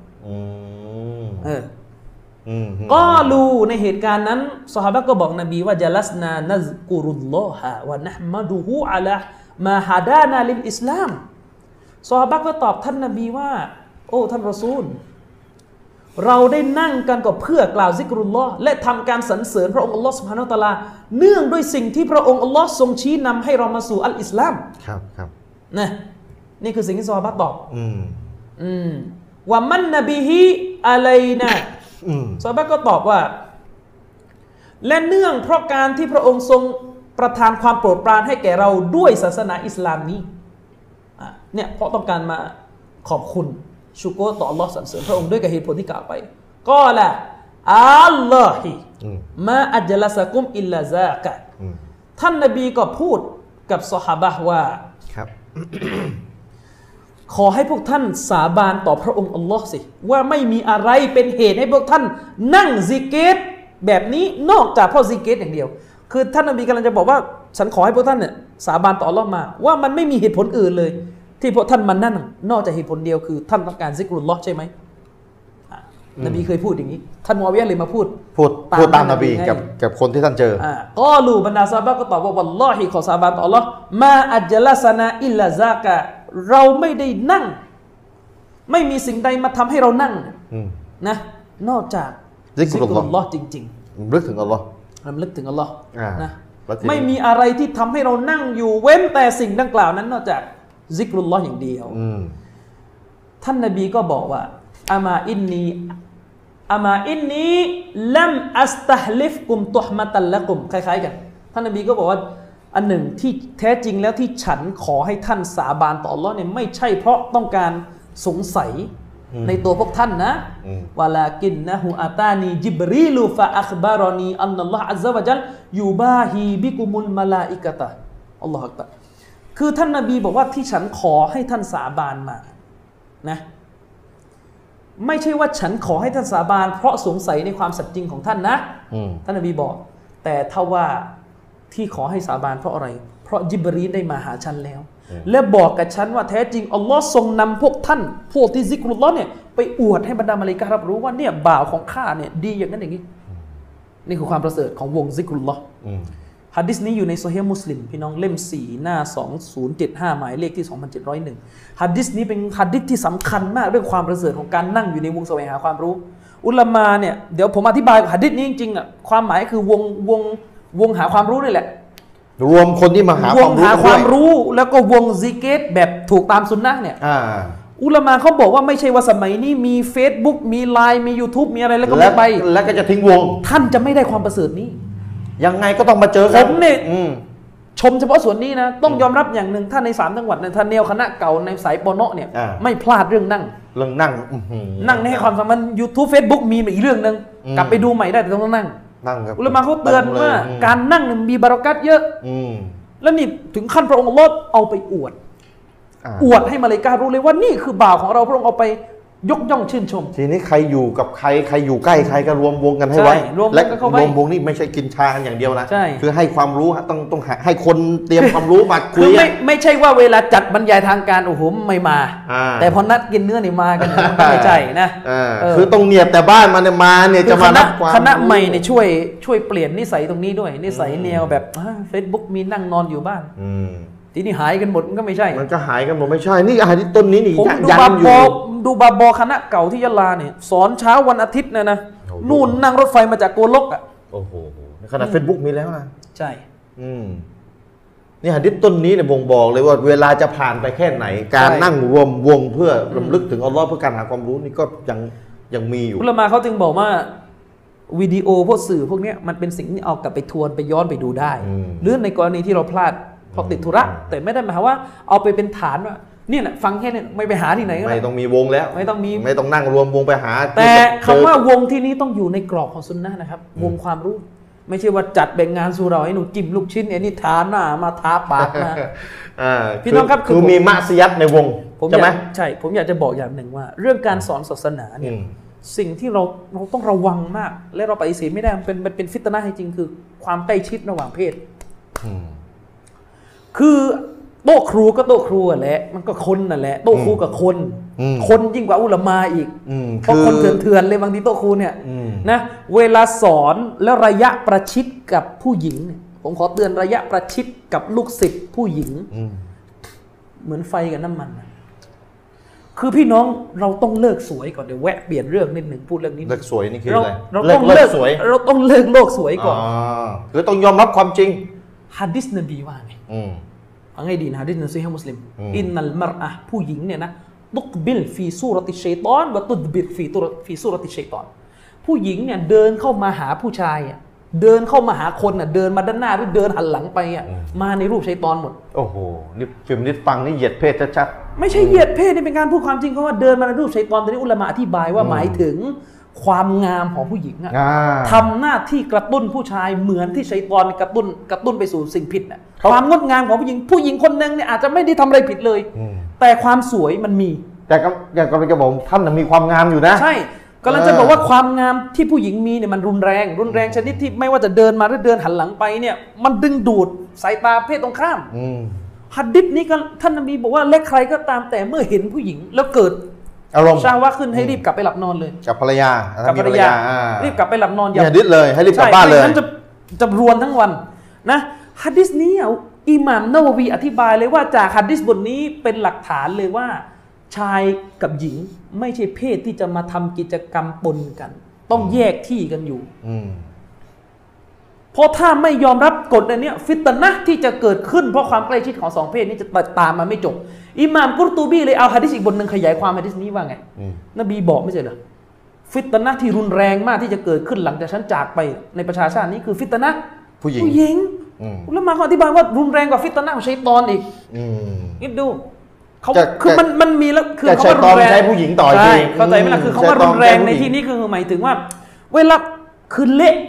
ก็รู้ในเหตุการณ์นั้นซอฮาบะห์ก็บอกนบีว่าญะลัสนานัซกุรุลลอฮะวะนะห์มะดุฮูอะลามาฮะดานาลิลอิสลามซอฮาบะห์ก็ตอบท่านนบีว่าโอ้ท่านรอซูลเราได้นั่งกันก็เพื่อกล่าวซิกรุลลอฮ์และทำการสรรเสริญพระองค์อัลลอฮ์ซุบฮานะฮูวะตะอาลาเนื่องด้วยสิ่งที่พระองค์อัลลอฮ์ทรงชี้นำให้เรามาสู่อัลอิสลามครับนะนี่คือสิ่งที่ซอฮาบะห์ตอบวะมันนบีฮิอะลัยนาซอฮาบะห์ก็ตอบว่าและเนื่องเพราะการที่พระองค์ทรงประทานความโปรดปรานให้แก่เราด้วยศาสนาอิสลามนี้เนี่ยเพราะต้องการมาขอบคุณชุกรต่ออัลลอฮ์สรรเสริญพระองค์ด้วยกับเหตุผลที่กล่าวไปก็ละอัลลอฮิมาอัจลัสกุมอิลลาซากะท่านนบีก็พูดกับซอฮาบะห์ว่าครับขอให้พวกท่านสาบานต่อพระองค์อัลลอฮ์สิว่าไม่มีอะไรเป็นเหตุให้พวกท่านนั่งซิกรแบบนี้นอกจากเพราะซิกรอย่างเดียวคือท่านนบีกำลังจะบอกว่าฉันขอให้พวกท่านเนี่ยสาบานต่ออัลลอฮ์มาว่ามันไม่มีเหตุผลอื่นเลยที่พวกท่านมานั่งนอกจากเหตุผลเดียวคือท่านต้องการซิกรุลลอฮ์ใช่ไหมนบีเคยพูดอย่างนี้ท่านมูอาวิยะห์เลยมาพูดตามนบีกับคนที่ท่านเจอก็ลูบรรดาซอฮาบะห์ก็ตอบว่าวัลลอฮิขอสาบานต่ออัลเลาะห์มาอัจละซะนาอิลลาซากะเราไม่ได้นั่งไม่มีสิ่งใดมาทำให้เรานั่งนะนอกจากซิกรุลลอฮ์จริงๆนึกถึงอัลลอฮ์รำลึกถึงอัลลอฮ์นะไม่มีอะไรที่ทำให้เรานั่งอยู่เว้นแต่สิ่งดังกล่าวนั้นนอกจากซิกรุลลอฮ์อย่างเดียวท่านนบีก็บอกว่าอามาอินนีลัมอัสตัฮลิฟกุมตุฮมะตัลละกุมคล้ายๆกันท่านนบีก็บอกว่าอันหนึ่งที่แท้จริงแล้วที่ฉันขอให้ท่านสาบานต่ออัลเลาะห์เนี่ยไม่ใช่เพราะต้องการสงสัยในตัวพวกท่านนะวะลากินนะฮูอาตานีจิบรีลูฟะอัคบารอนีอันนัลลอฮฺอัซซะวะจัลยูบาฮีบิกุมุลมะลาอิกะตะอัลลอฮฺอักบัรคือท่านนบีบอกว่าที่ฉันขอให้ท่านสาบานมานะไม่ใช่ว่าฉันขอให้ท่านสาบานเพราะสงสัยในความสัตย์จริงของท่านนะท่านนบีบอกแต่ถ้าว่าที่ขอให้สาบานเพราะอะไรเพราะจิบรีลได้มาหาฉันแล้วและบอกกับฉันว่าแท้จริงอัลลอฮ์ทรงนำพวกท่านพวกที่ซิกรุลลอฮ์เนี่ยไปอวดให้บรรดามะลาอิกะฮ์รับรู้ว่าเนี่ยบ่าวของข้าเนี่ยดีอย่างนั้นอย่างนี้นี่คือความประเสริฐของวงซิกรุลลอฮ์หะดีษนี้อยู่ในโซฮีฮ์มุสลิมพี่น้องเล่ม4หน้า2075หมายเลขที่2701หะดีษนี้เป็นหะดีษที่สำคัญมากเรื่องความประเสริฐของการนั่งอยู่ในวงแสวงหาความรู้อุลามะเนี่ยเดี๋ยวผมอธิบายหะดีษนี้จริงๆอ่ะความหมายคือวงหาความรู้นี่แหละรวมคนที่มาหาความรู้แล้วก็วงซิกรแบบถูกตามสุนนะเนี่ยอุลามะเขาบอกว่าไม่ใช่ว่าสมัยนี้มี Facebook มีไลน์มี YouTube มีอะไรแล้วก็ไม่ไปแล้วก็จะทิ้งวงท่านจะไม่ได้ความประเสริฐนี้ยังไงก็ต้องมาเจอกันผมเนี่ยชมเฉพาะส่วนนี้นะต้องยอมรับอย่างหนึ่งท่านใน3จังหวัดในท่านแนวคณะเก่าในสายปนเนี่ยไม่พลาดเรื่องนั่งให้ความสำคัญ YouTube Facebook มีอีกเรื่องนึงกลับไปดูใหม่ได้แต่ต้องนั่งอุลามะเขาเตือนว่าการนั่งมีบารอกัตเยอะแล้วนี่ถึงขั้นพระองค์อัลเลาะห์เอาไปอวดให้มะลาอิกะฮ์รู้เลยว่านี่คือบ่าวของเราพระองค์เอาไปยกย่องชื่นชมทีนี้ใครอยู่กับใครอยู่ใกล้ใครก็รวมวงกันให้ไว้และรวมวงนี่ไม่ใช่กินชากันอย่างเดียวนะคือให้ความรู้ต้องให้คนเตรียมความรู้มาคุยไม่ใช่ว่าเวลาจัดบรรยายทางการโอ้โหไม่มาแต่พอนัดกินเนื้อนี่มากันไม่ใช่นะคือต้องเนียบแต่บ้านมันมาเนี่ยจะมานัดคณะใหม่เนี่ยช่วยเปลี่ยนนิสัยตรงนี้ด้วยนิสัยแนวแบบFacebook มีนั่งนอนอยู่บ้านทีนี้หายกันหมดมันก็ไม่ใช่มันก็หายกันหมดไม่ใช่นี่หะดีษต้นนี้นี่ดูบาบอคณะเก่าที่ยะลาเนี่ยสอนเช้าวันอาทิตย์นะนู่นนั่งรถไฟมาจากโกลกอ่ะโอ้โหขนาด Facebook มีแล้วนะใช่นี่หะดีษต้นนี้เนี่ยบ่งบอกเลยว่าเวลาจะผ่านไปแค่ไหนการนั่งรวมวงเพื่อรำลึกถึงอัลลอฮ์เพื่อการหาความรู้นี่ก็ยังมีอยู่อุลามะเขาจึงบอกว่าวิดีโอพวกสื่อพวกนี้มันเป็นสิ่งที่เอากลับไปทวนไปย้อนไปดูได้หรือในกรณีที่เราพลาดเพราะติดธุระแต่ไม่ได้หมายความว่าเอาไปเป็นฐานว่าเนี่ยนะฟังแค่นี้ไม่ไปหาที่ไหนไม่ต้องมีวงแล้วไม่ต้องนั่งรวมวงไปหาแต่คำว่าวงที่นี้ต้องอยู่ในกรอบของซุนนะห์นะครับวงความรู้ไม่ใช่ว่าจัดแบ่งงานสู่เราให้หนูจิ้มลูกชิ้นนี่ทาหน้ามาทาปากมาพี่น้องครับคือมีมะซิยัตในวงใช่ไหมใช่ผมอยากจะบอกอย่างหนึ่งว่าเรื่องการสอนศาสนาเนี่ยสิ่งที่เราต้องระวังมากและเราปฏิเสธไม่ได้มันเป็นฟิตนะห์จริงคือความใกล้ชิดระหว่างเพศคือโต๊ะครูก็โต๊ะครูแหละมันก็คนนั่นแหละโต๊ะครูกับคนยิ่งกว่าอุลามะอีกเพราะคนเถื่อนๆเลยบางทีโต๊ะครูเนี่ยนะเวลาสอนแล้วระยะประชิดกับผู้หญิงผมขอเตือนระยะประชิดกับลูกศิษย์ผู้หญิงเหมือนไฟกับน้ำมันคือพี่น้องเราต้องเลิกสวยก่อนเดี๋ยวแวะเปลี่ยนเรื่องนิดหนึ่งพูดเรื่องนี้เลิกสวยนี่คืออะไรเราต้องเลิกสวยเราต้องเลิกโลกสวยก่อนคือต้องยอมรับความจริงหะดีษนบีว่าไงฟังให้ดีนะหะดีษในซีฮีฮ์มุสลิมอินนัลมารอะห์ผู้หญิงเนี่ยนะตุกบิลฟีซูรติชัยฏอนวะตุดบิรฟีซูรติชัยฏอนผู้หญิงเนี่ยเดินเข้ามาหาผู้ชายเดินเข้ามาหาคนเดินมาด้านหน้าหรือเดินหันหลังไปมาในรูปชัยฏอนหมดโอ้โหนี่ฟิมนิสฟังนี่เหยียดเพศชัดๆไม่ใช่เหยียดเพศนี่เป็นการพูดความจริงเขาว่าเดินมาในรูปชัยฏอนตอนนี้อุลามะอธิบายว่าหมายถึงความงามของผู้หญิงทำหน้าที่กระตุ้นผู้ชายเหมือนที่ชัยฏอนกระตุ้นไปสู่สิ่งผิดความงดงามของผู้หญิงคนหนึ่งเนี่ยอาจจะไม่ได้ทำอะไรผิดเลยแต่ความสวยมันมีแต่อย่างกรณีจะบอกท่านมีความงามอยู่นะใช่กำลังจะบอกว่าความงามที่ผู้หญิงมีเนี่ยมันรุนแรงชนิดที่ไม่ว่าจะเดินมาหรือเดินหันหลังไปเนี่ยมันดึงดูดสายตาเพศตรงข้ามฮัดดิษนี้ก็ท่านนบีบอกว่าเล็กใครก็ตามแต่เมื่อเห็นผู้หญิงแล้วเกิดอารมณ์ชาวะขึ้นให้รีบกลับไปหลับนอนเลยกับภรรยารีบกลับไปหลับนอนอย่าดิษเลยให้รีบกลับบ้านเลยนั้นจะรวนทั้งวันนะฮัดดิษนี้อิหม่ามนะวะวีอธิบายเลยว่าจากฮัดดิษบทนี้เป็นหลักฐานเลยว่าชายกับหญิงไม่ใช่เพศที่จะมาทำกิจกรรมปนกันต้องแยกที่กันอยู่เพราะถ้าไม่ยอมรับกฎอันนี้ฟิตนะห์ที่จะเกิดขึ้นเพราะความใกล้ชิดของสองเพศนี้จะตามมาไม่จบอิหม่ามกุรตูบีเลยเอาหะดีษอีกบทหนึ่งขยายความหะดีษนี้ว่าไงนบีบอกไม่ใช่เหรอฟิตนะห์ที่รุนแรงมากที่จะเกิดขึ้นหลังจากฉันจากไปในประชาชาตินี้คือฟิตนะห์ผู้หญิงแล้วมาเขาอธิบายว่ารุนแรงกว่าฟิตนะห์ของชัยฏอนอีกคิดดูเขาคือมันมีแล้วคือเขารุนแรงใช้ผู้หญิงต่อจริงเข้าใจไหมล่ะคือเขาว่ารุนแรงในที่นี้คือหมายถึงว่าเวลาคือเละ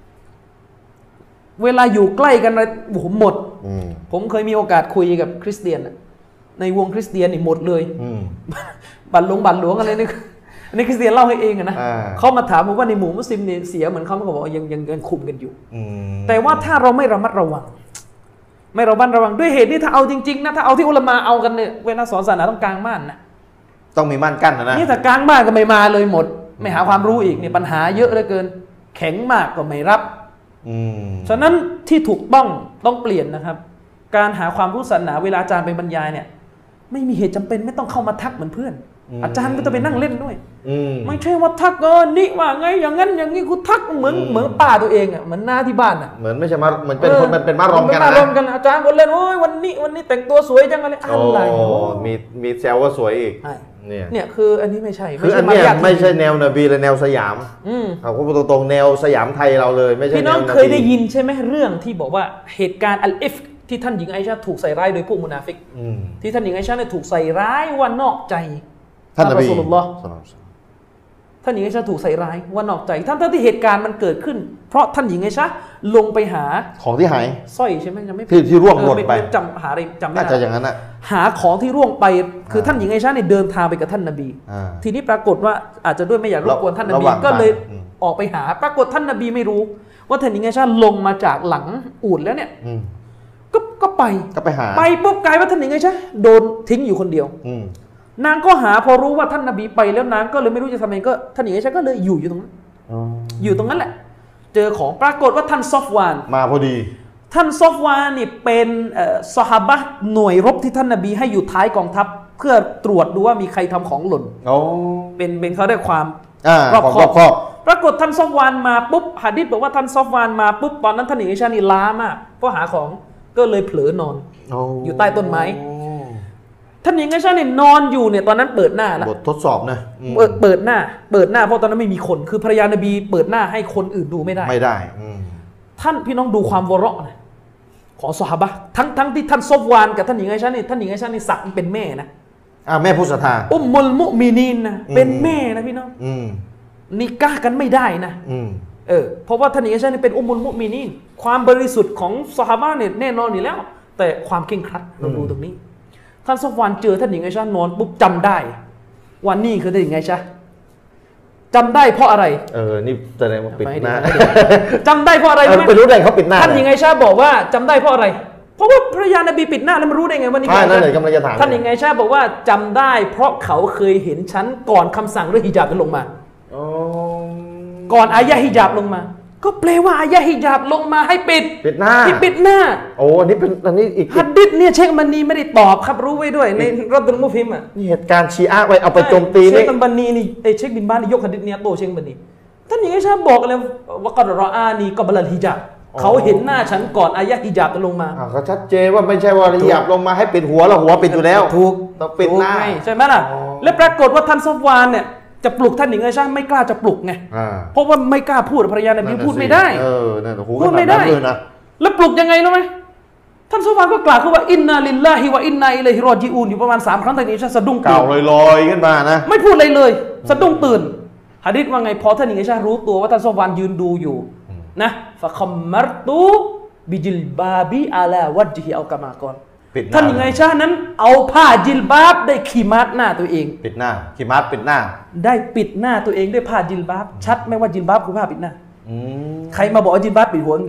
เวลาอยู่ใกล้กันอะไรผมหมดผมเคยมีโอกาสคุยกับคริสเตียนในวงคริสเตียนนี่หมดเลยบัตรหลวงอะไรนี่อันนี้คริสเตียนเล่าให้เองนะเขามาถามผมว่าในหมู่มุสลิมเนี่ยเสียเหมือนเขาบอกว่ายังคุมกันอยู่แต่ว่าถ้าเราไม่ระมัดระวังด้วยเหตุนี้ถ้าเอาจริงๆนะถ้าเอาที่อุลามะเอากันเนี่ยเวลาสอนศาสนาต้องกางม่านนะต้องมีม่านกั้นนะนี่ถ้ากางม่านก็ไม่มาเลยหมดไม่หาความรู้อีกเนี่ยปัญหาเยอะเหลือเกินแข็งมากก็ไม่รับฉะนั้นที่ถูกต้องเปลี่ยนนะครับการหาความรู้ศาสนาเวลาอาจารย์ไปบรรยายเนี่ยไม่มีเหตุจำเป็นไม่ต้องเข้ามาทักเหมือนเพื่อนอาจารย์ก็จะไปนั่งเล่นด้วยไม่ใช่ว่าทักนี่ว่าไงอย่างนั้นอย่างนี้กูทักเหมือนป้าตัวเองอ่ะเหมือนหน้าที่บ้านอ่ะเหมือนไม่ใช่มาเหมือนเป็นคนมันเป็นมารอมกันนะอาจารย์คนเล่นโอ้ยวันนี้แต่งตัวสวยจังอะไรมีแซวว่าสวยอีกเนี่ยคืออันนี้ไม่ใช่คืออันนี้ไม่ใช่แนวนบีและแนวสยามเอาพูดตรงๆแนวสยามไทยเราเลยไม่ใช่พี่น้องเคยได้ยินใช่ไหมเรื่องที่บอกว่าเหตุการณ์อัลอิฟที่ท่านหญิงไอชาถูกใส่ร้ายโดยพวกมุนาฟิกที่ท่านหญิงไอชาเนี่ยถูกใส่ร้ายว่านอกใจท่านนบีท่านหญิงไอชาถูกใส่ร้ายว่านอกใจท่านที่เหตุการณ์มันเกิดขึ้นเพราะท่านหญิงไอชาลงไปหาของที่หายสร้อยใช่ไหมจะไม่ที่ร่วงหล่นไปจำหาอะไรจำไม่ได้น่าจะอย่างนั้นนะหาของที่ร่วงไปคือท่านหญิงไอชาเนี่ยเดินทางไปกับท่านนบีทีนี้ปรากฏว่าอาจจะด้วยไม่อยากรบกวนท่านนบีก็เลยออกไปหาปรากฏท่านนบีไม่รู้ว่าท่านหญิงไอชาลงมาจากหลังอูฐแล้วเนี่ยก็ไปหาไปปุ๊บกลายว่าท่านหญิงไอชาโดนทิ้งอยู่คนเดียวนางก็หาพอรู้ว่าท่านนบีไปแล้วนางก็เลยไม่รู้จะทำยังไงก็ท่านหญิงไอชาก็เลยอยู่ตรงนั้นอยู่ตรงนั้นแหละเจอของปรากฏว่าท่านซอฟวานมาพอดีท่านซอฟวานนี่เป็นซอฮาบะห์หน่วยรบที่ท่านนบีให้อยู่ท้ายกองทัพเพื่อตรวจดูว่ามีใครทำของหล่นเป็นเขาได้ความรอบคอบปรากฏท่านซอฟวานมาปุ๊บหะดีษบอกว่าท่านซอฟวานมาปุ๊บตอนนั้นท่านหญิงไอชานี่ล้ามากเพราะหาของก็เลยเผลอนอนอยู่ใต้ต้นไม้ท่านหญิงไอชาเนี่ยนอนอยู่เนี่ยตอนนั้นเปิดหน้าแล้วบททดสอบนะเปิดหน้าเพราะตอนนั้นไม่มีคนคือภรรยานบีเปิดหน้าให้คนอื่นดูไม่ได้ท่านพี่น้องดูความวะเราะห์นะของซอฮาบะห์ทั้งที่ท่านซอฟวานกับท่านหญิงไอชาเนี่ยท่านหญิงไอชาเนี่ยสักเป็นแม่นะแม่ผู้ศรัทธาอุมมุลมุมินีนนะเป็นแม่นะพี่น้องนิกะห์กันไม่ได้นะเพราะว่าท่านหญิงไอชาเนี่ยเป็นอุมมุลมุมินีนความบริสุทธิ์ของซอฮาบะห์เนี่ยแน่นอนอยู่แล้วแต่ความเคร่งครัดเราดูตรงนี้ท่านซอฟวานเจอท่านหญิงไอชานอนปุ๊บจำได้วันนี้คือท่านหญิงไอชาจำได้เพราะอะไรนี่แสดงว่าปิดหน้าจำได้เพราะอะไรไหมไปรู้ได้เขาปิดหน้าท่านหญิงไอชาบอกว่าจำได้เพราะอะไรเพราะว่าภรรยานบีปิดหน้าแล้วมันรู้ได้ไงวันนี้นั่นเลยกำลังจะถามท่านหญิงไอชาบอกว่าจำได้เพราะเขาเคยเห็นฉันก่อนคำสั่งเรื่องฮิญาบจะลงมาก่อนอายะฮิญาบลงมาก็แปลว่าอายะฮิญาบลงมาให้ปิดหน้าที่ปิดหน้าอันนี้อีกหะดีษเนี่ยเชคบันนีไม่ได้ตอบครับรู้ไว้ด้วยในรอดุลมุฟิมนี่เหตุการณ์ชีอะห์ไว้เอาไปโจมตีเชคบันนีนี่เชคบินบานนี่ยกหะดีษเนี่ยโตเชคบันนีท่านอย่างนี้ชาบอกเลยว่ากัดรออานีกับบัลฮิญาบเขาเห็นหน้าฉันก่อนอายะฮิญาบจะลงมาเขาชัดเจนว่าไม่ใช่ว่าฮิญาบลงมาให้ปิดหัวแล้วหัวปิดอยู่แล้วถูกต้องปิดหน้าใช่ไหมล่ะและปรากฏว่าท่านซอฟวานเนี่ยจะปลุกท่านหญิงไอชาไม่กล้าจะปลุกไงเพราะว่าไม่กล้าพูดภรรยานบีพูดไม่ได้พูดไม่ได้แล้วปลุกยังไงรู้ไหมท่านซอฟวานก็กล่าวคือว่าอินนาลิลลาฮิวะอินนาอิลัยฮิรอญิอูนอยู่ประมาณ3 ครั้งท่านหญิงไอชาสะดุ้งตื่นลอยขึ้นมานะไม่พูดอะไรเลยสะดุ้งตื่นหะดีษว่าไงพอท่านหญิงไอชารู้ตัวว่าท่านซอฟวานยืนดูอยู่นะฟะคัมมัรตุบิจิลบาบิอาลาวัจฮิอัลกะมากอนท่านหญิงไอชานั้นเอาผ้าจิลบาบได้ขีมัดหน้าตัวเองปิดหน้าขีมัดปิดหน้าได้ปิดหน้าตัวเองด้วยผ้าจิลบาบชัดไหมว่าจิลบาบคือผ้าปิดหน้าใครมาบอกว่าจิลบาบปิดหัวอย่างเดียว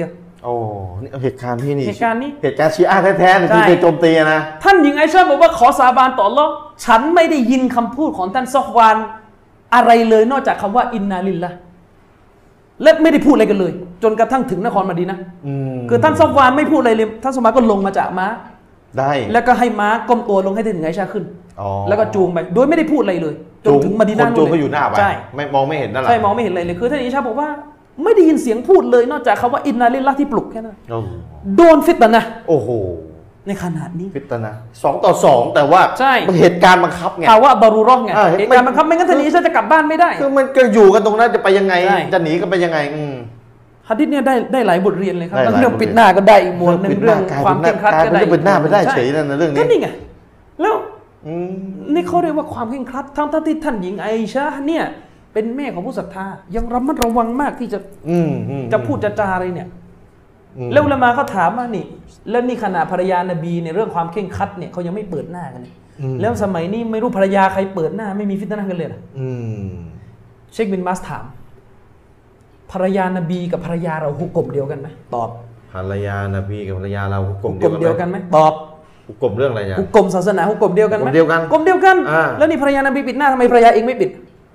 โอ้นี่เหตุการณ์ที่นี่เหตุการณ์นี้เหตุการณ์ชีอะห์แท้ๆเลยที่ไปโจมตีนะท่านหญิงไอชาบอกว่าขอสาบานต่ออัลเลาะห์ฉันไม่ได้ยินคำพูดของท่านซอฟวานอะไรเลยนอกจากคำว่าอินนาลิลละและไม่ได้พูดอะไรกันเลย จนกระทั่งถึงนครมะดีนะห์คือท่านซอฟวานไม่พูดอะไรเลยท่านซอฟวานก็ลงมาจากม้าได้แล้วก็ให้ม้าก้มตัวลงให้ท่านหญิงไอชาขึ้นแล้วก็จูงไปโดยไม่ได้พูดอะไรเลยจนถึงมะดีนะห์จูงก็อยู่หน้าไปไม่มองไม่เห็นนั่นแหละใช่มองไม่เห็นอะไรเลยคือท่านหญิงไอชาบอกว่าไม่ได้ยินเสียงพูดเลยนอกจากคำว่าอินนาลิลละที่ปลุกแค่นั้นโดนฟิตนะห์โอ้โหในขนาดนี้ฟิตนะห์2-2แต่ว่าเหตุการณ์บังคับไงภาวะบารูเราะห์ไงเหตุการณ์บังคับไม่งั้นท่านหญิงไอชาจะกลับบ้านไม่ได้คือมันก็อยู่กันตรงนั้นจะไปยังไงจะหนีกันไปยังไงหะดีษเนี่ยได้หลายบทเรียนเลยครับเรื่องปิดหน้าก็ได้อีกมวลนึงเรื่องความเคร่งครัดก็ได้ปิดหน้าไปได้เฉยนั่นนะเรื่องนี้ก็นี่ไงแล้วนี่เขาเรียกว่าความเคร่งครัดทั้งที่ท่านหญิงไอชาเนี่ยเป็นแม่ของผู้ศรัทธายังระมัดระวังมากที่จะพูดจะจาอะไรเนี่ยแล้วอุลามะเขาถามว่านี่แล้วนี่ขณะภรรยานบีในเรื่องความเคร่งครัดเนี่ยเขายังไม่เปิดหน้ากันแล้วสมัยนี้ไม่รู้ภรรยาใครเปิดหน้าไม่มีฟิตนะห์กันเลยเชคบินบาสถามภรรยานบีกับภรรยาเราฮุกกลมเดียวกันไหมตอบภรรยานบีกับภรรยาเราฮุกกลมเดียวกันไหมตอบฮุกกลมเรื่องอะไรฮุกกลมศาสนาฮุกกลมเดียวกันไหมเดียวกันกลมเดียวกันแล้วนี่ภรรยานบีปิดหน้าทำไมภรรยาเองไม่ปิด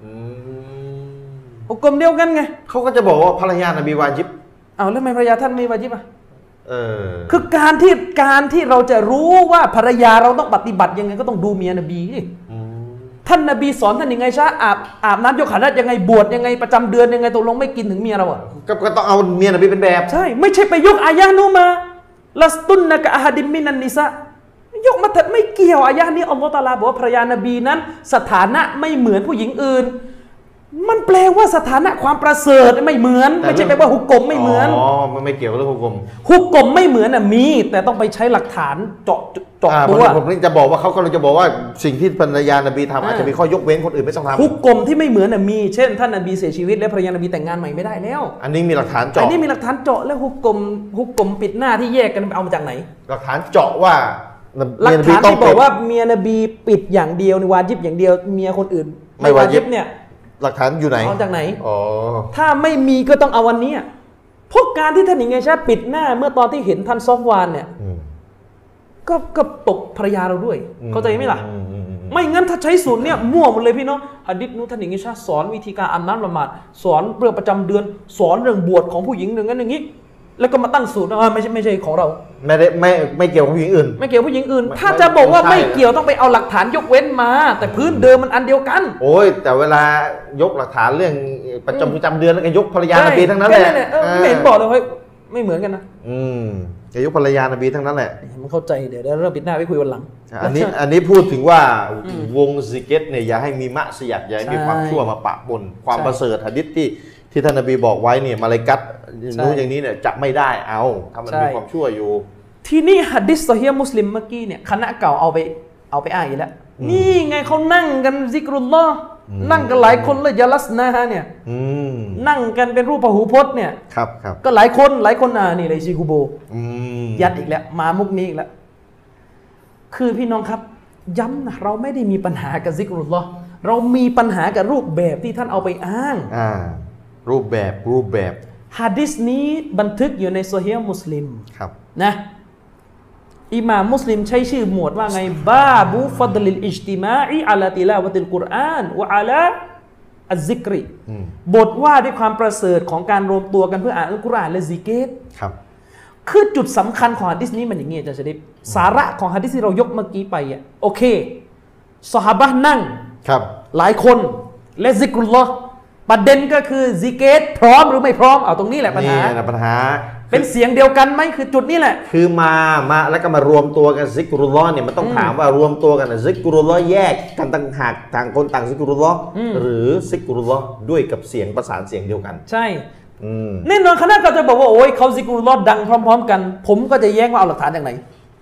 ฮุกกลมเดียวกันไงเขาก็จะบอกว่าภรรยานบีวาญิบแล้วทำไมภรรยาท่านไม่วาญิบอ่ะคือการที่เราจะรู้ว่าภรรยาเราต้องปฏิบัติยังไงก็ต้องดูเมียนบีท่านนบีสอนท่านยังไงชะอาบน้ำยกขันธ์ยังไงบวชยังไงประจำเดือนยังไงตกลงไม่กินถึงเมียเราอ่ะก็ต้องเอาเมียนบีเป็นแบบใช่ไม่ใช่ไปยกอายะห์นู้มาลัสตุนนะกะอะฮัดิมมินันนิสายกมาถัดไม่เกี่ยวอายะห์นี้อัลลอฮฺตะอาลาบอกว่าภรรยานบีนั้นสถานะไม่เหมือนผู้หญิงอื่นมันแปลว่าสถานะความประเสริฐไม่เหมือนไม่ใช่แปลว่าฮุกกลมไม่เหมือนมันไม่เกี่ยวกับเรื่องฮุกกลมไม่เหมือนมีแต่ต้องไปใช้หลักฐานเจาะตัวผมนี่จะบอกว่าเขากำลังจะบอกว่าสิ่งที่ภรรยานบีทำอาจจะมีข้อยกเว้นคนอื่นไม่ต้องทำฮุกกลมที่ไม่เหมือนมีเช่นท่านนบีเสียชีวิตและภรรยานบีแต่งงานใหม่ไม่ได้แล้วอันนี้มีหลักฐานเจาะอันนี้มีหลักฐานเจาะแล้วฮุกกลมปิดหน้าที่แยกกันเอามาจากไหนหลักฐานเจาะว่าหลักฐานที่บอกว่าเมียนบีปิดอย่างเดียวในวาญิบอย่างเดียวเมียคนอื่นไม่วาญิบเนี่ยหลักฐานอยู่ไหนเอาจากไหนถ้าไม่มีก็ต้องเอาวันนี้เพราะการที่ท่านหญิงไอชาปิดหน้าเมื่อตอนที่เห็นท่านซอฟวานเนี่ยก็ตกภรรยาเราด้วยเข้าใจไหมล่ะไม่งั้นถ้าใช้สูตรเนี่ยมั่วหมดเลยพี่น้องหะดีษนู้นท่านหญิงไอชาสอนวิธีการอาบน้ำละหมาดสอนเรื่องประจำเดือนสอนเรื่องบวชของผู้หญิงอย่างนั้นอย่างนี้แล้วก็มาตั้งสูตรว่าไม่ใช่ของเราไม่เกี่ยวกับผู้หญิงอื่นไม่เกี่ยวผู้หญิงอื่นถ้าจะบอกว่าไม่เกี่ยวต้องไปเอาหลักฐานยกเว้นมาแต่พื้นเดิมมันอันเดียวกันโอ้ยแต่เวลายกหลักฐานเรื่องประจำเดือนแล้วก็ยกภรรยานบีทั้งนั้นแหละไม่เห็นบอกเลยว่าไม่เหมือนกันนะจะยกภรรยานบีทั้งนั้นแหละมันเข้าใจเดี๋ยวเริ่มปิดหน้าไปคุยวันหลังอันนี้พูดถึงว่าวงซิกเก็ตเนี่ยอย่าให้มีมะซิยัดอย่าให้มีความชั่วมาปะปนความประเสริฐหะดีษที่ท่านนบีบอกไว้เนี่ยมาลาอิกัตนู้นอย่างนี้เนี่ยจับไม่ได้เอาถ้ามันมีความชั่วอยู่ทีนี้หะดีษซอฮีฮ์มุสลิมเมื่อกี้เนี่ยคณะเก่าเอาไปอ้างอีกแล้วนี่ไงเขานั่งกันซิกรุลลอฮ์นั่งกันหลายคนเลยยะลัสนาเนี่ยนั่งกันเป็นรูปพหูพจน์เนี่ยครับก็หลายคนนี่เลยซิกูโบยัดอีกแล้วมามุกนี้อีกแล้วคือพี่น้องครับย้ำนะเราไม่ได้มีปัญหากับซิกรุลลอฮ์เรามีปัญหากับรูปแบบที่ท่านเอาไปอ้างรูปแบบหะดีษนี้บันทึกอยู่ในซอฮีฮ์มุสลิมนะอิหม่ามมุสลิมใช้ชื่อหมวดว่าไงบาบุฟัดลิลอิจติมาอีอะลาติลาวะติลกุรอานวะอะลาอัซซิกรีบทว่าด้วยความประเสริฐของการรวมตัวกันเพื่ออ่านอัลกุรอานและซิกรคือจุดสำคัญของหะดีษนี้มันอย่างนี้อาจารย์ชะริฟสาระของหะดีษที่เรายกเมื่อกี้ไปโอเคซอฮาบะห์นั่งหลายคนและซิกรุลลอฮ์ประเด็นก็คือซิกรพร้อมหรือไม่พร้อมเอาตรงนี้แหละปัญหาเป็นเสียงเดียวกันไหมคือจุดนี้แหละคือมาแล้วก็มารวมตัวกันซิกรุลลอฮ์เนี่ยมันต้องถามว่ารวมตัวกันซิกรุลลอฮ์แยกกันต่างหากต่างคนต่างซิกรุลลอฮ์หรือซิกรุลลอฮ์ด้วยกับเสียงประสานเสียงเดียวกันใช่แน่นอนคณะก็จะบอกว่าโอ้ยเขาซิกรุลลอฮ์ดังพร้อมๆกันผมก็จะแย้งว่าเอาหลักฐานจากไหน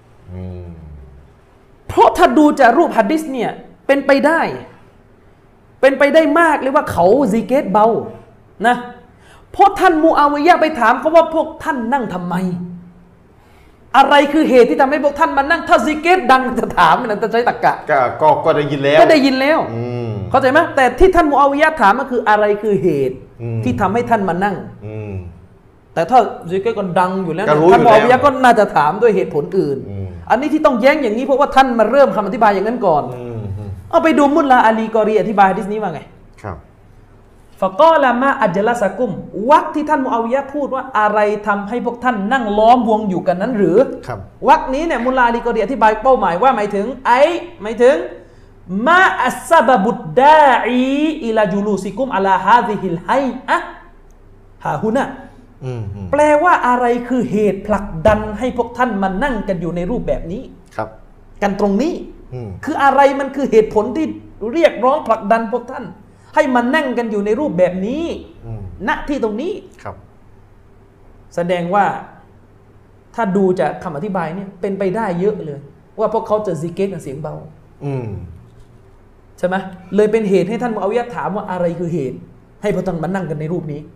เพราะถ้าดูจากรูปหะดีษเนี่ยเป็นไปได้มากเลยว่าเขาซิกรเบานะเพราะท่านมูอาวิยะห์ไปถามเขาว่าพวกท่านนั่งทำไมอะไรคือเหตุที่ทำให้พวกท่านมานั่งถ้าซิกรดังจะถามมันจะใช้ตรรกะก็ได้ยินแล้วเข้าใจไหมแต่ที่ท่านมูอาวิยะห์ถามก็คืออะไรคือเหตุที่ทำให้ท่านมานั่งแต่ถ้าซิกเกตก็ดังอยู่แล้วก็รู้อยู่ท่านมุอาวิยะแล้วก็น่าจะถามด้วยเหตุผลอื่น อันนี้ที่ต้องแย้งอย่างนี้เพราะว่าท่านมาเริ่มคำอธิบายอย่างนั้นก่อนเอาไปดูมุลลาอาลีกอรีอธิบายหะดีษนี้ว่าไงครับฟะกอละมาอัจละสะกุมวรรคที่ท่านมุอาวิยะห์พูดว่าอะไรทำให้พวกท่านนั่งล้อมวงอยู่กันนั้นหรือครับวรรคนี้เนี่ยมุลลาอาลีกอรีอธิบายเป้าหมายว่าหมายถึงหมายถึงมาอัสซะบะบุดดาอีอิลาจูลูซิกุมอะลาฮาซิฮิลไฮอะฮาฮุนะแปลว่าอะไรคือเหตุผลักดันให้พวกท่านมานั่งกันอยู่ในรูปแบบนี้ครับกันตรงนี้คืออะไรมันคือเหตุผลที่เรียกร้องผลักดันพวกท่านให้มานั่งกันอยู่ในรูปแบบนี้ณที่ตรงนี้ครับแสดงว่าถ้าดูจากคำอธิบายเนี่ยเป็นไปได้เยอะเลยว่าพวกเขาจะซิกเกตกับเสียงเบาใช่ไหมเลยเป็นเหตุให้ท่านมุอาวิยะห์ถามว่าอะไรคือเหตุให้พวกท่านมานั่งกันในรูปนี้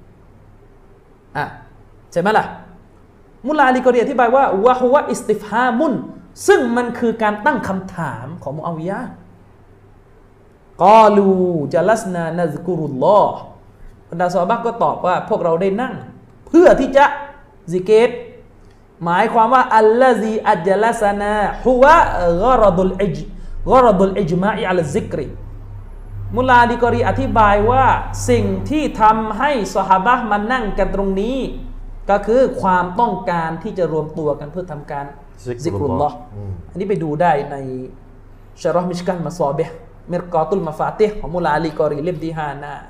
ใช่ไหมล่ะมุลลาอาลีกอรีอธิบายว่าวะฮุวะอิสติฟฮามุนซึ่งมันคือการตั้งคำถามของมุอาวิยะห์กอลูจัลัสนานัซกุรุลลอฮ์บรรดาซอฮาบะห์ก็ตอบว่าพวกเราได้นั่งเพื่อที่จะซิกเกตหมายความว่าอัลลอซีอัจลัสนาฮุวะกอรดุลอิจมาอิอัลซิกริมุลลาอาลีกอรีอธิบายว่าสิ่งที่ทำให้ซอฮาบะห์มานั่งกันตรงนี้ก็คือความต้องการที่จะรวมตัวกันเพื่อทำการซิกรุลลอฮ์อันนี้ไปดูได้ในชะเราะห์มิชกัตมัศอบิฮ์มิรกาตุลมะฟาติฮ์ของมุลลาอาลีกอรีเล่มที่5หน้า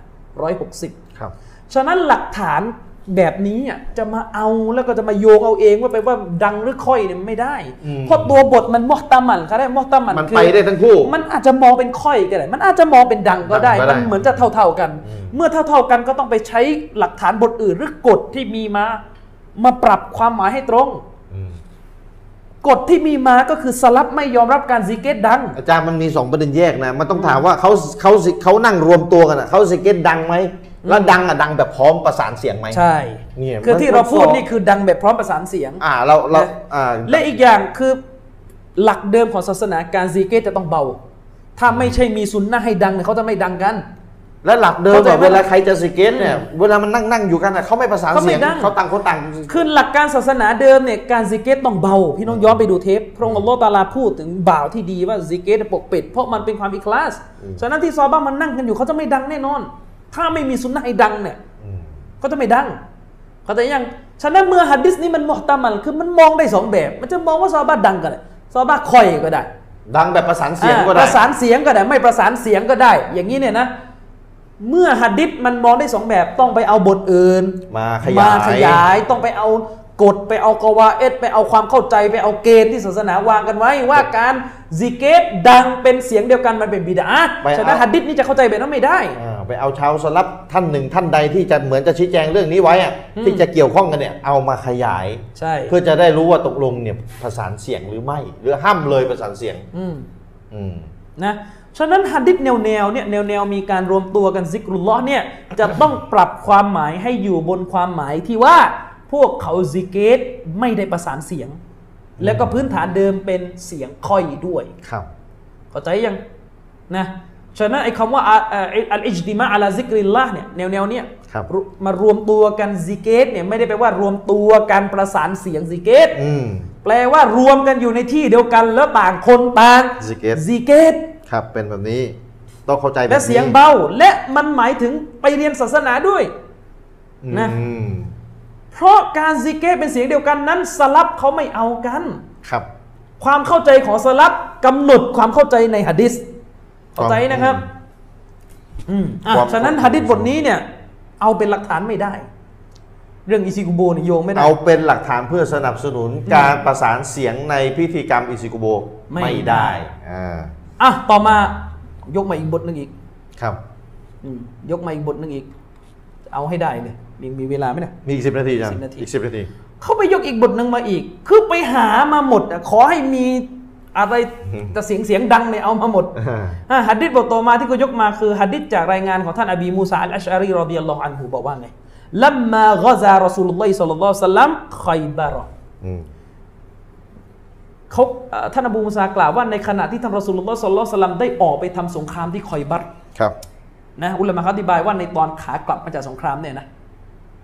160 ครับฉะนั้นหลักฐานแบบนี้จะมาเอาแล้วก็จะมาโยงเอาเองว่าไปว่าดังหรือค่อยเนี่ยไม่ได้เพราะตัวบทมันมุฮตะมันก็ได้มุฮตะมันมันไปได้ทั้งคู่มันอาจจะมองเป็นค่อยก็ได้มันอาจจะมองเป็นดังก็ได้มันเหมือนจะเท่าๆกันเมื่อเท่าๆกันก็ต้องไปใช้หลักฐานบทอื่นหรือกฎที่มีมาปรับความหมายให้ตรงกฎที่มีมาก็คือสลับไม่ยอมรับการซิกเกตดังอาจารย์มันมี2ประเด็นแยกนะมันต้องถามว่าเขานั่งรวมตัวกันอ่ะเขาซิกเกตดังไหมแล้วดังดังแบบพร้อมประสานเสียงไหมใช่คือที่เราพูดนี่คือดังแบบพร้อมประสานเสียงเราและอีกอย่างคือหลักเดิมของศาสนาการซิกเกตจะต้องเบาถ้าไม่ใช่มีซุนนะห์ให้ดังเนี่ยเขาจะไม่ดังกันและหลักเดิมเวลาใครจะซิกเกตเนี่ยเวลามันนั่งอยู่กันเขาไม่ประสานเสียงเขาต่างคนต่างคือหลักการศาสนาเดิมเนี่ยการซิกเกตต้องเบาพี่น้องย้อนไปดูเทปพระองค์อัลเลาะห์ตะอาลาพูดถึงบ่าวที่ดีว่าซิกเกตปกปิดเพราะมันเป็นความอิคลาสฉะนั้นที่ซอฮาบะห์มันนั่งกันอยู่เขาจะไม่ดังแน่นอนถ้าไม่มีซุนนะห์ให้ดังเนี่ยเขาจะไม่ดังเข้าใจยังฉะนั้นเมื่อหะดีษนี้มันมุฮตะมัลคือมันมองได้2แบบมันจะมองว่าซอฮาบะห์ดังก็ได้ซอฮาบะห์ค่อยก็ได้ดังแบบประสานเสียงก็ได้ประสานเสียงก็ได้ไม่ประสานเสียงก็ได้อย่างนี้เนี่ยนะเมื่อหะดีษมันมองได้2แบบต้องไปเอาบทอื่นมาขยายต้องไปเอากฎไปเอากวาเอดไปเอาความเข้าใจไปเอาเกณฑ์ที่ศาสนาวางกันไว้ว่าการซิกเกตดังเป็นเสียงเดียวกันมันเป็นบิดอะห์ฉะนั้นหะดีษนี้จะเข้าใจแบบนั้นไม่ได้ไปเอาชาวสลับท่านหนึ่งท่านใดที่จะเหมือนจะชี้แจงเรื่องนี้ไว้ที่จะเกี่ยวข้องกันเนี่ยเอามาขยายใช่เพื่อจะได้รู้ว่าตกลงเนี่ยประสานเสียงหรือไม่หรือห้ามเลยประสานเสียงนะฉะนั้นหะดีษแนวเนี่ยแนวมีการรวมตัวกันซิกรุลลอฮ์เนี่ยจะต้องปรับความหมายให้อยู่บนความหมายที่ว่าพวกเขาซิกเกตไม่ได้ประสานเสียงแล้วก็พื้นฐานเดิมเป็นเสียงค่อยด้วยครับเข้าใจยังนะฉะนั้นไอ้คำว่าอัลอิจติมาอะลาซิกริลลาห์เนี่ยแนวเนี่ยมารวมตัวกันซิกเกตเนี่ยไม่ได้แปลว่ารวมตัวกันประสานเสียงซิกเกตแปลว่ารวมกันอยู่ในที่เดียวกันแล้วต่างคนต่างซิกเกตครับเป็นแบบนี้ต้องเข้าใจแบบนี้และเสียงเบาและมันหมายถึงไปเรียนศาสนาด้วยนะเพราะการซิกเกตเป็นเสียงเดียวกันนั้นสลับเขาไม่เอากันครับความเข้าใจของสลับกำหนดความเข้าใจในหะดีษเข้าใจนะครับฉะนั้นหะดีษบทนี้เนี่ยเอาเป็นหลักฐานไม่ได้เรื่องอิซิกุโบเนี่ยโยงไม่ได้เอาเป็นหลักฐานเพื่อสนับสนุนการประสานเสียงในพิธีกรรมอิซิกุโบไม่ได้ต่อมายกมาอีกบทหนึ่งอีกครับยกมาอีกบทหนึ่งอีกเอาให้ได้เลยมีเวลาไหมเนี่ยมีอีก10 นาทีจ้ะอีก10 นาทีเขาไปยกอีกบทหนึ่งมาอีกคือไปหามาหมดขอให้มีอะไรแต่เสียงดังเนี่ยเอามาหมดหะดีษบทต่อมาที่เขายกมาคือหะดีษจากรายงานของท่านอบีมูซาอัลอัชอารีรอฎิยัลลอฮุอันฮุบอกว่าไงลัมมากอซารอซูลุลลอฮิศ็อลลัลลอฮุอะลัยฮิวะซัลลัมค็อยบะรอเขาท่านอบูมูซากล่าวว่าในขณะที่ท่านรอซูลุลลอฮ์ศ็อลลัลลอฮุอะลัยฮิวะซัลลัมได้ออกไปทำสงครามที่คอยบัรครับนะอุลามะเขาอธิบายว่าในตอนขากลับมาจากสงครามเนี่ยนะ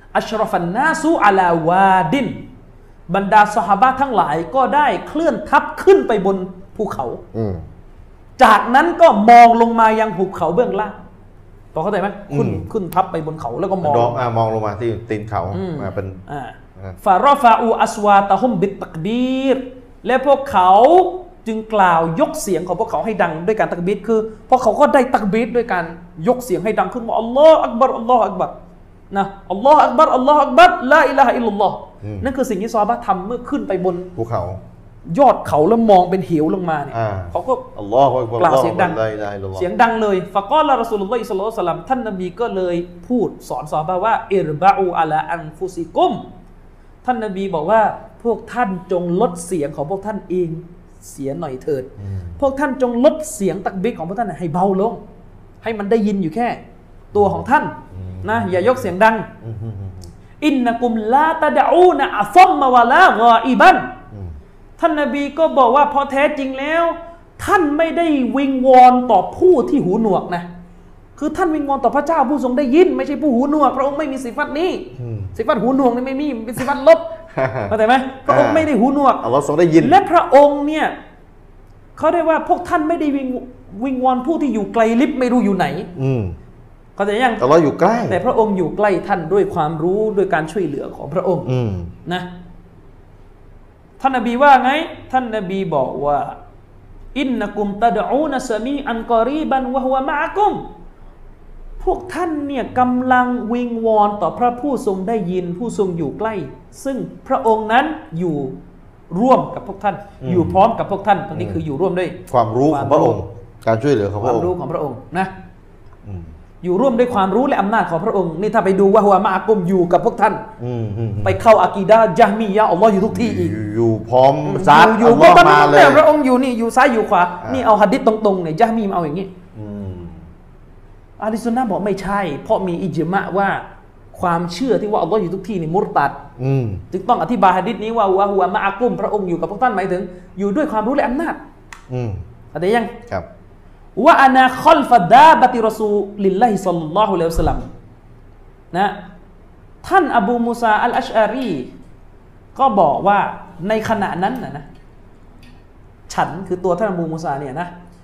อัชรฟันนาสุอะลาวาดินบรรดาซอฮาบะห์ทั้งหลายก็ได้เคลื่อนทัพขึ้นไปบนภูเขาจากนั้นก็มองลงมายังภูเขาเบื้องล่างพอเข้าใจไหมขึ้นทัพไปบนเขาแล้วก็มองลงมาที่ตีนเขาเป็นฟารอฟาอูอัสวาตะฮุมบิตตักบีรและพวกเขาจึงกล่าวยกเสียงของพวกเขาให้ดังด้วยการตักบีรคือพวกเขาก็ได้ตักบีรด้วยการยกเสียงให้ดังขึ้นว่าอัลลอฮฺอักบัรอัลลอฮฺอักบัรนะอัลลอฮฺอักบัรอัลลอฮฺอักบัรลาอิลาฮะอิลลัลลอฮ์นั่นคือสิ่งที่ซอฮาบะห์ทำเมื่อขึ้นไปบนภูเขายอดเขาแล้วมองเป็นเหวลงมาเนี่ยเขาก็อัลลอฮฺกล่าวเสียงดังเลยฟะกอละรอซูลุลลอฮิศ็อลลัลลอฮุอะลัยฮิวะซัลลัมท่านนบีก็เลยพูดสอนซอฮาบะห์ว่าอิรบะอูอะลาอันฟุซิกุมท่านนบีบอกว่าพวกท่านจงลดเสียงของพวกท่านเองเสียหน่อยเถิดพวกท่านจงลดเสียงตักบีรของพวกท่านให้เบาลงให้มันได้ยินอยู่แค่ตัวของท่านนะอย่ายกเสียงดังอินนะกุมลาตะดะอูนะอะซัมมะวะลากออิบันท่านนบีก็บอกว่าพอแท้จริงแล้วท่านไม่ได้วิงวอนต่อผู้ที่หูหนวกนะคือท่านวิงวอนต่อพระเจ้าผู้ทรงได้ยินไม่ใช่ผู้หูหนวกพระองค์ไม่มีสิฟัตนี้สิฟัตหูหนวกนี่ไม่มีเป็นสิฟัตลบเข้าใจไหมพระองค์ไม่ได้หูหนวกอัลลอฮ์ทรงได้ยินและพระองค์เนี่ยเขาเรียกว่าพวกท่านไม่ได้วิงวอนผู้ที่อยู่ไกลลิบไม่รู้อยู่ไหนเข้าใจยังอัลลอฮ์อยู่ใกล้แต่พระองค์อยู่ใกล้ท่านด้วยความรู้ด้วยการช่วยเหลือของพระองค์นะท่านนบีว่าไงท่านนบีบอกว่าอินนะกุมตะดอูนะซะมีอันกอรีบันวะฮุวะมะอะกุมพวกท่านเนี่ยกำลังวิงวอนต่อพระผู้ทรงได้ยินผู้ทรงอยู่ใกล้ซึ่งพระองค์นั้นอยู่ร่วมกับพวกท่านอยู่พร้อมกับพวกท่านตรงนี้คืออยู่ร่วมด้วยความรู้ของพระองค์การช่วยเหลือของพระองค์ความรู้ของพระองค์นะอยู่ร่วมด้วยความรู้และอำนาจของพระองค์นี่ถ้าไปดูว่าฮุวะมะอะกุมอยู่กับพวกท่านไปเข้าอะกีดะห์ญะมียะห์อัลลอฮ์อยู่ทุกที่อีกอยู่พร้อมซัดอยู่พวกท่านมาเลยพระองค์อยู่นี่อยู่ซ้ายอยู่ขวานี่เอาหะดีษตรงๆเนี่ยญะมีมาเอาอย่างนี้อะห์ลุสซุนนะห์บอกไม่ใช่เพราะมีอิจมะว่าความเชื่อที่ว่าอัลลอฮ์อยู่ทุกที่นี่มุรตัดจึงต้องอธิบายหะดีษนี้ว่าฮุวะมะอะกุมพระองค์อยู่กับพวกท่านหมายถึงอยู่ด้วยความรู้และอำนาจเข้าใจยังครับว่าอานาคอลฟะดาบะติรอซูลิลลาฮิศ็อลลัลลอฮุอะลัยฮิวะซัลลัมนะท่านอบูมูซาอัลอัชอารีก็บอกว่าในขณะนั้นนะฉันคือตัวท่านอบูมูซาเนี่ยนะ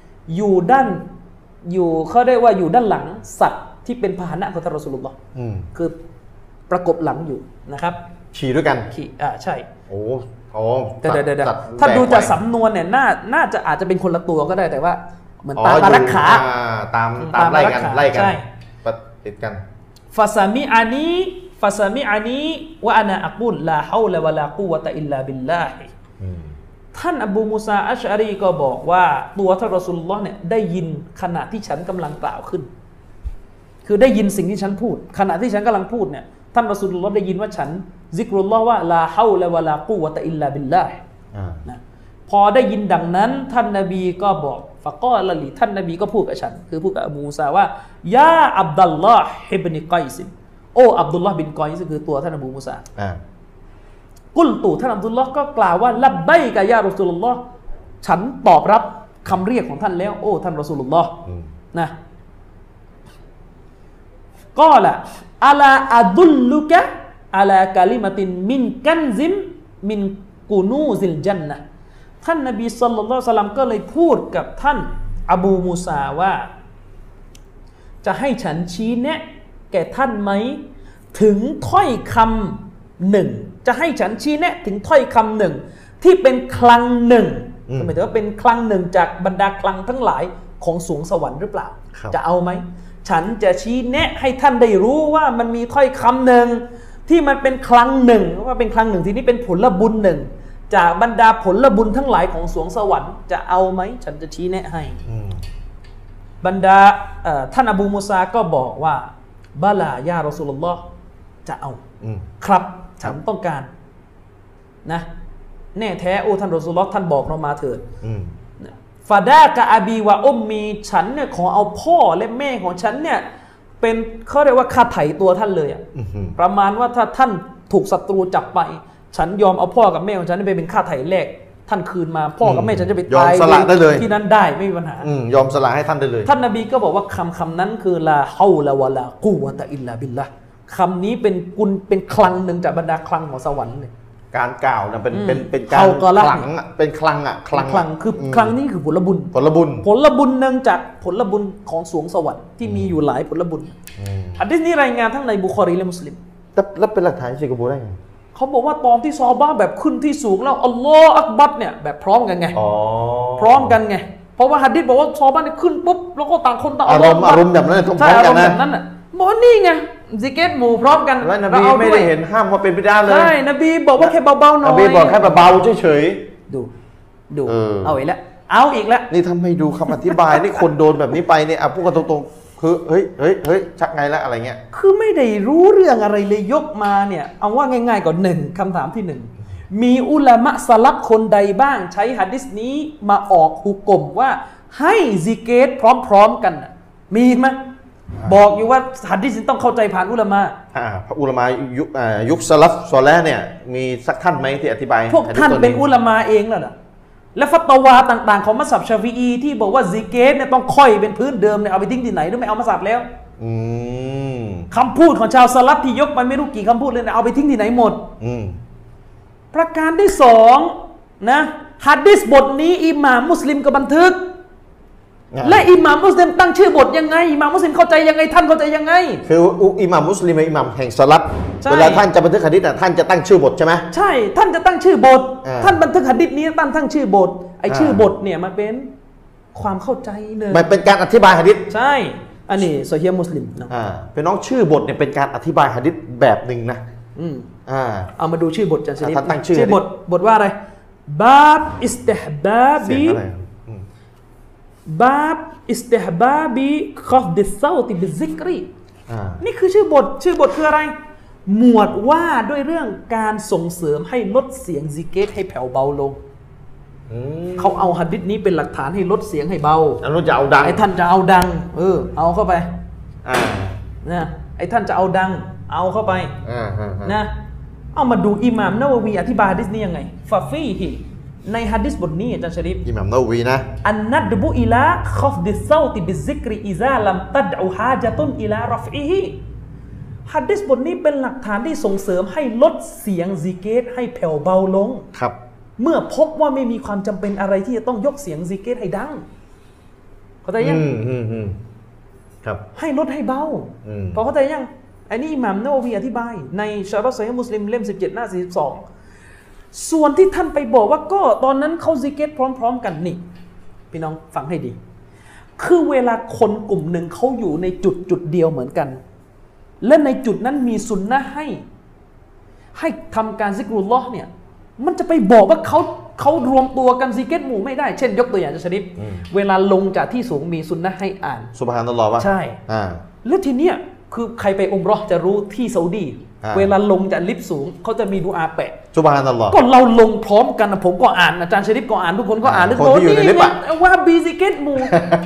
อยู่เขาได้ว่าอยู่ด้านหลังสัตว์ที่เป็นพาหนะของท่านรอซูลุลลอฮ์คือประกบหลังอยู่นะครับขี่ด้วยกันขี่ใช่โอ้แต่ถ้าดูจากสำนวนเนี่ยน่าจะอาจจะเป็นคนละตัวก็ได้แต่ว่าเหมือนตามรักขาตามไล่กันติดกันฟาซามิอานีวะอานาอักุลลาฮาวละวะลากุวะตะอิลลาบิลลาฮิท่านอบูมูซาอัชอารีก็บอกว่าตัวท่านรอซูลุลลอฮ์เนี่ยได้ยินขณะที่ฉันกำลังกล่าวขึ้นคือได้ยินสิ่งที่ฉันพูดขณะที่ฉันกำลังพูดเนี่ยท่านรอซูลุลลอฮ์ได้ยินว่าฉันซิกรุลลอฮ์ว่าลาฮาวละวะลากุวะตะอิลลาบิลลาฮินะพอได้ยินดังนั้นท่านนบีก็บอกฟะกอละลีท่านนบีก็พูดกับฉันคือพูดกับอบูมูซาว่ายาอับดุลลอฮ์อิบนุกอยซิโอ้อับดุลลอฮ์บินกอยซิคือตัวท่านอบูมูซากุลตุท่านอับดุลลอฮ์ก็กล่าวว่าลับบัยกะยารอซูลุลลอฮ์ฉันตอบรับคำเรียกของท่านแล้วโอ้ท่านรอซูลุลลอฮ์นะก็ละอะลาอะดุลลุกะอะลากะลิมะตินมินกันซิมมินกูนูซิลญันนะห์ท่านนบีศ็อลลัลลอฮุอะลัยฮิวะซัลลัมก็เลยพูดกับท่านอบูมูซาว่าจะให้ฉันชี้แนะแก่ท่านไหมถึงถ้อยคำหนึ่งจะให้ฉันชี้แนะถึงถ้อยคำหนึ่งที่เป็นคลังหนึ่งหมายถึงว่าเป็นคลังหนึ่งจากบรรดาคลังทั้งหลายของสวงสวรรค์หรือเปล่าจะเอาไหมฉันจะชี้แนะให้ท่านได้รู้ว่ามันมีถ้อยคำหนึ่งที่มันเป็นคลังหนึ่งว่าเป็นคลังหนึ่งที่นี้เป็นผลบุญหนึ่งจากบรรดาผลบุญทั้งหลายของสวงสวรรค์จะเอาไหมฉันจะชี้แนะให้บรรดาท่านอบูมูซาก็บอกว่าบาลายารอซูลุลลอฮ์จะเอาครับฉันต้องการนะแน่แท้โอ้ท่านรอซูลุลลอฮ์ท่านบอกเรามาเถิดฟาดากะอาบีวะอุมมีฉันเนี่ยขอเอาพ่อและแม่ของฉันเนี่ยเป็นเขาเรียกว่าค่าไถ่ตัวท่านเลยอ่ะประมาณว่าถ้าท่านถูกศัตรูจับไปฉันยอมเอาพ่อกับแม่ของฉันไปเป็นค่าไถ่แรกท่านคืนมาพ่อกับแม่ฉันจะไปตายที่นั้นได้ไม่มีปัญหายอมสละให้ท่านได้เลยท่านนบีก็บอกว่าคำนั้นคือลาฮาวละวะลากุวะตะอิลลาบิลละคำนี้เป็นกุลเป็นคลังหนึ่งจากบรรดาคลังของสวรรค์เลยการกล่าวนะเป็นการคลังอ่ะเป็นคลังอ่ะคลังคือคลังนี้คือผลบุญผลบุญหนึ่งจากผลบุญของสวงสวรรค์ที่มีอยู่หลายผลบุญหะดีษนี้รายงานทั้งในบุคอรีและมุสลิมแล้วเป็นหลักฐานที่กบูได้ไงเขาบอกว่าตอนที่ซอฮาบะห์แบบขึ้นที่สูงแล้วอัลลอฮฺอักบัรเนี่ยแบบพร้อมกันไงพร้อมกันไงเพราะว่าหะดีษบอกว่าซอฮาบะห์เนี่ยขึ้นปุ๊บแล้วก็ต่างคนต่างอารมณ์แบบนั้นพร้อมกันนะบอกว่านี่ไงซิกเก็ตหมู่พร้อมกันแล้วนบีไม่ได้เห็นห้ามว่าเป็นบิดาเลยใช่นบีบอกว่าแค่เบาๆหน่อยนบีบอกแค่เบาๆเฉยๆดูเอาอีกแล้วนี่ทำให้ดูคำอธิบายนี่คนโดนแบบนี้ไปเนี่ยพูดกันตรงๆคือเฮ้ยชักไงละอะไรเงี้ยคือไม่ได้รู้เรื่องอะไรเลยยกมาเนี่ยเอาว่าง่ายๆก่อน1คำถามที่1มีอุลามะสลับคนใดบ้างใช้หะดีษนี้มาออกฮุกมว่าให้ซิกเกตพร้อมๆกันมีไหมบอกอยู่ว่าหะดีษต้องเข้าใจผ่านอุลามะอุลามะยุคสลัฟซอเลห์เนี่ยมีสักท่านไหมที่อธิบายพวกท่านเป็นอุลามะเองแล้วนะและฟัตวาต่างๆของมัซฮับชาฟิอีที่บอกว่าซิกเกตเนี่ยต้องค่อยเป็นพื้นเดิมเนี่ยเอาไปทิ้งที่ไหนหรือไม่เอามัซฮับแล้วคำพูดของชาวสลัฟที่ยกไปไม่รู้กี่คำพูดเลยนะเอาไปทิ้งที่ไหนหมดประการที่2นะหะดีษบทนี้อิหม่ามมุสลิมก็บันทึกและอิหม่ามมุสลิมตั้งชื่อบทยังไงอิหม่ามมุสลิมเข้าใจยังไงท่านเข้าใจยังไงคืออิหม่ามมุสลิมอิหม่ามแห่งสลัฟเวลาท่านจะบันทึกหะดีษท่านจะตั้งชื่อบทใช่ไหมใช่ท่านจะตั้งชื่อบทท่านบันทึกหะดีษนี้ตั้งชื่อบทไอชื่อบทเนี่ยมันเป็นความเข้าใจเลยมันเป็นการอธิบายหะดีษใช่อันนี้ซอฮีฮ์มุสลิมนะเป็นน้องชื่อบทเนี่ยเป็นการอธิบายหะดีษแบบหนึ่งนะเอามาดูชื่อบทจันทร์ชริฟตั้งชื่อบทว่าอะไรบาบอิสติฮบาบีบาบอิสติฮบาบีคอฟดิเซาติบิซิกรีนี่คือชื่อบทคืออะไรหมวดว่าด้วยเรื่องการส่งเสริมให้ลดเสียงซิกเกตให้แผ่วเบาลงเขาเอาหะดีษนี้เป็นหลักฐานให้ลดเสียงให้เบาแล้วจะเอาดังไอ้ท่านจะเอาดังเอาเข้าไปนะไอ้ท่านจะเอาดังเอาเข้าไปนะเอามาดูอิหม่ามนะวะวีอธิบายหะดีษนี้ยังไงฟะฟีฮิในหะดีษบทนี้อาจารย์ชริฟอิหม่ามนะวะวีนะอันนัดบุอิลาคอฟดิเซาติบิซิกรีอิซาลัมตัดอุฮาญะตุนอิลารอฟอีฮิหะดีษบทนี้เป็นหลักฐานที่ส่งเสริมให้ลดเสียงซิกเกตให้แผ่วเบาลงครับเมื่อพบว่าไม่มีความจำเป็นอะไรที่จะต้องยกเสียงซิกเกตให้ดังเข้าใจยังครับให้ลดให้เบาพอเข้าใจยังอันนี้อิหม่ามนะวะวีอธิบายในชะรอห์ซอฮีฮ์มุสลิมเล่ม17หน้า42ส่วนที่ท่านไปบอกว่าก็ตอนนั้นเขาซิกเกตพร้อมๆกันนี่พี่น้องฟังให้ดีคือเวลาคนกลุ่มหนึ่งเขาอยู่ในจุดเดียวเหมือนกันและในจุดนั้นมีสุนนะให้ทำการซิกรุลลอฮ์เนี่ยมันจะไปบอกว่าเขารวมตัวกันซิกเกตหมู่ไม่ได้เช่นยกตัวอย่างชนิดเวลาลงจากที่สูงมีสุนนะให้อ่านซุบฮานัลลอฮ์ป่ะใช่แล้วทีเนี้ยคือใครไปอุมเราะห์จะรู้ที่ซาอุดีเวลาลงจากลิฟต์สูงเขาจะมีดุอาแปะซุบฮานัลลอฮ์ก็เราลงพร้อมกันผมก็อ่านอาจารย์ชริฟก็อ่านทุกคนก็อ่านคนที่อยู่ในลิฟต์ว่าบีซิกเกตหมู่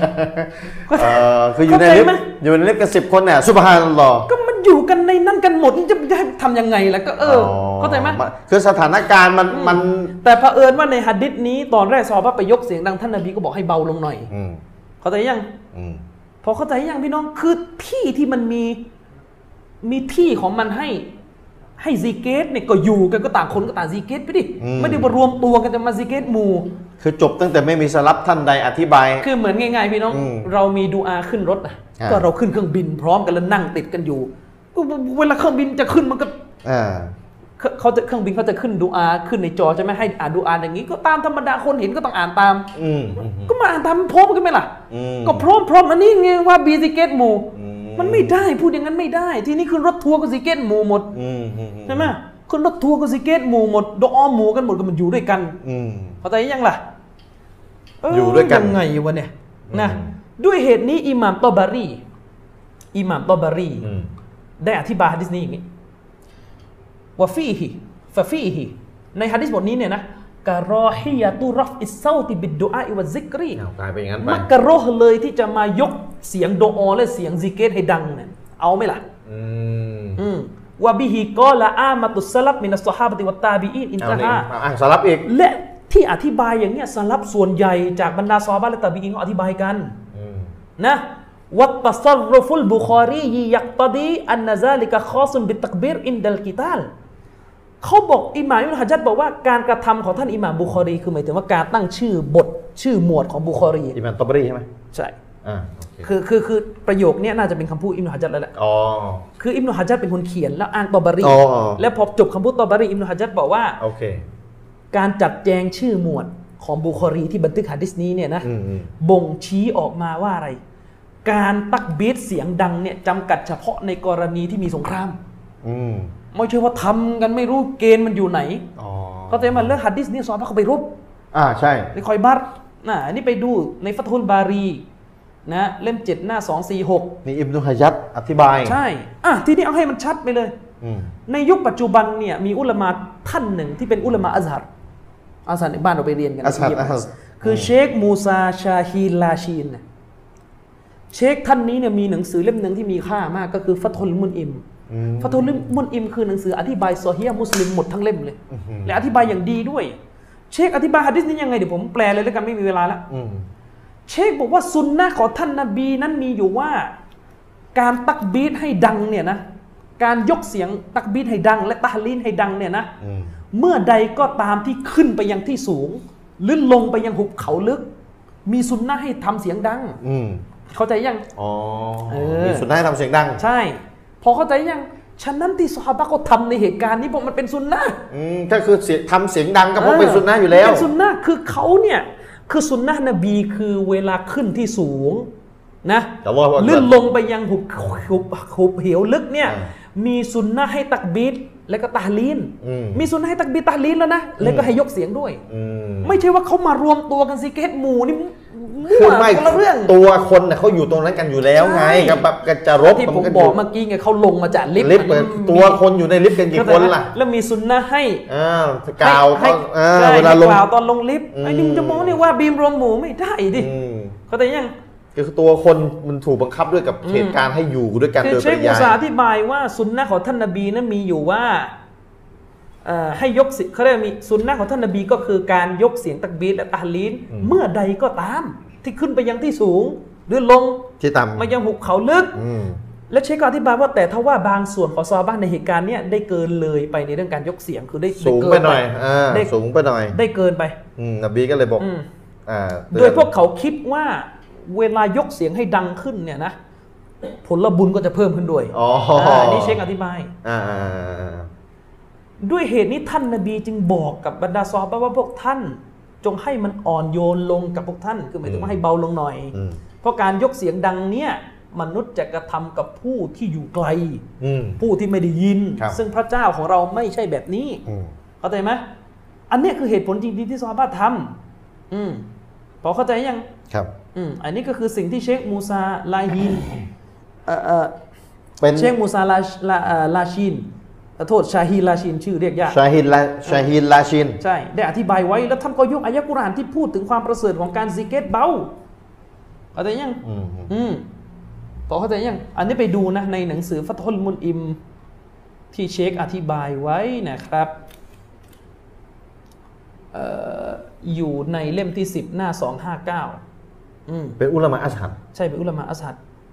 คืออยู่ในลิฟต์กัน10 คนเนี่ยซุบฮานัลลอฮ์ก็มันอยู่กันในนั้นกันหมดจะทำยังไงแล้วก็เข้าใจไหมคือสถานการณ์มันแต่เผอิญว่าในหะดีษนี้ตอนแรกซอฮาบะห์ไปยกเสียงดังท่านนบีก็บอกให้เบาลงหน่อยเข้าใจยังพอเข้าใจยังพี่น้องคือที่มันมีที่ของมันให้ซิกเกตเนี่ยก็อยู่กันก็ต่างคนก็ต่างซิกเกตไปดิไม่ได้มารวมตัวกันจะมาซิกเกตหมู่คือจบตั้งแต่ไม่มีสลับท่านใดอธิบายคือเหมือนง่ายๆพี่น้องเรามีดูอาขึ้นรถก็เราขึ้นเครื่องบินพร้อมกันแล้วนั่งติดกันอยู่เวลาเครื่องบินจะขึ้นมันก็เครื่องบินเขาจะขึ้นดูอาขึ้นในจอใช่ไหมให้อ่านดูอาอย่างนี้ก็ตามธรรมดาคนเห็นก็ต้องอ่านตามก็มาอ่านตามพร้อมกันไหมล่ะก็พร้อมอันนี้ไงว่าบีซิกเกตหมู่มันไม่ได้พูดอย่างนั้นไม่ได้ที่นี่ขึ้นรถทัวร์ก็ซิกเกตหมู่หมดใช่ไหมขึ้นรถทัวร์ก็ซิกเกตหมู่หมดดอหมู่กันหมดก็มันอยู่ด้วยกันเข้าใจยังล่ะอยู่ด้วยกันยังไงวะเนี่ยนะด้วยเหตุนี้อิหม่ามตอบารีได้อธิบายหะดีษนี้อย่างนี้ว่าฟะฟีฮิในหะดีษบทนี้เนี่ยนะกะรอฮิยะตุรัฟอิสซาติบิดดุอาอิวะซิกรีกลายเป็นอย่างนั้นไปมักกะรอเลยที่จะมายกเสียงดุอาและเสียงซิกเกตให้ดังเนี่ยเอาไหมล่ะวะบิฮิกอละอามัตุสลับมินัสซอฮาบะติวัตตาบีอีนอินตะฮาสลับอีกและที่อธิบายอย่างเงี้ยสลับส่วนใหญ่จากบรรดาซอฮาบะและตาบีอีนเขาอธิบายกันนะวัตตัศรุฟุลบุคอรียักตดีอันนะซาลิกะคอซุนบิตักบีรอินดัลกิตาลเขาบอกอิหม่ามอิบนุฮะญัรบอกว่าการกระทำของท่านอิหม่ามบุคอรีคือหมายถึงว่าการตั้งชื่อบทชื่อหมวดของบุคอรีอิหม่ามตอบรีใช่ไหมใช่คือประโยคนี้น่าจะเป็นคำพูดอิบนุฮะญัรแล้วแหละคืออิบนุฮะญัรเป็นคนเขียนแล้วอ้างตอบรีแล้วพอจบคำพูดตอบรีอิบนุฮะญัรบอกว่าการจัดแจงชื่อหมวดของบุคอรีที่บันทึกหะดีษนี้เนี่ยนะบ่งชี้ออกมาว่าอะไรการตักบีรเสียงดังเนี่ยจำกัดเฉพาะในกรณีที่มีสงครามไม่ใช่ว่าทำกันไม่รู้เกณฑ์มันอยู่ไหนเขาแต่มาเรื่องหะดีษนี้ซอฮาบะห์เขาไปรบใช่ในคอยบัตอันนี้ไปดูในฟัตุลบารีนะเล่ม7หน้า246 นี่อิบนุฮะญัรอธิบายใช่ทีนี้เอาให้มันชัดไปเลยในยุคปัจจุบันเนี่ยมีอุลามะท่านหนึ่งที่เป็นอุลามะอัซฮัรในบ้านเราไปเรียนกันคือเชคมูซาชาฮีลาชีนเชคท่านนี้เนี่ยมีหนังสือเล่มหนึ่งที่มีค่ามากก็คือฟัตุลมุนอิมฟัตุลมุนอิมคือหนังสืออธิบายซอฮีฮ์มุสลิมหมดทั้งเล่มเลยและอธิบายอย่างดีด้วยเชคอธิบายหะดีษนี้ยังไงเดี๋ยวผมแปลเลยแล้วกันไม่มีเวลาแล้วเชคบอกว่าซุนนะห์ของท่านนบีนั้นมีอยู่ว่าการตักบีรให้ดังเนี่ยนะการยกเสียงตักบีรให้ดังและตะฮลีลให้ดังเนี่ยนะเมื่อใดก็ตามที่ขึ้นไปยังที่สูงหรือลงไปยังหุบเขาลึกมีซุนนะห์ให้ทำเสียงดังเข้าใจยังมีซุนนะห์ให้ทำเสียงดังใช่พอเข้าใจยังฉะนั้นที่ซอฮาบะห์เขาทำในเหตุการณ์นี้เพราะมันเป็นซุนนะห์ก็คือทำเสียงดังก็เพราะเป็นซุนนะห์อยู่แล้วเป็นซุนนะห์คือเขาเนี่ยคือซุนนะห์นบีคือเวลาขึ้นที่สูงนะลื่นลงไปยังหุบเหวลึกเนี่ยมีซุนนะห์ให้ตักบีรแล้วก็ตะฮลีลมีซุนนะห์ให้ตักบีรตะฮลีลแล้วนะแล้วก็ให้ยกเสียงด้วยไม่ใช่ว่าเขามารวมตัวกันซิกเก็ตหมู่นี่คือไม่ตัวคนเนี่ยเขาอยู่ตรงนั้นกันอยู่แล้วไงกับแบบจะรบที่ผมบอกเมื่อกี้ไงเขาลงมาจากลิฟต์ตัวคนอยู่ในลิฟต์กันกี่คนล่ะแล้วมีซุนนะห์ให้กล่าวเวลาลงตอนลงลิฟต์ไอ้นี่จะมองนี่ว่าบีมรวมหมู่ไม่ได้ดิเขาแต่ยังคือตัวคนมันถูกบังคับด้วยกับเหตุการณ์ให้อยู่ด้วยกันโดยปริยายเชคมูซาอธิบายว่าซุนนะห์ของท่านนบีนั้นมีอยู่ว่าให้ยกเขาเรียกมีซุนนะห์ของท่านนบีก็คือการยกเสียงตักบีรและตะฮลีลเมื่อใดก็ตามที่ขึ้นไปยังที่สูงหรือลงที่ต่ำมายังหุบเขาลึกและเชคก็อธิบายว่าแต่ถ้าว่าบางส่วนของซอฮาบะห์ในเหตุการณ์นี้ได้เกินเลยไปในเรื่องการยกเสียงคือได้สูงไปหน่อยได้สูงไปหน่อยได้เกินไปนบีก็เลยบอกโดยพวกเขาคิดว่าเวลายกเสียงให้ดังขึ้นเนี่ยนะผลบุญก็จะเพิ่มขึ้นด้วยนี่เชคอธิบายด้วยเหตุนี้ท่านนบีจึงบอกกับบรรดาซอฮาบะห์ว่าพวกท่านจงให้มันอ่อนโยนลงกับพวกท่านคือหมายถึงว่าให้เบาลงหน่อยเพราะการยกเสียงดังเนี่ยมนุษย์จะกระทำกับผู้ที่อยู่ไกลผู้ที่ไม่ได้ยินซึ่งพระเจ้าของเราไม่ใช่แบบนี้เข้าใจไหมอันนี้คือเหตุผลจริงๆที่ซอฮาบะห์ทำพอเข้าใจยังครับอันนี้ก็คือสิ่งที่เชคมูซาลาฮินเชคมูซาลาชินโทษชาฮีลาชินชื่อเรียกยากชาฮีลาชินใช่ได้อธิบายไว้แล้วท่านก็ยกอายะกุรอานที่พูดถึงความประเสริฐของการซิกเก็ตเบาเข้าใจยังพอเข้าใจยังอันนี้ไปดูนะในหนังสือฟัตุลมุนอิมที่เชคอธิบายไว้นะครับอยู่ในเล่มที่10หน้า259 เป็นอุลามะอัซฮัรใช่เป็นอุลามะอัซฮัร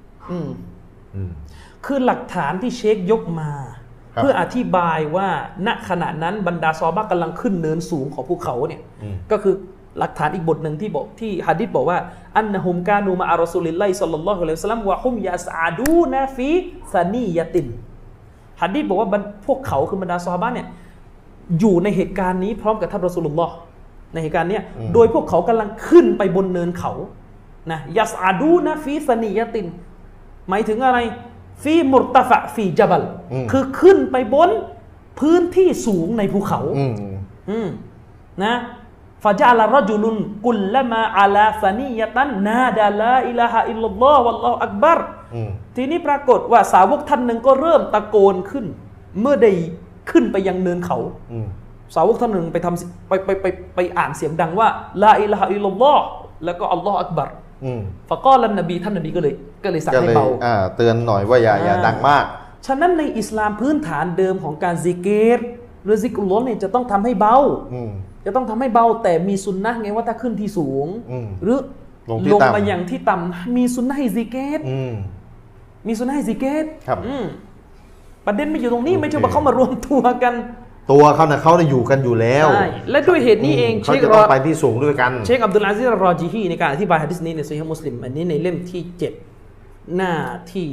คือหลักฐานที่เชคยกมาเพื่ออธิบายว่าณขณะนั้นบรรดาซอฮาบะห์กำลังขึ้นเนินสูงของภูเขาเนี่ยก็คือหลักฐานอีกบทหนึ่งที่บอกที่หะดีษบอกว่าอันนะฮุมกานูมะอะรอซูลิลลาฮิศ็อลลัลลอฮุอะลัยฮิวะซัลลัมวะฮุมยะสอาดูนะฟีซานียะตินหะดีษบอกว่าพวกเขาคือบรรดาซอฮาบะห์เนี่ยอยู่ในเหตุการณ์นี้พร้อมกับท่านรอซูลุลลอฮ์ในเหตุการณ์นี้โดยพวกเขากำลังขึ้นไปบนเนินเขานะยะสอาดูนะฟีซานียะตินหมายถึงอะไรฟีมุรตะฟะฟีจับัลคือขึ้นไปบนพื้นที่สูงในภูเขานะฟะญะอะละรอจุลุนกุลละมาอะลาซานียะตันนาดาลาอิลาฮะอิลลัลลอฮ์วัลลอฮุอักบัรทีนี้ปรากฏว่าสาวกท่านหนึ่งก็เริ่มตะโกนขึ้นเมื่อได้ขึ้นไปยังเนินเขาสาวกท่านหนึ่งไปอ่านเสียงดังว่าลาอิลาฮะอิลลัลลอฮ์แล้วก็อัลลอฮุอักบัรฟะกอลันนบีท่านนบีก็เลยสั่งให้เบาเตือนหน่อยว่าอย่าดังมากฉะนั้นในอิสลามพื้นฐานเดิมของการซิกรหรือซิกรุลลอฮ์เนี่ยจะต้องทำให้เบาจะต้องทำให้เบาแต่มีซุนนะห์ไงว่าถ้าขึ้นที่สูงหรือลงมาอย่างที่ต่ำมีซุนนะห์ให้ซิกเกตมีซุนนะห์ให้ซิกเกตประเด็นไม่อยู่ตรงนี้ไม่ใช่ว่าเขามารวมตัวกันตัวเขาเนี่ยเขาได้อยู่กันอยู่แล้วใช่และด้วยเหตุนี้เองเขาจะต้องไปที่สูงด้วยกันเชคอับดุลอาซิซ รอจีฮีในการอธิบายหะดีษนี้ในซอฮีฮ์มุสลิมอันนี้ในเล่มที่7หน้าที่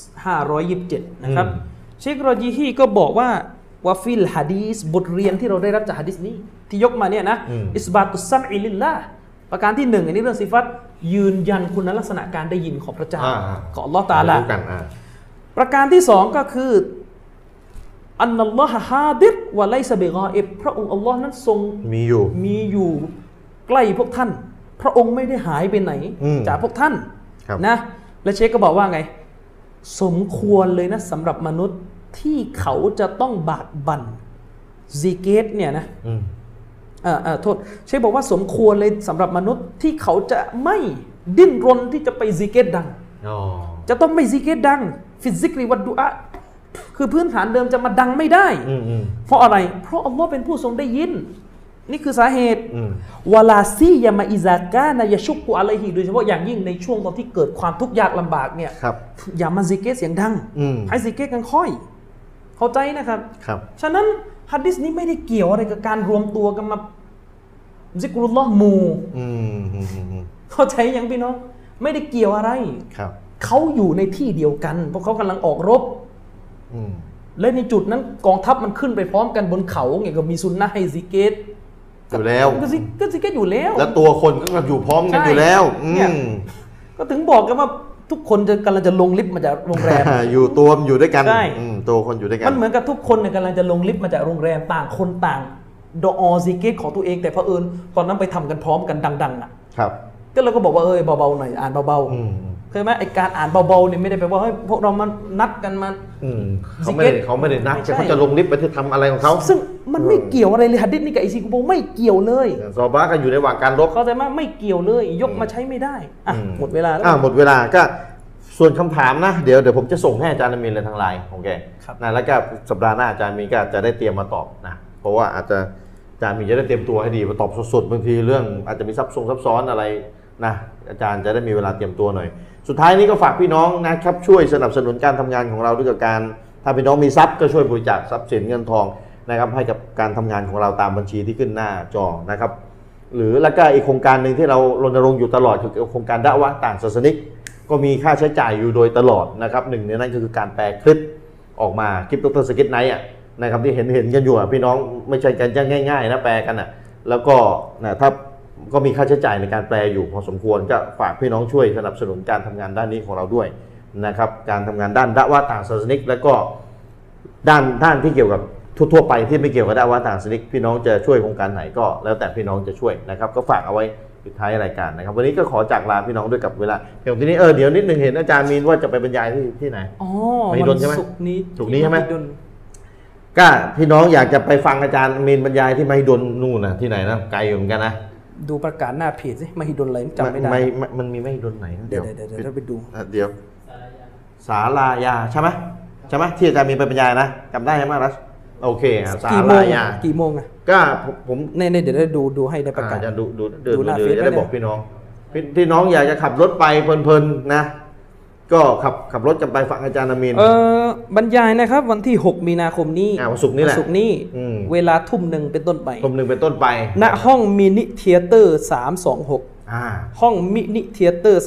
527นะครับเชครอจีฮีก็บอกว่าวะฟิลหะดีษบทเรียนที่เราได้รับจากหะดีษนี้ที่ยกมาเนี่ยนะอิสบาตุสซัมอิลิลลาห์ประการที่1อันนี้เรื่องซิฟัตยืนยันคุณลักษณะการได้ยินของพระเจ้าของอัลเลาะห์ตะอาลาประการที่2ก็คืออันนัลลอฮะฮาดิรวะไลซะบิฆออิบพระองค์อัลลอฮ์นั้นทรงมีอยู่ใกล้พวกท่านพระองค์ไม่ได้หายไปไหนจากพวกท่านนะและเชคก็บอกว่าไงสมควรเลยนะสำหรับมนุษย์ที่เขาจะต้องบากบั่นซิกเกตเนี่ยนะโทษเชคบอกว่าสมควรเลยสำหรับมนุษย์ที่เขาจะไม่ดิ้นรนที่จะไปซิกเกตดังจะต้องไม่ซิกเกตดังฟิซิกรีวัดดุอาคือพื้นฐานเดิมจะมาดังไม่ได้เพราะอะไรเพราะอัลลอฮ์เป็นผู้ทรงได้ยินนี่คือสาเหตุวะลาซียามาอิซากานะยะชุกกุอะลัยฮิโดยเฉพาะอย่างยิ่งในช่วงตอนที่เกิดความทุกข์ยากลำบากเนี่ยอย่ามาซิกเกตเสียงดังให้ซิกเกตกันค่อยเข้าใจนะครับฉะนั้นหะดีษนี้ไม่ได้เกี่ยวอะไรกับการรวมตัวกันมาซิกรุลลอฮ์หมู่เข้าใจยังพี่น้องไม่ได้เกี่ยวอะไรเขาอยู่ในที่เดียวกันเพราะเขากำลังออกรบและในจุดนั้นกองทัพมันขึ้นไปพร้อมกันบนเขาไงก็มีซุนนะห์ให้ซิกเกตอยู่แล้วก็ซิกเกตอยู่แล้วแล้วตัวคนก็อยู่พร้อมกันอยู่แล้วก็ถึงบอกกันว่าทุกคนกำลังจะลงลิฟต์มาจากโรงแรมอยู่ตัวอยู่ด้วยกันตัวคนอยู่ด้วยกันมันเหมือนกับทุกคนเนี่ยกำลังจะลงลิฟต์มาจากโรงแรมต่างคนต่างดออซิกเกตของตัวเองแต่เผอิญตอนนั้นไปทำกันพร้อมกันดังๆอ่ะก็เราก็บอกว่าเบาๆหน่อยอ่านเบาๆเคยไหมไอการอ่านเบาๆเนี่ยไม่ได้แปลว่าเฮ้ยพวกเรามันนัดกันมาเขาไม่ได้นัดเขาจะลงลิฟต์ไปที่ทำอะไรของเขาซึ่งมันไม่เกี่ยวอะไรเลยหะดีษนี้กับอิซิกุโบไม่เกี่ยวเลยซอบะก็อยู่ในระหว่างการรบเขาใจไหมไม่เกี่ยวเลยยกมาใช้ไม่ได้หมดเวลาแล้วหมดเวลาก็ส่วนคำถามนะเดี๋ยวผมจะส่งให้อาจารย์อามีนเลยทางไลน์ของแกนะแล้วก็สัปดาห์หน้าอาจารย์มีก็จะได้เตรียมมาตอบนะเพราะว่าอาจารย์มีจะได้เตรียมตัวให้ดีมาตอบสดๆบางทีเรื่องอาจจะมีซับซ้อนอะไรนะอาจารย์จะได้มีเวลาเตรียมตัวหน่อยสุดท้ายนี้ก็ฝากพี่น้องนะครับช่วยสนับสนุนการทำงานของเราด้วยกับการถ้าพี่น้องมีทรัพย์ก็ช่วยบริจาคทรัพย์สินเงินทองนะครับให้กับการทำงานของเราตามบัญชีที่ขึ้นหน้าจอนะครับหรือแล้วก็อีกโครงการหนึ่งที่เรารณรงค์อยู่ตลอดคือโครงการดะวะห์ต่างศาสนิกก็มีค่าใช้จ่ายอยู่โดยตลอดนะครับหนึ่งในนั้นก็คือการแปลคลิปออกมาคลิปดร.สกิทไนท์นะครับที่เห็นกันอยู่พี่น้องไม่ใช่กันจะง่ายๆนะแปลกันแล้วก็ถ้าก็มีค่าใช้จ่ายในการแปลอยู่พอสมควรก็ฝากพี่น้องช่วยสนับสนุนการทำงานด้านนี้ของเราด้วยนะครับการทำงานด้านดะวะห์ต่างศาสนิกแล้วก็ด้านที่เกี่ยวกับทั่วไปที่ไม่เกี่ยวกับดะวะห์ต่างศาสนิกพี่น้องจะช่วยโครงการไหนก็แล้วแต่พี่น้องจะช่วยนะครับก็ฝากเอาไว้ปิดท้ายรายการนะครับวันนี้ก็ขอจากลาพี่น้องด้วยกับเวลาเดี๋ยวทีนี้เดี๋ยวนิดนึงเห็นอาจารย์มีนว่าจะไปบรรยายที่ไหนมหิดลใช่ไหมศุกร์นี้ใช่ไหมก็พี่น้องอยากจะไปฟังอาจารย์มีนบรรยายที่มหิดลนู่นนะที่ไหนนะไกลอยู่เหมือนกันนะดูประกาศหน้าเพจสิมหิดลอะไรจำไม่ได้มันมีมหิดลไหนเดี๋ยวเราไปดูเดี๋ยวศาลายาใช่ไหมที่อาจารย์มีไปบรรยายนะจำได้ไหมรัชโอเคศาลายากี่โมงอะก็ผมในเดี๋ยวได้ดูให้ได้ประกาศจะดูหน้าเฟซจะได้บอกพี่น้องพี่น้องอยากจะขับรถไปเพลินๆนะก็ขับรถกันไปฟังอาจารย์อามีนบรรยายนะครับวันที่6มีนาคมนี้วันศุกร์นี้แหละเวลาทุ่มหนึ่งเป็นต้นไปณห้องมินิเธียเตอร์326ห้องมินิเธียเตอร์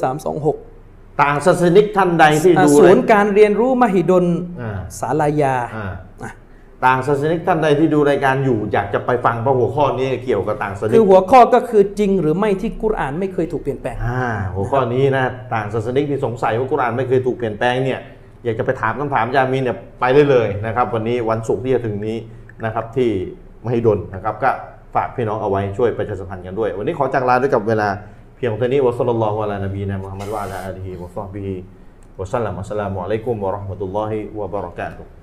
326 ต่างศาสนิกท่านใดที่ดูศูนย์การเรียนรู้มหิดลศาลายาต่างศาสนิกท่านใดที่ดูรายการอยู่อยากจะไปฟังเพราะหัวข้อนี้เกี่ยวกับต่างศาสนิกคือหัวข้อก็คือจริงหรือไม่ที่กุรอานไม่เคยถูกเปลี่ยนแปลงหัวข้อนี้นะต่างศาสนิกที่สงสัยว่ากุรอานไม่เคยถูกเปลี่ยนแปลงเนี่ยอยากจะไปถามคำถามอาจารย์มีนเนี่ยไปได้เลยนะครับวันนี้วันศุกร์ที่จะถึงนี้นะครับที่มหิดลนะครับก็ฝากพี่น้องเอาไว้ช่วยประชาสัมพันธ์กันด้วยวันนี้ขอจากลาด้วยกับเวลาเพียงเท่านี้วะศ็อลลัลลอฮุอะลานบีนะมุฮัมมัดวะอะลาอาลิฮิวะศอฮบิฮิวะซัลลัมอัสสลามุอะลัยกุมวะเราะห์มะตุลลอฮิวะบะเราะกาตุฮ์